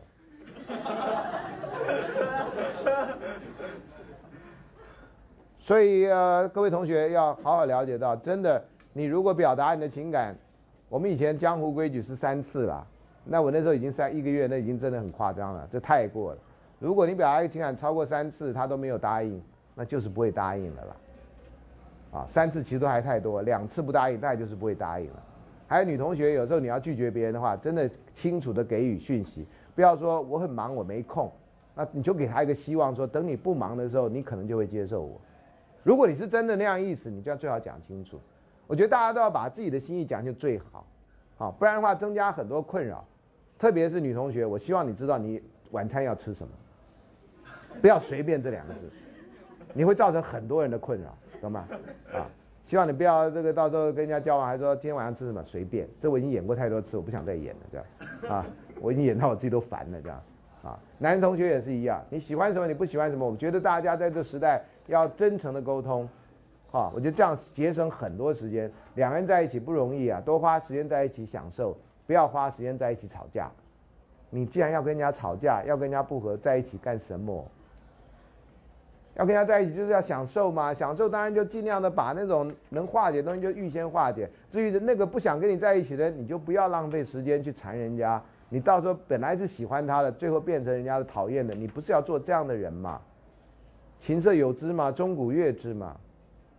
所以呃，各位同学要好好了解到，真的，你如果表达你的情感，我们以前江湖规矩是三次啦，那我那时候已经三一个月，那已经真的很夸张了，这太过了。如果你表达一个情感超过三次，他都没有答应，那就是不会答应了啦。啊，三次其实都还太多，两次不答应，大概就是不会答应了。还有女同学，有时候你要拒绝别人的话，真的清楚的给予讯息，不要说我很忙我没空，那你就给他一个希望，说等你不忙的时候，你可能就会接受我。如果你是真的那样意思，你就要最好讲清楚。我觉得大家都要把自己的心意讲就最好，好，不然的话增加很多困扰。特别是女同学，我希望你知道你晚餐要吃什么，不要随便这两个字，你会造成很多人的困扰，懂吗？啊。希望你不要这个到时候跟人家交往还说今天晚上吃什么随便，这我已经演过太多次，我不想再演了这样啊，我已经演到我自己都烦了这样啊。男同学也是一样，你喜欢什么你不喜欢什么，我觉得大家在这时代要真诚的沟通，啊，我觉得这样节省很多时间，两个人在一起不容易啊，多花时间在一起享受，不要花时间在一起吵架。你既然要跟人家吵架，要跟人家不和，在一起干什么？要跟他在一起就是要享受嘛，享受当然就尽量的把那种能化解的东西就预先化解。至于那个不想跟你在一起的人，你就不要浪费时间去缠人家。你到时候本来是喜欢他的，最后变成人家的讨厌的，你不是要做这样的人嘛？琴瑟有之嘛，钟鼓乐之嘛。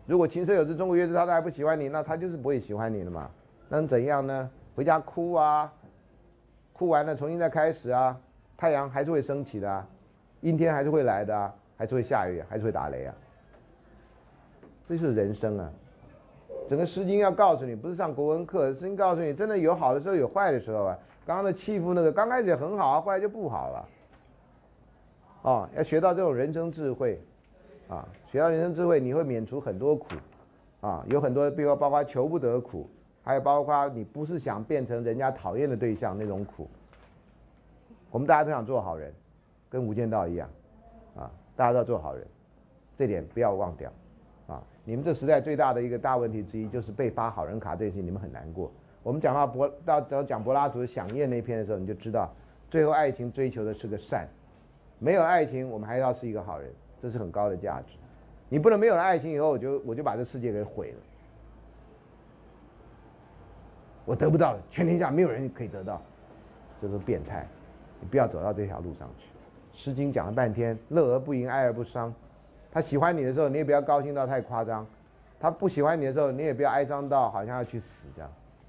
如果琴瑟友之，中国乐之，他都还不喜欢你，那他就是不会喜欢你了嘛。那能怎样呢？回家哭啊，哭完了重新再开始啊，太阳还是会升起的啊，阴天还是会来的啊，还是会下雨，还是会打雷啊。这就是人生啊。整个《诗经》要告诉你，不是上国文课，《诗经》告诉你，真的有好的时候，有坏的时候啊。刚刚的欺负那个，刚开始也很好啊，后来就不好了。哦，要学到这种人生智慧，啊，学到人生智慧，你会免除很多苦，啊，有很多，比如包括求不得苦，还有包括你不是想变成人家讨厌的对象那种苦。我们大家都想做好人，跟无间道一样，啊，大家都要做好人，这点不要忘掉，啊，你们这时代最大的一个大问题之一就是被发好人卡这件事情，你们很难过。我们讲到柏到讲柏拉图的响宴那篇的时候，你就知道，最后爱情追求的是个善，没有爱情，我们还要是一个好人，这是很高的价值。你不能没有了爱情以后，我就我就把这世界给毁了，我得不到了，全天下没有人可以得到，这是变态。你不要走到这条路上去。《诗经》讲了半天，乐而不淫，哀而不伤。他喜欢你的时候，你也不要高兴到太夸张；他不喜欢你的时候，你也不要哀伤到好像要去死这样。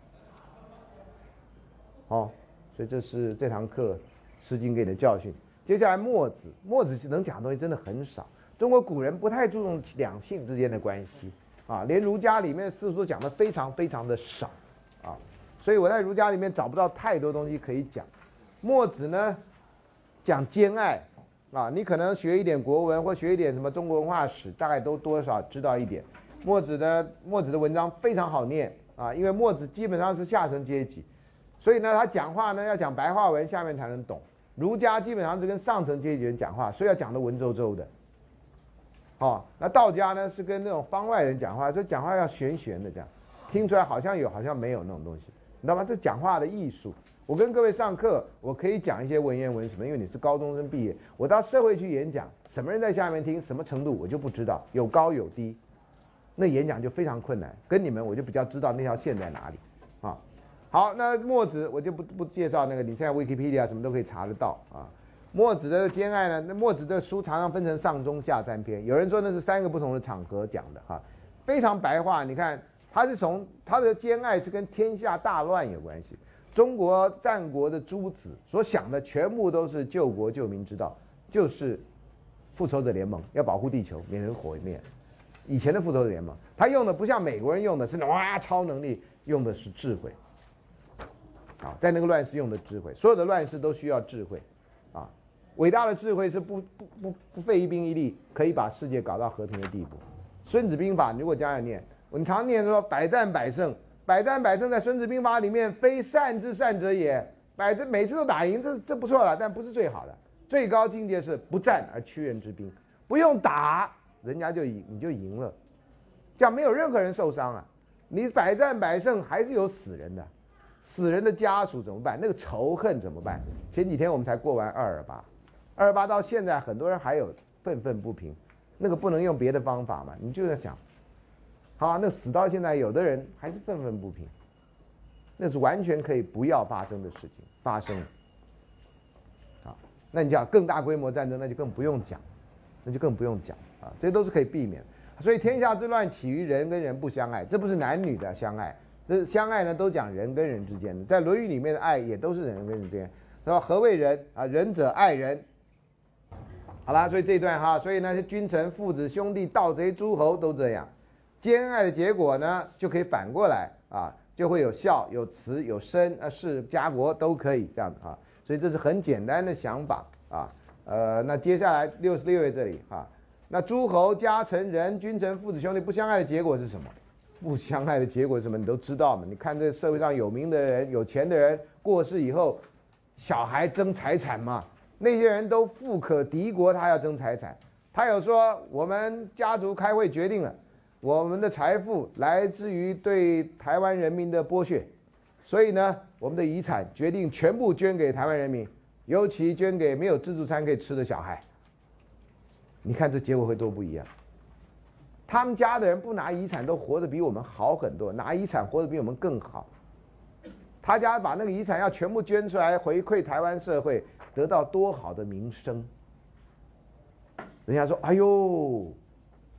哦，所以这是这堂课《诗经》给你的教训。接下来墨子，墨子能讲的东西真的很少。中国古人不太注重两性之间的关系啊，连儒家里面的四书都讲的非常非常的少啊，所以我在儒家里面找不到太多东西可以讲。墨子呢讲兼爱啊，你可能学一点国文或学一点什么中国文化史，大概都多少知道一点。墨子的墨子的文章非常好念啊，因为墨子基本上是下层阶级，所以呢他讲话呢要讲白话文，下面才能懂。儒家基本上是跟上层阶级人讲话，所以要讲得文绉绉的。哦，那道家呢是跟那种方外人讲话，所以讲话要玄玄的这样，听出来好像有好像没有那种东西，你知道吗？这讲话的艺术。我跟各位上课，我可以讲一些文言文什么，因为你是高中生毕业。我到社会去演讲，什么人在下面听，什么程度我就不知道，有高有低，那演讲就非常困难。跟你们我就比较知道那条线在哪里啊。好，那墨子我就不不介绍那个，你现在 Wikipedia 什么都可以查得到啊。墨子的兼爱呢，那墨子的书常常分成上中下三篇，有人说那是三个不同的场合讲的哈，非常白话。你看他是从他的兼爱是跟天下大乱有关系。中国战国的诸子所想的全部都是救国救民之道，就是复仇者联盟，要保护地球免人毁灭。以前的复仇者联盟，他用的不像美国人用的是哇超能力，用的是智慧。啊，在那个乱世用的智慧，所有的乱世都需要智慧，啊，伟大的智慧是不不不不费一兵一力可以把世界搞到和平的地步。孙子兵法你如果这样念，我们常念说百战百胜。百战百胜在《孙子兵法》里面，非善之善者也。百这每次都打赢，这这不错了，但不是最好的。最高境界是不战而屈人之兵，不用打，人家就赢，你就赢了，这样没有任何人受伤啊。你百战百胜还是有死人的，死人的家属怎么办？那个仇恨怎么办？前几天我们才过完二二八，二二八到现在很多人还有愤愤不平，那个不能用别的方法嘛？你就在想。好，那死到现在，有的人还是愤愤不平，那是完全可以不要发生的事情，发生了。好，那你讲更大规模战争，那就更不用讲，那就更不用讲啊，这些都是可以避免。所以天下之乱起于人跟人不相爱，这不是男女的相爱，这相爱呢都讲人跟人之间的，在《论语》里面的爱也都是人跟人之间。说何谓人啊？仁者爱人。好啦，所以这一段哈，所以那些君臣、父子、兄弟、盗贼、诸侯都这样。兼爱的结果呢，就可以反过来啊，就会有孝、有慈、有生啊，世家国都可以这样啊，所以这是很简单的想法啊。呃，那接下来六十六页这里啊，那诸侯、家臣、人、君臣、父子、兄弟不相爱的结果是什么？不相爱的结果是什么？你都知道嘛？你看这社会上有名的人、有钱的人过世以后，小孩争财产嘛，那些人都富可敌国，他要争财产。他有说，我们家族开会决定了。我们的财富来自于对台湾人民的剥削，所以呢，我们的遗产决定全部捐给台湾人民，尤其捐给没有自助餐可以吃的小孩。你看这结果会多不一样？他们家的人不拿遗产都活得比我们好很多，拿遗产活得比我们更好。他家把那个遗产要全部捐出来回馈台湾社会，得到多好的名声。人家说：“哎呦。”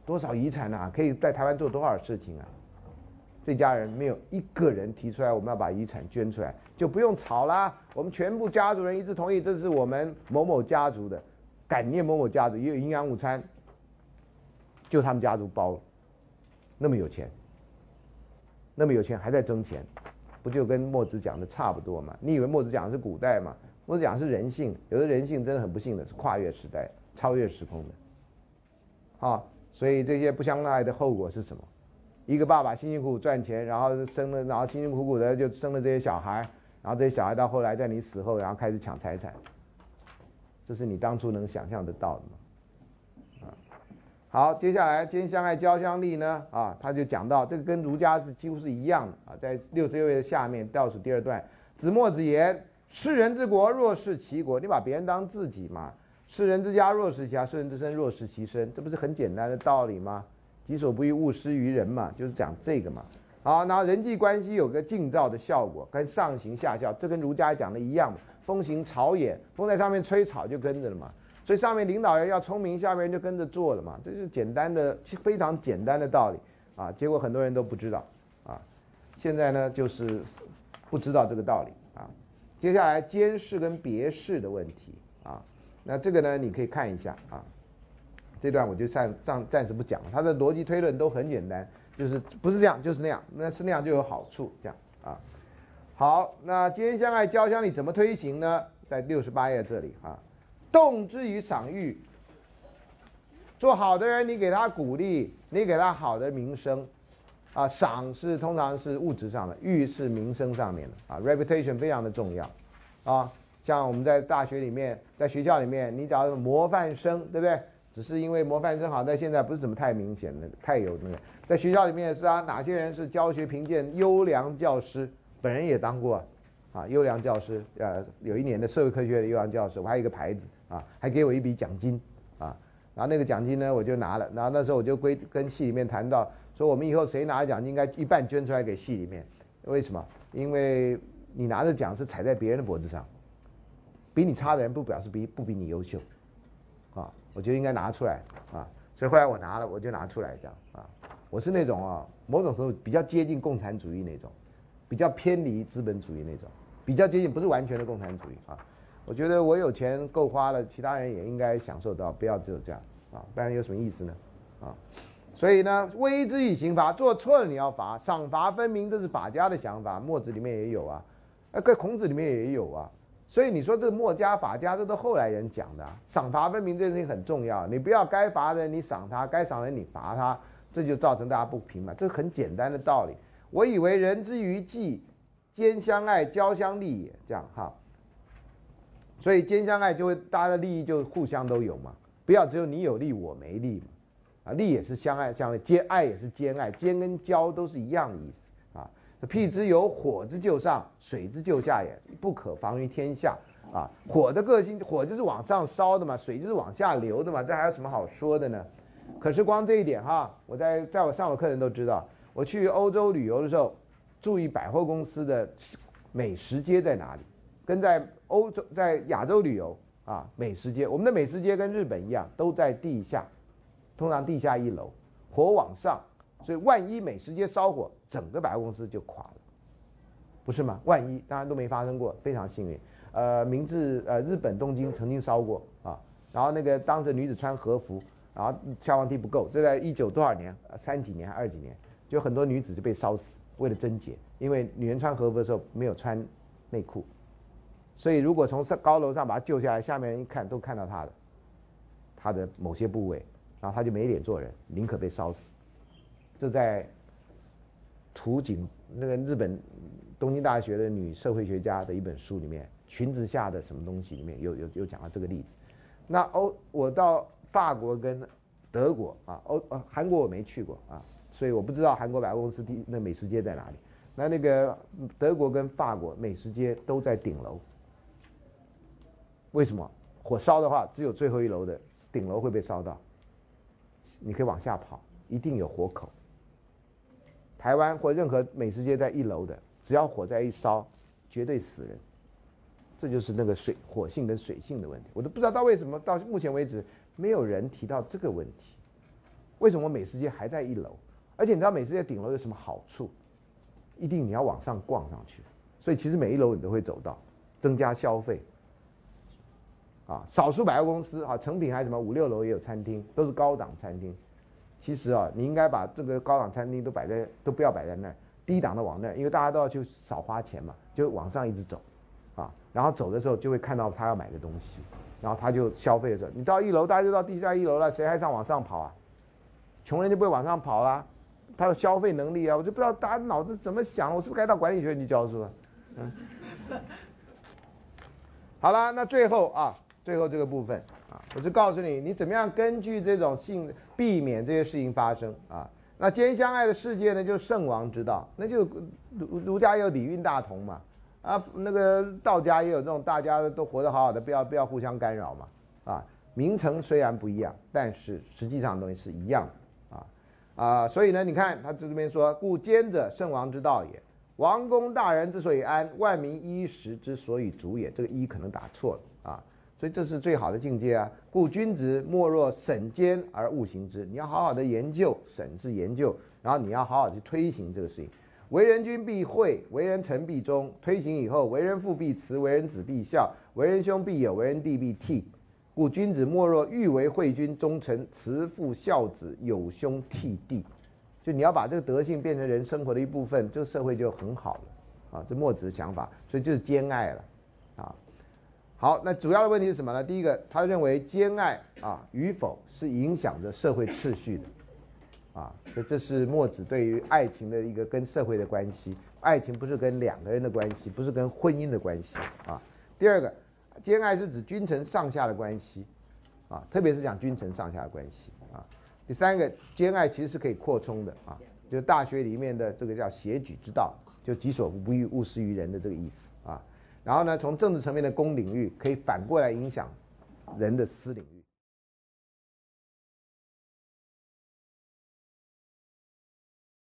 多少遗产啊，可以在台湾做多少事情啊？这家人没有一个人提出来我们要把遗产捐出来，就不用吵啦。我们全部家族人一致同意，这是我们某某家族的，感念某某家族，也有营养午餐，就他们家族包了，那么有钱，那么有钱还在争钱，不就跟墨子讲的差不多吗？你以为墨子讲的是古代吗？墨子讲的是人性，有的人性真的很不幸的是跨越时代、超越时空的，啊，所以这些不相爱的后果是什么？一个爸爸辛辛苦苦赚钱，然后生了，然后辛辛苦苦的就生了这些小孩，然后这些小孩到后来在你死后，然后开始抢财产，这是你当初能想象得到的吗？啊，好，接下来兼相爱交相利呢，啊，他就讲到这个跟儒家是几乎是一样的啊，在六十六页的下面倒数第二段，子墨子言：世人之国，若视其国，你把别人当自己嘛。世人之家，若视其家；世人之身，若视其身，这不是很简单的道理吗？己所不欲，勿施于人嘛，就是讲这个嘛。好，然后人际关系有个静照的效果，跟上行下效，这跟儒家讲的一样嘛。风行草野，风在上面吹，草就跟着了嘛。所以上面领导人要聪明，下面人就跟着做了嘛。这就是简单的、非常简单的道理啊。结果很多人都不知道啊。现在呢，就是不知道这个道理啊。接下来监视跟别视的问题啊，那这个呢，你可以看一下啊。这段我就暂暂暂时不讲了，它的逻辑推论都很简单，就是不是这样就是那样，那是那样就有好处，这样啊。好，那兼相爱交相利怎么推行呢？在六十八页这里啊，动之于赏誉，做好的人，你给他鼓励，你给他好的名声啊，赏是通常是物质上的，誉是名声上面的啊 ，reputation 非常的重要啊。像我们在大学里面，在学校里面，你找模范生，对不对？只是因为模范生好在现在不是怎么太明显的，太有那个，在学校里面是啊，哪些人是教学评鉴优良教师，本人也当过啊，优良教师，呃，有一年的社会科学的优良教师，我还有一个牌子啊，还给我一笔奖金啊，然后那个奖金呢我就拿了，然后那时候我就归跟系里面谈到，说我们以后谁拿奖金应该一半捐出来给系里面，为什么？因为你拿的奖是踩在别人的脖子上，比你差的人不表示比不比你优秀。啊，我就应该拿出来啊，所以后来我拿了，我就拿出来这样啊。我是那种啊，某种程度比较接近共产主义那种，比较偏离资本主义那种，比较接近不是完全的共产主义啊。我觉得我有钱够花了，其他人也应该享受到，不要只有这样啊，不然有什么意思呢？啊，所以呢，威之以刑罚，做错了你要罚，赏罚分明，这是法家的想法，墨子里面也有啊，呃，在孔子里面也有啊。所以你说这墨家法家这都后来人讲的、啊，赏罚分明这件事情很重要。你不要该罚的人你赏他，该赏的人你罚他，这就造成大家不平嘛。这是很简单的道理。我以为人之于己，兼相爱，交相利也，这样哈。所以兼相爱就会大家的利益就互相都有嘛，不要只有你有利我没利嘛。啊，利也是相爱相爱，兼爱也是兼爱，兼跟交都是一样的意思啊。譬之有火之就上，水之就下也，不可防于天下啊。火的个性，火就是往上烧的嘛，水就是往下流的嘛，这还有什么好说的呢？可是光这一点哈，我在在我上过课的人都知道，我去欧洲旅游的时候，注意百货公司的美食街在哪里，跟在欧洲在亚洲旅游啊，美食街，我们的美食街跟日本一样，都在地下，通常地下一楼，火往上。所以万一美食街烧火，整个百货公司就垮了，不是吗？万一当然都没发生过，非常幸运。呃，明治呃日本东京曾经烧过啊，然后那个当时女子穿和服，然后消防梯不够，这在一九多少年，三几年还二几年，就很多女子就被烧死，为了贞洁，因为女人穿和服的时候没有穿内裤，所以如果从高楼上把她救下来，下面人一看都看到她的，她的某些部位，然后她就没脸做人，宁可被烧死。这在图景那个日本东京大学的女社会学家的一本书里面，裙子下的什么东西里面有有有讲到这个例子。那欧我到法国跟德国啊，欧呃韩国我没去过啊，所以我不知道韩国百货公司第那美食街在哪里。那那个德国跟法国美食街都在顶楼，为什么？火烧的话，只有最后一楼的顶楼会被烧到，你可以往下跑，一定有火口。台湾或任何美食街在一楼的，只要火灾一烧，绝对死人。这就是那个水火性跟水性的问题。我都不知道到为什么到目前为止没有人提到这个问题。 为什么美食街还在一楼？而且你知道美食街顶楼有什么好处？一定你要往上逛上去，所以其实每一楼你都会走到，增加消费。啊，少数百货公司啊，成品还是什么五六楼也有餐厅，都是高档餐厅。其实啊，你应该把这个高档餐厅都摆在，都不要摆在那儿，低档的往那儿，因为大家都要去少花钱嘛，就往上一直走，啊，然后走的时候就会看到他要买的东西，然后他就消费的时候，你到一楼，大家就到地下一楼了，谁还想往上跑啊？穷人就不会往上跑啦，他有消费能力啊，我就不知道大家脑子怎么想，我是不是该到管理学院去教书啊？嗯，好了，那最后啊。最后这个部分啊，我是告诉你，你怎么样根据这种性避免这些事情发生啊。那兼相爱的世界呢，就是圣王之道，那就儒儒家也有礼运大同嘛，啊，那个道家也有这种大家都活得好好的，不要不要互相干扰嘛，啊，名称虽然不一样，但是实际上的东西是一样的啊啊，所以呢，你看他这边说，故兼者圣王之道也，王公大人之所以安，万民衣食之所以足也，这个衣可能打错了啊。所以这是最好的境界啊！故君子莫若审监而务行之。你要好好的研究，审是研究，然后你要好好去推行这个事情。为人君必惠，为人臣必忠。推行以后，为人父必慈，为人子必孝，为人兄必友，为人弟必悌。故君子莫若欲为惠君、忠臣、慈父、孝子、友兄、悌弟。就你要把这个德性变成人生活的一部分，这个社会就很好了啊！这墨子的想法，所以就是兼爱了啊。好，那主要的问题是什么呢？第一个，他认为兼爱啊与否是影响着社会秩序的，啊，所以这是墨子对于爱情的一个跟社会的关系。爱情不是跟两个人的关系，不是跟婚姻的关系啊。第二个，兼爱是指君臣上下的关系，啊，特别是讲君臣上下的关系啊。第三个，兼爱其实是可以扩充的啊，就是大学里面的这个叫协举之道，就己所不欲，勿施于人的这个意思啊。然后呢，从政治层面的公领域，可以反过来影响人的私领域。